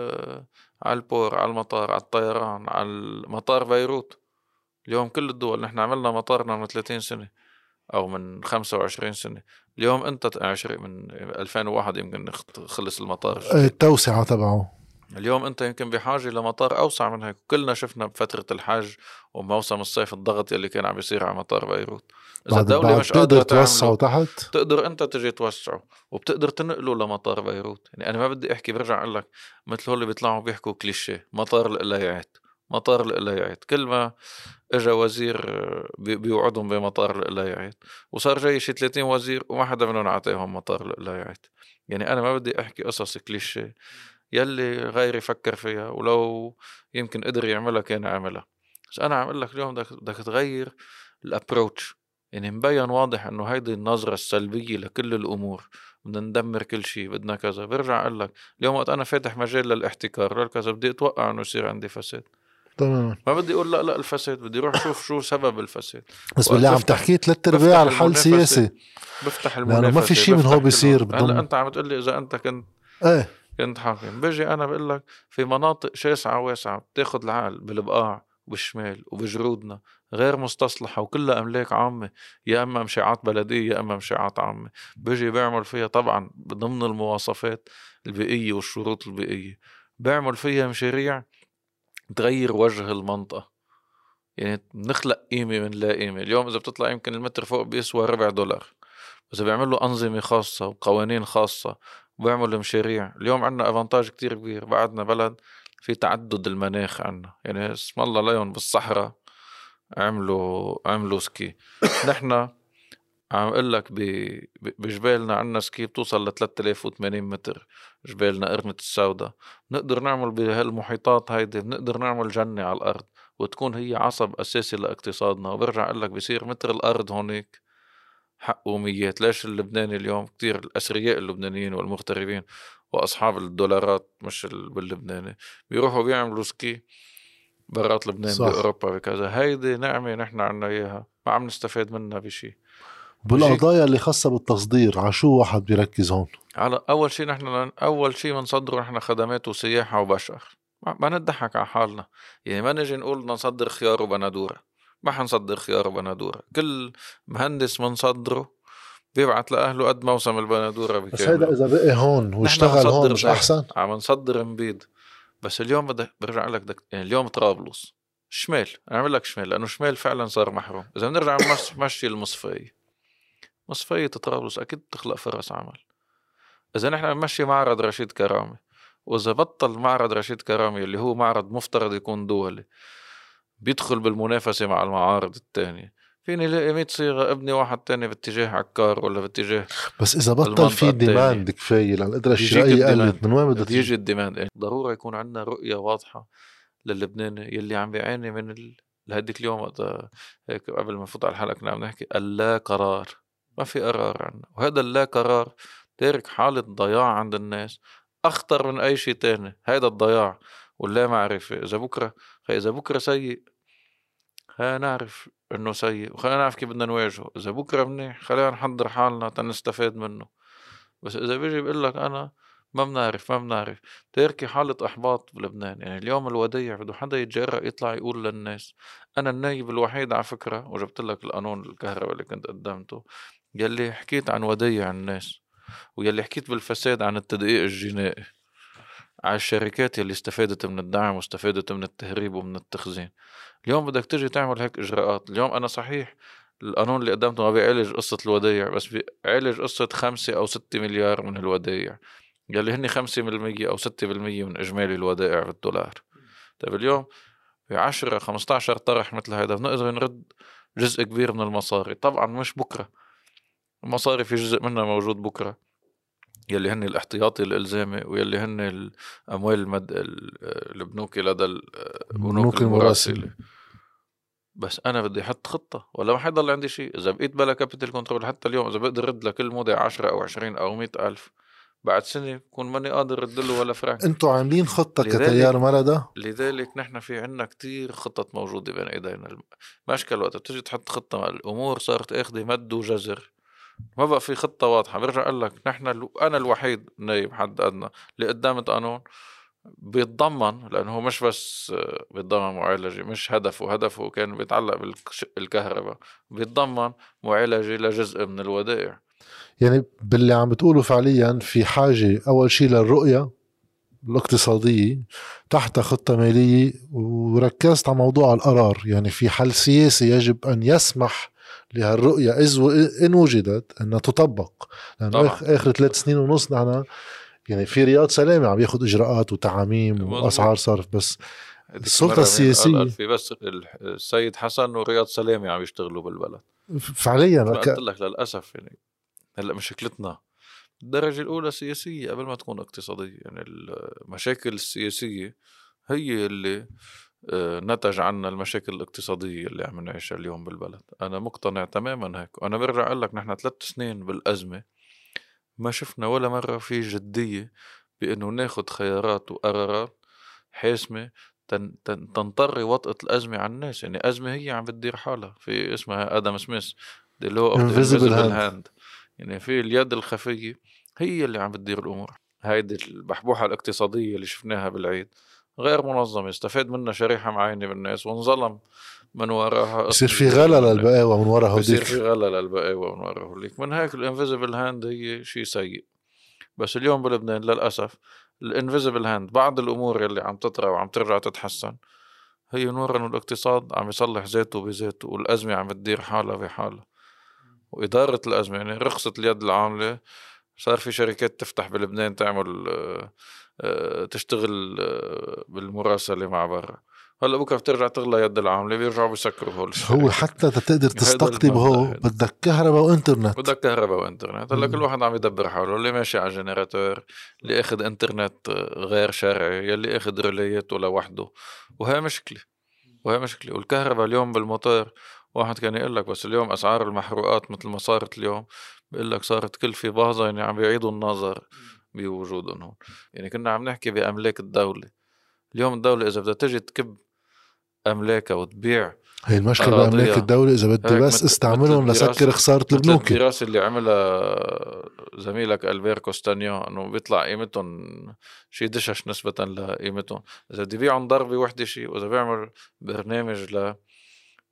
على البور، على المطار، على الطيران، على المطار بيروت. اليوم كل الدول، نحن عملنا مطارنا من ثلاثين سنة أو من خمسة وعشرين سنة. اليوم أنت عشرين من ألفين وواحد يمكن خلص المطار التوسعة تبعه. اليوم أنت يمكن بحاجة لمطار أوسع من هيك. كلنا شفنا بفترة الحج وموسم الصيف الضغط يلي كان عم بيصير على مطار بيروت. إذا الدولة مش قادرة توسعه تحت، تقدر أنت تجي توسعه وبتقدر تنقله لمطار بيروت. يعني أنا ما بدي أحكي، برجع أقول لك مثل هو اللي بيطلعوا بيحكوا كليشيه، مطار القلايات، مطار القلايات. كل ما اجى وزير بيوعدهم بمطار القلايات وصار جاي شي ثلاثين وزير وما حدا منهم عطيهم مطار القلايات. يعني انا ما بدي احكي قصص كليشيه يلي غيري فكر فيها، ولو يمكن قدر يعملها كان عملها. بس انا عم اقول لك اليوم بدك بدك تغير الابروتش. يعني مبين واضح انه هيدي النظره السلبيه لكل الامور، بدنا ندمر كل شيء، بدنا كذا. برجع اقول لك اليوم وقت انا فاتح مجال للاحتكار للكذا بدي اتوقع انه يصير عندي فساد. تمام. ما بدي اقول لا لا الفساد، بدي اروح شوف شو سبب الفساد. بس بالله عم تحكي ثلاث ارباع على الحل سياسي. بفتح المنافسه، ما في شيء من هو بيصير. هلا انت عم تقول لي اذا انت كنت ايه كنت حاكم، بيجي انا بقول لك في مناطق شاسعه واسعه بتاخذ العقل بالبقاع وبالشمال وبجرودنا غير مستصلحه وكلها املاك عامه، يا اما مشاعات بلديه يا اما مشاعات عامه. بيجي بيعمل فيها طبعا ضمن المواصفات البيئيه والشروط البيئيه، بيعمل فيها مشاريع تغير وجه المنطقة. يعني نخلق قيمة من لا قيمة. اليوم إذا بتطلع يمكن المتر فوق بيسوى ربع دولار، بس بيعملوا أنظمة خاصة وقوانين خاصة وبيعملوا مشاريع. اليوم عنا أفانتاج كتير كبير، بعدنا بلد في تعدد المناخ عنا. يعني اسم الله ليون بالصحراء عملوا عملوا سكي. نحن عم اقول لك بجبالنا عنا سكي بتوصل ل ثلاثة آلاف وثمانين متر، جبالنا قرمة السوداء. نقدر نعمل بهالمحيطات هيدي، بنقدر نعمل جنة على الأرض وتكون هي عصب أساسي لاقتصادنا. وبرجع أقول لك بصير متر الأرض هونيك حقه ميات. ليش اللبناني اليوم كتير الأثرياء اللبنانيين والمغتربين وأصحاب الدولارات مش باللبناني بيروحوا بيعملوا سكي برات لبنان، صح. بأوروبا بكذا. هيدي نعمة نحن عنا إياها ما عم نستفاد منها بشي. بالقضايا اللي خاصة بالتصدير على شو واحد بيركز هون؟ على أول شيء نحن أول شيء بنصدره نحن خدمات وسياحة وبشر. ما نضحك على حالنا. يعني ما نجي نقول نصدر خيار وبندورة، ما حنصدر خيار وبندورة. كل مهندس منصدره بيبعت لأهله قد موسم البندورة بس هيدا بكامله. إذا بقي هون واشتغل هون مش زيت. أحسن؟ عم نصدر امبيد. بس اليوم بدك برجع لك دك... يعني اليوم طرابلس شمال، أنا أعمل لك شمال لأنه شمال فعلا صار محروم. إذا بنرجع نمشي مشي المصفية، مصفية طرابلس أكيد بتخلق فرص عمل. إذا نحن بنمشي معرض رشيد كرامي، وإذا بطل معرض رشيد كرامي اللي هو معرض مفترض يكون دولي بيدخل بالمنافسة مع المعارض التانية، فيني لاقي مية صيغة ابني واحد تاني باتجاه عكار ولا باتجاه بس إذا بطل في ديماند كفاية للقدرة الشرائية قلت، من وين بدها تيجي؟ بيجي الديماند. يعني ضرورة يكون عندنا رؤية واضحة للبناني يلي عم بيعاني من ال... لهديك اليوم وقت هيك قبل ما نفوت على الحلقة كنا عم نحكي اللا قرار، ما في قرار عنا، وهذا اللا قرار تارك حالة ضياع عند الناس أخطر من أي شيء تاني. هذا الضياع واللا معرفة، إذا بكرة إذا بكرة سيء خلينا نعرف إنه سيء وخلينا نعرف كيف بدنا نواجهه. إذا بكرة منيح خلينا نحضر حالنا تنستفاد منه. بس إذا بيجي بيقول لك أنا ما بنعرف ما بنعرف تركي حالة إحباط بلبنان. يعني اليوم الوديع بده حدا يتجرأ يطلع يقول للناس أنا النايب الوحيد على فكرة، وجبت لك القانون الكهرباء اللي كنت قدمته يلي حكيت عن وديع الناس، ويلي حكيت بالفساد عن التدقيق الجنائي على الشركات يلي استفادت من الدعم واستفادت من التهريب ومن التخزين. اليوم بدك تجي تعمل هيك إجراءات. اليوم أنا صحيح القانون اللي قدمته ما بيعالج قصة الوديع، بس بيعالج قصة خمسة أو ستة مليار من الوديع يلي هني خمسة بالمية أو ستة بالمية من إجمالي الودائع بالدولار. طيب اليوم في عشرة خمسة عشر طرح مثل هذا بنقدر نرد جزء كبير من المصاري. طبعا مش بكرة، المصاري في جزء منها موجود بكرة يلي هن الاحتياطي الإلزامي ويلي هن الأموال المد... البنوكي لدى البنوك المراسلة. بس أنا بدي أحط خطة ولا ما حيضل عندي شيء. إذا بقيت بلا كابيتال كنترول حتى اليوم إذا بقدر رد لكل مودع عشرة أو عشرين أو مئة ألف، بعد سنة بكون ماني قادر ردله ولا فرنك. انتوا عاملين خطة كتيار مرضى؟ لذلك نحن في عنا كتير خطط موجودة بين ايدينا. مشكل وقت بتجي تحط خطة الأمور صارت اخذي مد وجزر، ما بقى في خطة واضحة. برجع أقول لك نحن ال... أنا الوحيد نايب حد أدنى اللي قدام قانون بيتضمن، لأنه مش بس بيتضمن معالجة، مش هدفه هدفه كان بيتعلق بالكهرباء، بيتضمن معالجة لجزء من الودائع. يعني باللي عم بتقوله فعليا في حاجة أول شيء للرؤية الاقتصادية تحت خطة مالية، وركزت على موضوع القرار. يعني في حل سياسي يجب أن يسمح لهالرؤية إن وجدت أنها تطبق، لأنه آخر ثلاث سنين ونص نحن يعني في رياض سلامة عم ياخد إجراءات وتعاميم وأسعار صرف، بس السلطة السياسية في بس السيد حسن ورياض سلامة عم يشتغلوا بالبلد فعليا. قلت لك للأسف يعني هلأ مشكلتنا الدرجة الأولى سياسية قبل ما تكون اقتصادية. يعني المشاكل السياسية هي اللي نتج عنا المشاكل الاقتصادية اللي عم نعيشها اليوم بالبلد. أنا مقتنع تماما هيك. وأنا برجع أقول لك نحن ثلاث سنين بالأزمة ما شفنا ولا مرة في جدية بأنه ناخد خيارات وقرارات حاسمة تن تن تنطري وطأة الأزمة على الناس. يعني أزمة هي عم بتدير حالها، في اسمها آدم سميث The Law of the Invisible Hand. يعني في اليد الخفية هي اللي عم بتدير الأمور. هيدي البحبوحة الاقتصادية اللي شفناها بالعيد غير منظمة، استفاد منها شريحة معينة بالناس وانظلم من وراها. بصير في غلا للبقاوة من وراها، بصير في غلا للبقاوة من وراها هوليك. من هيك الانفيزيبل هاند هي شيء سيء. بس اليوم بلبنان للأسف الانفيزيبل هاند بعض الأمور اللي عم تطرى وعم ترجع تتحسن هي نور إنه الاقتصاد عم يصلح ذاته بذاته والأزمة عم تدير حالها بحالها وإدارة الأزمة. يعني رخصة اليد العاملة صار في شركات تفتح بلبنان تعمل تشتغل بالمراسلة مع برا. هلا بكره بترجع تغلى يد العاملة بيرجعوا بيسكروا هول الشركات. هو حتى تقدر تستقطب هو بدك كهرباء وإنترنت. بدك كهرباء وإنترنت. هلا كل واحد عم يدبر حاله، اللي ماشي على جنراتور، اللي أخذ إنترنت غير شرعي، يلي أخذ ريلياته لوحده. وهي مشكلة وهي مشكلة. والكهرباء اليوم بالموتور واحد كان يقول لك بس اليوم أسعار المحروقات مثل ما صارت اليوم بيقول لك صارت كل في باظة. يعني عم بيعيدوا النظر بوجودهم هون. يعني كنا عم نحكي بأملاك الدولة. اليوم الدولة إذا بدها تجي تكب أملاكها وتبيع، هي المشكلة بأملاك الدولة إذا بدي بس استعملهم لسكر خسارة البنوك. الدراسة اللي عملها زميلك ألبير كوستانيو أنه بيطلع قيمتهم شي دشش نسبة لقيمتهم. إذا بدي بيعهم ضربة وحدة شي، وإذا بيعمل برنامج ل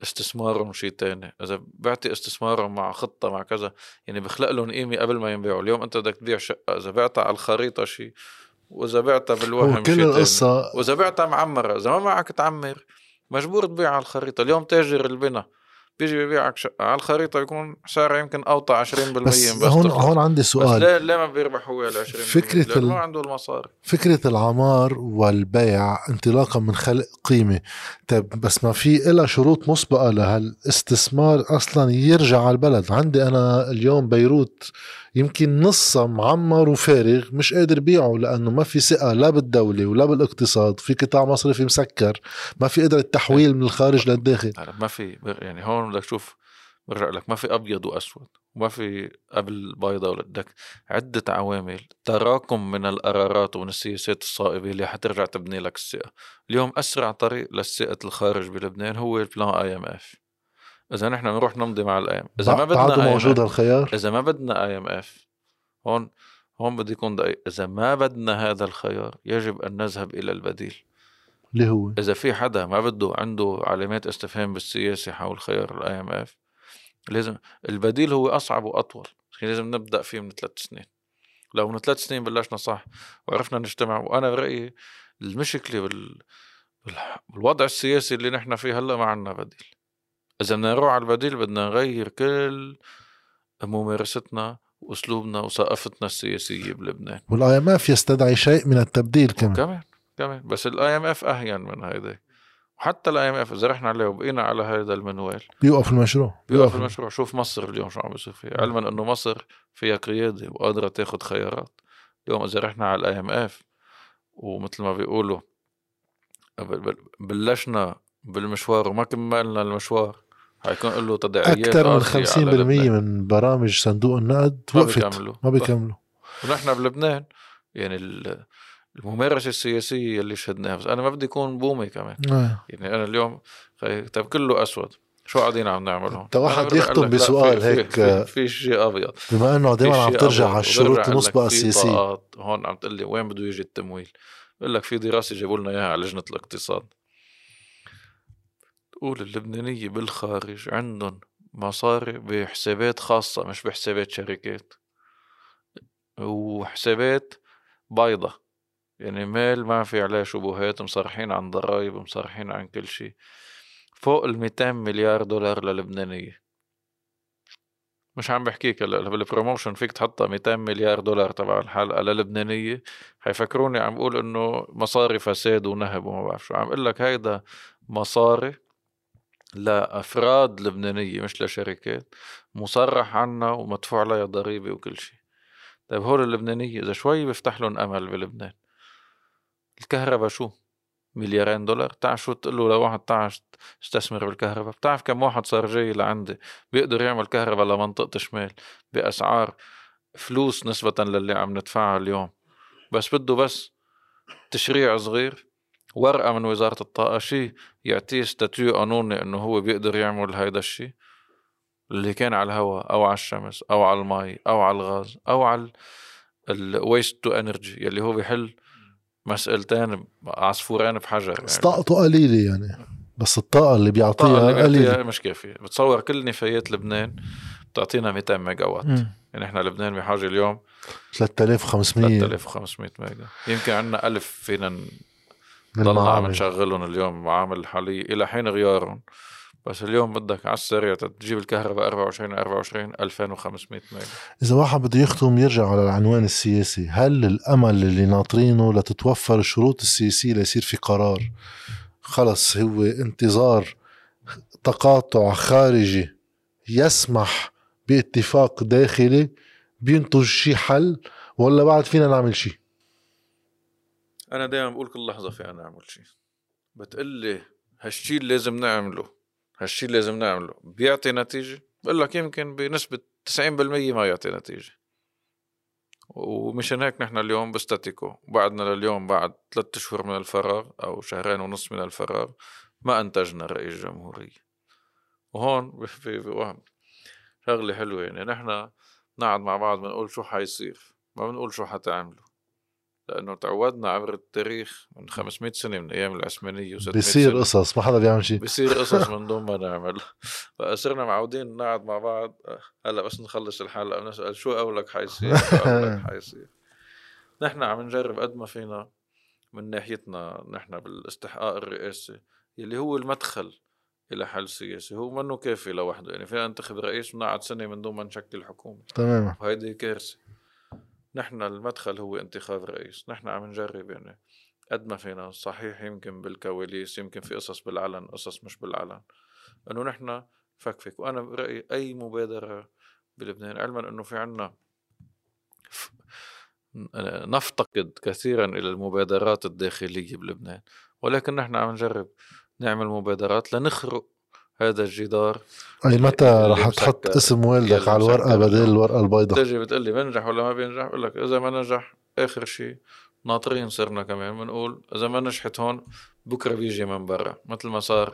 استثمارهم شيء تاني. إذا بعتي استثمارهم مع خطة مع كذا يعني بخلق لهم قيمة قبل ما ينبيعوا. اليوم أنت بدك تبيع شقة، إذا بعتها على الخريطة شيء، وإذا بعتها هو بالوهم كل شيء تاني، القصة وإذا بعتها معمرة. إذا ما معك تعمر مجبور تبيع على الخريطة. اليوم تاجر البنا بيجي بيبيعك شقة على الخريطة بيكون سعرها يمكن أوطى عشرين بالمية بس بس هون تخلص. هون عندي بس سؤال. ليه ليه ما بيربح هو على عشرين بالمية؟ فكرة لأنه ال... ما عنده المصاري. فكرة العمار والبيع انطلاقا من خلق قيمة. طيب بس ما في إلا شروط مسبقة لهالاستثمار أصلا يرجع على البلد. عندي أنا اليوم بيروت يمكن نصها معمر وفارغ مش قادر بيعه لأنه ما في ثقة لا بالدولة ولا بالاقتصاد. في قطاع مصرفي مسكر، ما في قدرة تحويل من الخارج للداخل. ما في يعني هون بدك تشوف، برجع لك ما في أبيض وأسود، وما في قبل بيضة ولا بدك عدة عوامل تراكم من القرارات ومن السياسات الصائبة اللي حترجع تبني لك الثقة. اليوم أسرع طريق للثقة الخارج بلبنان هو البلان اي ام اف. إذا نحن نروح نمضي مع الاي ام، إذا ما بعده بدنا اي ام موجود اف، هالخيار. إذا ما بدنا اي ام اف، هون هون بدي يكون دقيق. إذا ما بدنا هذا الخيار يجب أن نذهب إلى البديل. اللي هو إذا في حدا ما بده عنده علامات استفهام بالسياسة حول خيار الاي ام اف، لازم البديل هو أصعب وأطول. لازم نبدأ فيه من ثلاث سنين. لو من ثلاث سنين بلشنا صح وعرفنا نجتمع، وأنا برأيي المشكلة بال... بالوضع السياسي اللي نحن فيه هلأ ما عنا بديل. إذا بدنا نروح على البديل بدنا نغير كل ممارستنا وأسلوبنا وثقافتنا السياسية بلبنان. والاي ام اف يستدعي شيء من التبديل كمان كمان كمان بس الاي ام اف أهين من هيدا. وحتى الاي ام اف اذا رحنا عليه وبقينا على هذا المنوال بيوقف المشروع. بيوقف المشروع. شوف مصر اليوم شو عم بيصير فيها، علما انه مصر فيها قياده وقادره تاخذ خيارات. اليوم اذا رحنا على الاي ام اف ومثل ما بيقولوا بلشنا بالمشوار وما كملنا المشوار، حيكون له تداعيات اكثر من خمسين بالمية من برامج صندوق النقد ما وقفت بيكملوا ما بيكملوا. ونحن بلبنان يعني الممارسة السياسية اللي شهدناها. بس أنا ما بدي يكون بومي كمان. آه. يعني أنا اليوم طيب كله أسود، شو قاعدين عم نعمل هون؟ واحد يختم بسؤال في هيك في, في شيء أبيض، بما أنه دائما عم ترجع على الشروط المسبقة السياسية. هون عم تقول لي وين بده يجي التمويل؟ بقول لك في دراسة جابوا لنا إياها على لجنة الاقتصاد، تقول اللبنانية بالخارج عندهم مصاري بحسابات خاصة مش بحسابات شركات، وحسابات بايضة يعني مال ما في عليه شبهات، مصرحين عن ضرائب مصرحين عن كل شيء. فوق الميتين مليار دولار للبنانية. مش عم بحكيك هلا بالبروموشن فيك تحطها ميتين مليار دولار تبع الحلقة للبنانية، حيفكروني عم بقول انه مصاري فساد ونهب وما بعرف شو. عم اقول لك هيدا مصاري لأفراد لبنانية مش لشركات، مصرح عنا ومدفوع لها ضريبة وكل شيء. طيب هول اللبنانية إذا شوي بيفتح لهم أمل بلبنان. الكهرباء شو؟ مليارين دولار. تعرف شو تقول له لواحد تعال استثمر بالكهرباء؟ بتعرف كم واحد صار جاي لعندي بيقدر يعمل كهرباء لمنطقة شمال بأسعار فلوس نسبة للي عم ندفعها اليوم، بس بده بس تشريع صغير، ورقة من وزارة الطاقة، شيء يعطيه ستاتيو قانوني انه هو بيقدر يعمل هيدا الشيء اللي كان على الهواء او على الشمس او على المي او على الغاز او على الويست تو انرجي يلي هو بيحل مسألتين عصفورين بحجر. يعني طاقته قليلة يعني، بس الطاقة اللي بيعطيها اللي بيعطيها قليلة مش كافية. بتصور كل نفايات لبنان بتعطينا ميتين ميجا وات. م. يعني احنا لبنان بحاجة اليوم ثلاثة آلاف وخمسمية ثلاثة آلاف وخمسمية ميجا. يمكن عنا ألف فينا ضلنا عم نشغلهم اليوم معامل الحالية إلى حين غيارهم. بس اليوم بدك على السريع تجيب الكهرباء أربعة وعشرين أربعة وعشرين ألفين وخمسمية ميجا. إذا واحد بده يختم يرجع على العنوان السياسي، هل الأمل اللي ناطرينه لتتوفر الشروط السياسية ليصير في قرار خلص هو انتظار تقاطع خارجي يسمح باتفاق داخلي بينتج شي حل، ولا بعد فينا نعمل شي؟ أنا دائما بقول كل لحظة فينا نعمل شي. بتقلي هالشي اللي لازم نعمله، هالشي اللي لازم نعمله بيعطي نتيجة؟ بقول لك يمكن بنسبة تسعين بالمية ما يعطي نتيجة. ومشان هيك نحن اليوم بستاتيكو، بعدنا لليوم بعد ثلاثة شهور من الفراغ أو شهرين ونص من الفراغ ما أنتجنا رئيس جمهورية. وهون في شغلة حلوة، يعني نحن نقعد مع بعض بنقول شو حيصير، ما بنقول شو حتعملوا، لأنه تعودنا عبر التاريخ من خمسمائة سنة من أيام العثمانية وستمائة بيصير سنة قصص ما حدا بيعمل شيء، بيصير قصص من دون ما نعمل. فصرنا معودين نقعد مع بعض، هلا بس نخلص الحلقة ونسأل شو قولك حيصير شو قولك حيصير. نحن عم نجرب قد ما فينا من ناحيتنا نحن بالاستحقاق الرئاسي اللي هو المدخل إلى حل سياسي، هو منه كافي لوحده. يعني فينا ننتخب رئيس ونقعد سنة من دون ما نشكل حكومة، تماما. وهيدي كارثة. نحن المدخل هو انتخاب رئيس. نحن عم نجرب يعني قد ما فينا، صحيح يمكن بالكواليس، يمكن في قصص بالعلن، قصص مش بالعلن، انه نحن فكفك. وانا برأيي اي مبادرة بلبنان، علما انه في عنا ف... نفتقد كثيرا الى المبادرات الداخلية بلبنان، ولكن نحن عم نجرب نعمل مبادرات لنخرق هذا الجدار. اي متى رح تحط اسم والدك على الورقة بدل الورقة البيضاء؟ تجي بتقول لي بنجح ولا ما بينجح، بقول لك اذا ما نجح اخر شيء ناطرين صرنا كمان بنقول اذا ما نجحت هون بكره بيجي من برا، مثل ما صار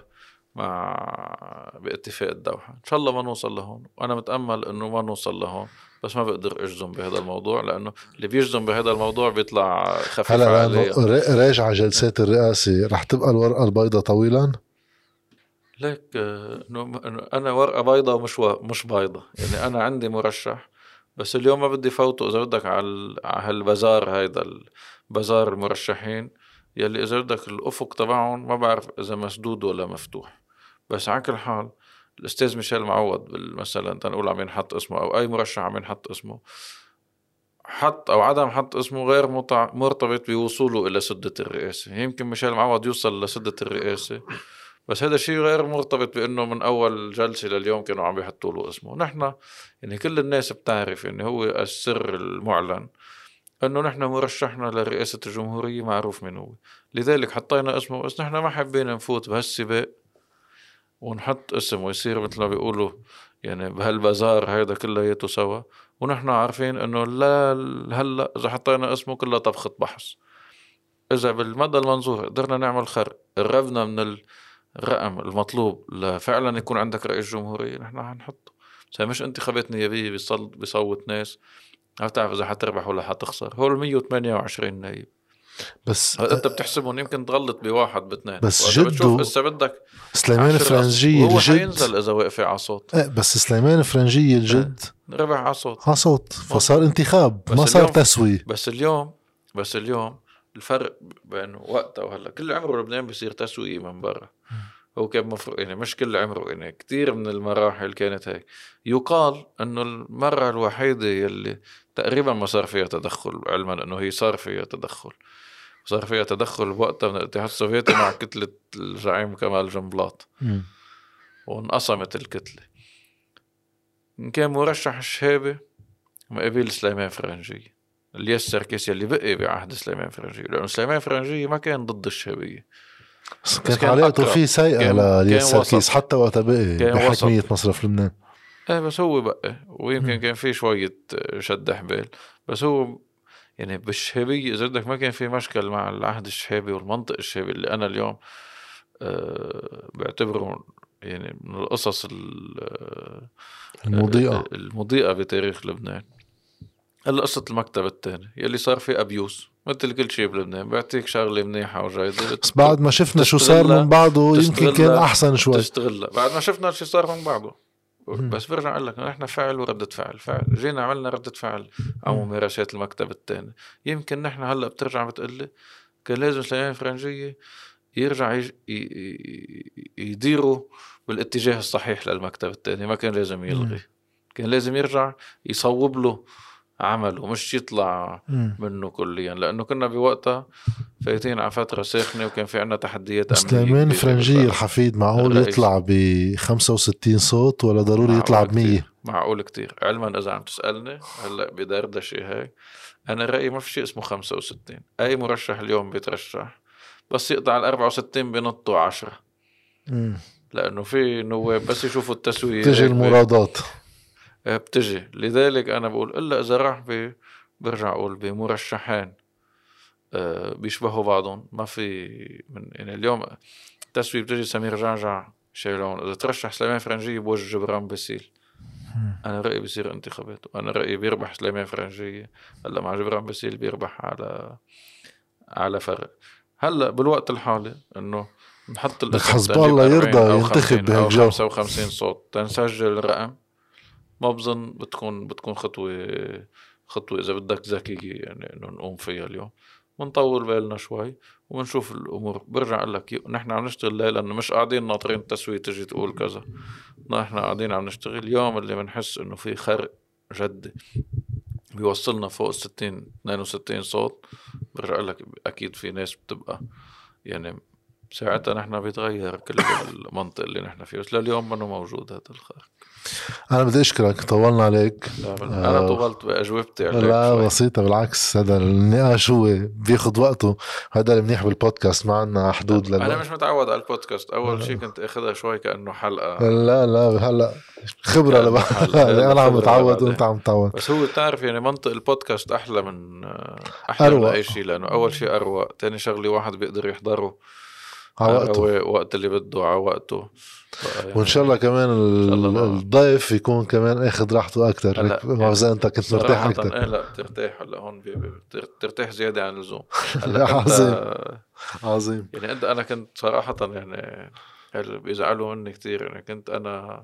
مع باتفاق الدوحة. ان شاء الله ما نوصل لهون، وانا متأمل انه ما نوصل لهون، بس ما بقدر اجزم بهذا الموضوع، لانه اللي بيجزم بهذا الموضوع بيطلع خفيف عليه. راجع جلسات الرئاسة رح تبقى الورقة البيضاء طويلا؟ ليك انه انا ورقة بيضاء ومش و... مش بيضاء. يعني انا عندي مرشح، بس اليوم ما بدي فوته اذا بدك على هالبازار، هيدا البازار المرشحين يلي اذا بدك الافق تبعهم ما بعرف اذا مسدود ولا مفتوح. بس على كل حال الاستاذ ميشيل معوض مثلا تنقول عم ينحط اسمه، او اي مرشح عم ينحط اسمه، حط او عدم حط اسمه غير مرتبط بوصوله الى سدة الرئاسة. يمكن ميشيل معوض يوصل لسدة الرئاسة، بس هذا الشيء غير مرتبط بأنه من أول جلسة لليوم كانوا عم يحطوا له اسمه. نحن يعني كل الناس بتعرف إنه هو السر المعلن أنه نحن مرشحنا لرئاسة الجمهورية معروف من هو، لذلك حطينا اسمه. بس نحن ما حبينا نفوت بهالسباق ونحط اسم ويصير مثل ما بيقولوا يعني بهالبازار هيدا كلياته سوا، ونحن عارفين أنه لا هلا إذا حطينا اسمه كلها طبخة بحث. إذا بالمدى المنظور قدرنا نعمل خرق، قربنا من ال الرقم المطلوب لفعلا يكون عندك رئيس جمهورية، نحن هنحطه. بس مش انتخابات نيابية بيصوت ناس ما بتعرف إذا حتربح ولا حتخسر. هو المية وثمانية وعشرين نايب، بس أنت بتحسبهم يمكن تغلط بواحد باثنين، بس جدو إذا بدك سليمان فرنجية هو الجد حينزل إذا وقف على صوت. اه بس سليمان فرنجية الجد اه ربح على صوت، على صوت، فصار انتخاب ما صار تسوية. بس اليوم بس اليوم الفرق بين وقتها وهلا، كل عمره لبنان بيصير تسوية من برا. هو كان مفروض يعني مش كل عمره، يعني كتير من المراحل كانت هيك. يقال انه المرة الوحيدة يلي تقريبا ما صار فيها تدخل، علما انه هي صار فيها تدخل صار فيها تدخل بوقتها من الاتحاد السوفيتي مع كتلة الزعيم كمال جنبلاط، وانقسمت الكتلة. كان مرشح الشهابة مقابل سليمان فرنجية، الياس سركيس يلي بقي بعهد سليمان فرنجية، لأنه سليمان فرنجية ما كان ضد الشهابية، كانت علاقته فيه سيئة للياس سركيس حتى وقت بقي بحكمية مصرف لبنان. ايه بس هو بقى، ويمكن م. كان فيه شوية شد حبال، بس هو يعني بالشهابية إذا بدك ما كان في مشكل مع العهد الشهابي والمنطق الشهابي اللي أنا اليوم أه بعتبره يعني من القصص المضيئة المضيئة بتاريخ لبنان. هلا قصة المكتب الثاني يلي صار فيه أبيوس مثل كل شيء بلبنان، بيعطيك شغلة منيحة وجيدة، بس بعد ما شفنا شو صار من بعضه يمكن كان أحسن شوي تستغلها. بعد ما شفنا شو صار من بعضه، بس برجع أقول لك نحن فعل وردة فعل فعل جينا عملنا ردة فعل على ممارسات المكتب الثاني. يمكن نحن هلا بترجع بتقلي كان لازم سليمان فرنجية يرجع يج... يديروا بالاتجاه الصحيح للمكتب الثاني، ما كان لازم يلغي، كان لازم يرجع يصوب له عمله مش يطلع منه كليا، لأنه كنا بوقتها فايتين على فترة ساخنة وكان في عنا تحديات أمنية. سليمان فرنجية الحفيد معقول يطلع بخمسة وستين صوت ولا ضروري يطلع بمية؟ معقول كتير. علما إذا عم تسألني هلأ بدردشة هاي، أنا رأيي ما في شيء اسمه خمسة وستين. أي مرشح اليوم بيترشح بس يقطع الأربعة وستين بنطوا عشرة، لأنه في نواب بس يشوفوا التسوية تجي المرادات بتجي. لذلك أنا بقول إلا إذا راح ب برجع أقول بمرشحين أه بيشبهوا بعضهم، ما في من يعني اليوم التسوية بتجي سمير جعجع شايلون، إذا ترشح سليمان فرنجية بوجه جبران باسيل انا رايي بيصير انتخابات، وانا رايي بيربح سليمان فرنجية. هلا مع جبران باسيل بيربح على على فرق. هلا بالوقت الحالي انه نحط الاسم حزب الله يرضى أو ينتخب خمسين أو بهالجو. خمسة وخمسين صوت تنسجل الرقم، ما بظن بتكون بتكون خطوة خطوة إذا بدك ذكية يعني إنه نقوم فيها اليوم، ونطول بالنا شوي ونشوف الأمور. برجع أقول لك نحن عم نشتغل ليه، لأنه مش قاعدين ناطرين التسوية تجي تقول كذا، نحن قاعدين عم نشتغل اليوم اللي بنحس إنه في خرق جدي بيوصلنا فوق الستين اثنين وستين صوت. برجع أقول لك أكيد في ناس بتبقى يعني ساعتها نحن بيتغير كل المنطق اللي نحن فيه، بس لليوم منه موجود هذا الخارج. أنا بدي أشكرك، طولنا عليك. أنا آه طولت بأجوبتي عليك. لا بسيطة بالعكس، هذا النقاش هو بياخد وقته، هذا المنيح بالبودكاست، ما عنا حدود للوقت. أنا مش متعود على البودكاست، أول شيء كنت أخذها شوي كأنه حلقة. لا لا هلا خبرة لبعض. أنا عم متعود وأنت عم تعود. بس هو تعرف يعني منطق البودكاست أحلى من أحلى أروق. من أي شيء، لأنه أول شيء أروق، تاني شغلي واحد بيقدر يحضره عوقته وقت اللي بده عوقته يعني. وإن شاء الله كمان الضيف يكون كمان أخذ راحته أكتر، ما إذا أنت كنت مرتاح أكتر. إيه لا ترتاح، هلا هون ترتاح زيادة عن اللزوم. عظيم عظيم يعني أنت أنا كنت صراحة يعني بيزعلوا مني كتير، يعني كنت أنا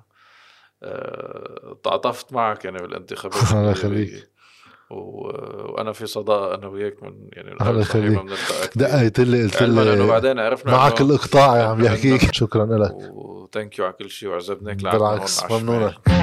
تعاطفت معك يعني بالانتخابات. الله يخليك. وانا في صداقه انا وياك من يعني الله يخليك، دقيت لي قلت لي وبعدين عرفنا معك الاقطاع عم يحكيك. شكرا لك وثانك يو على كل شيء، وعزبناك بالعكس ممنونك.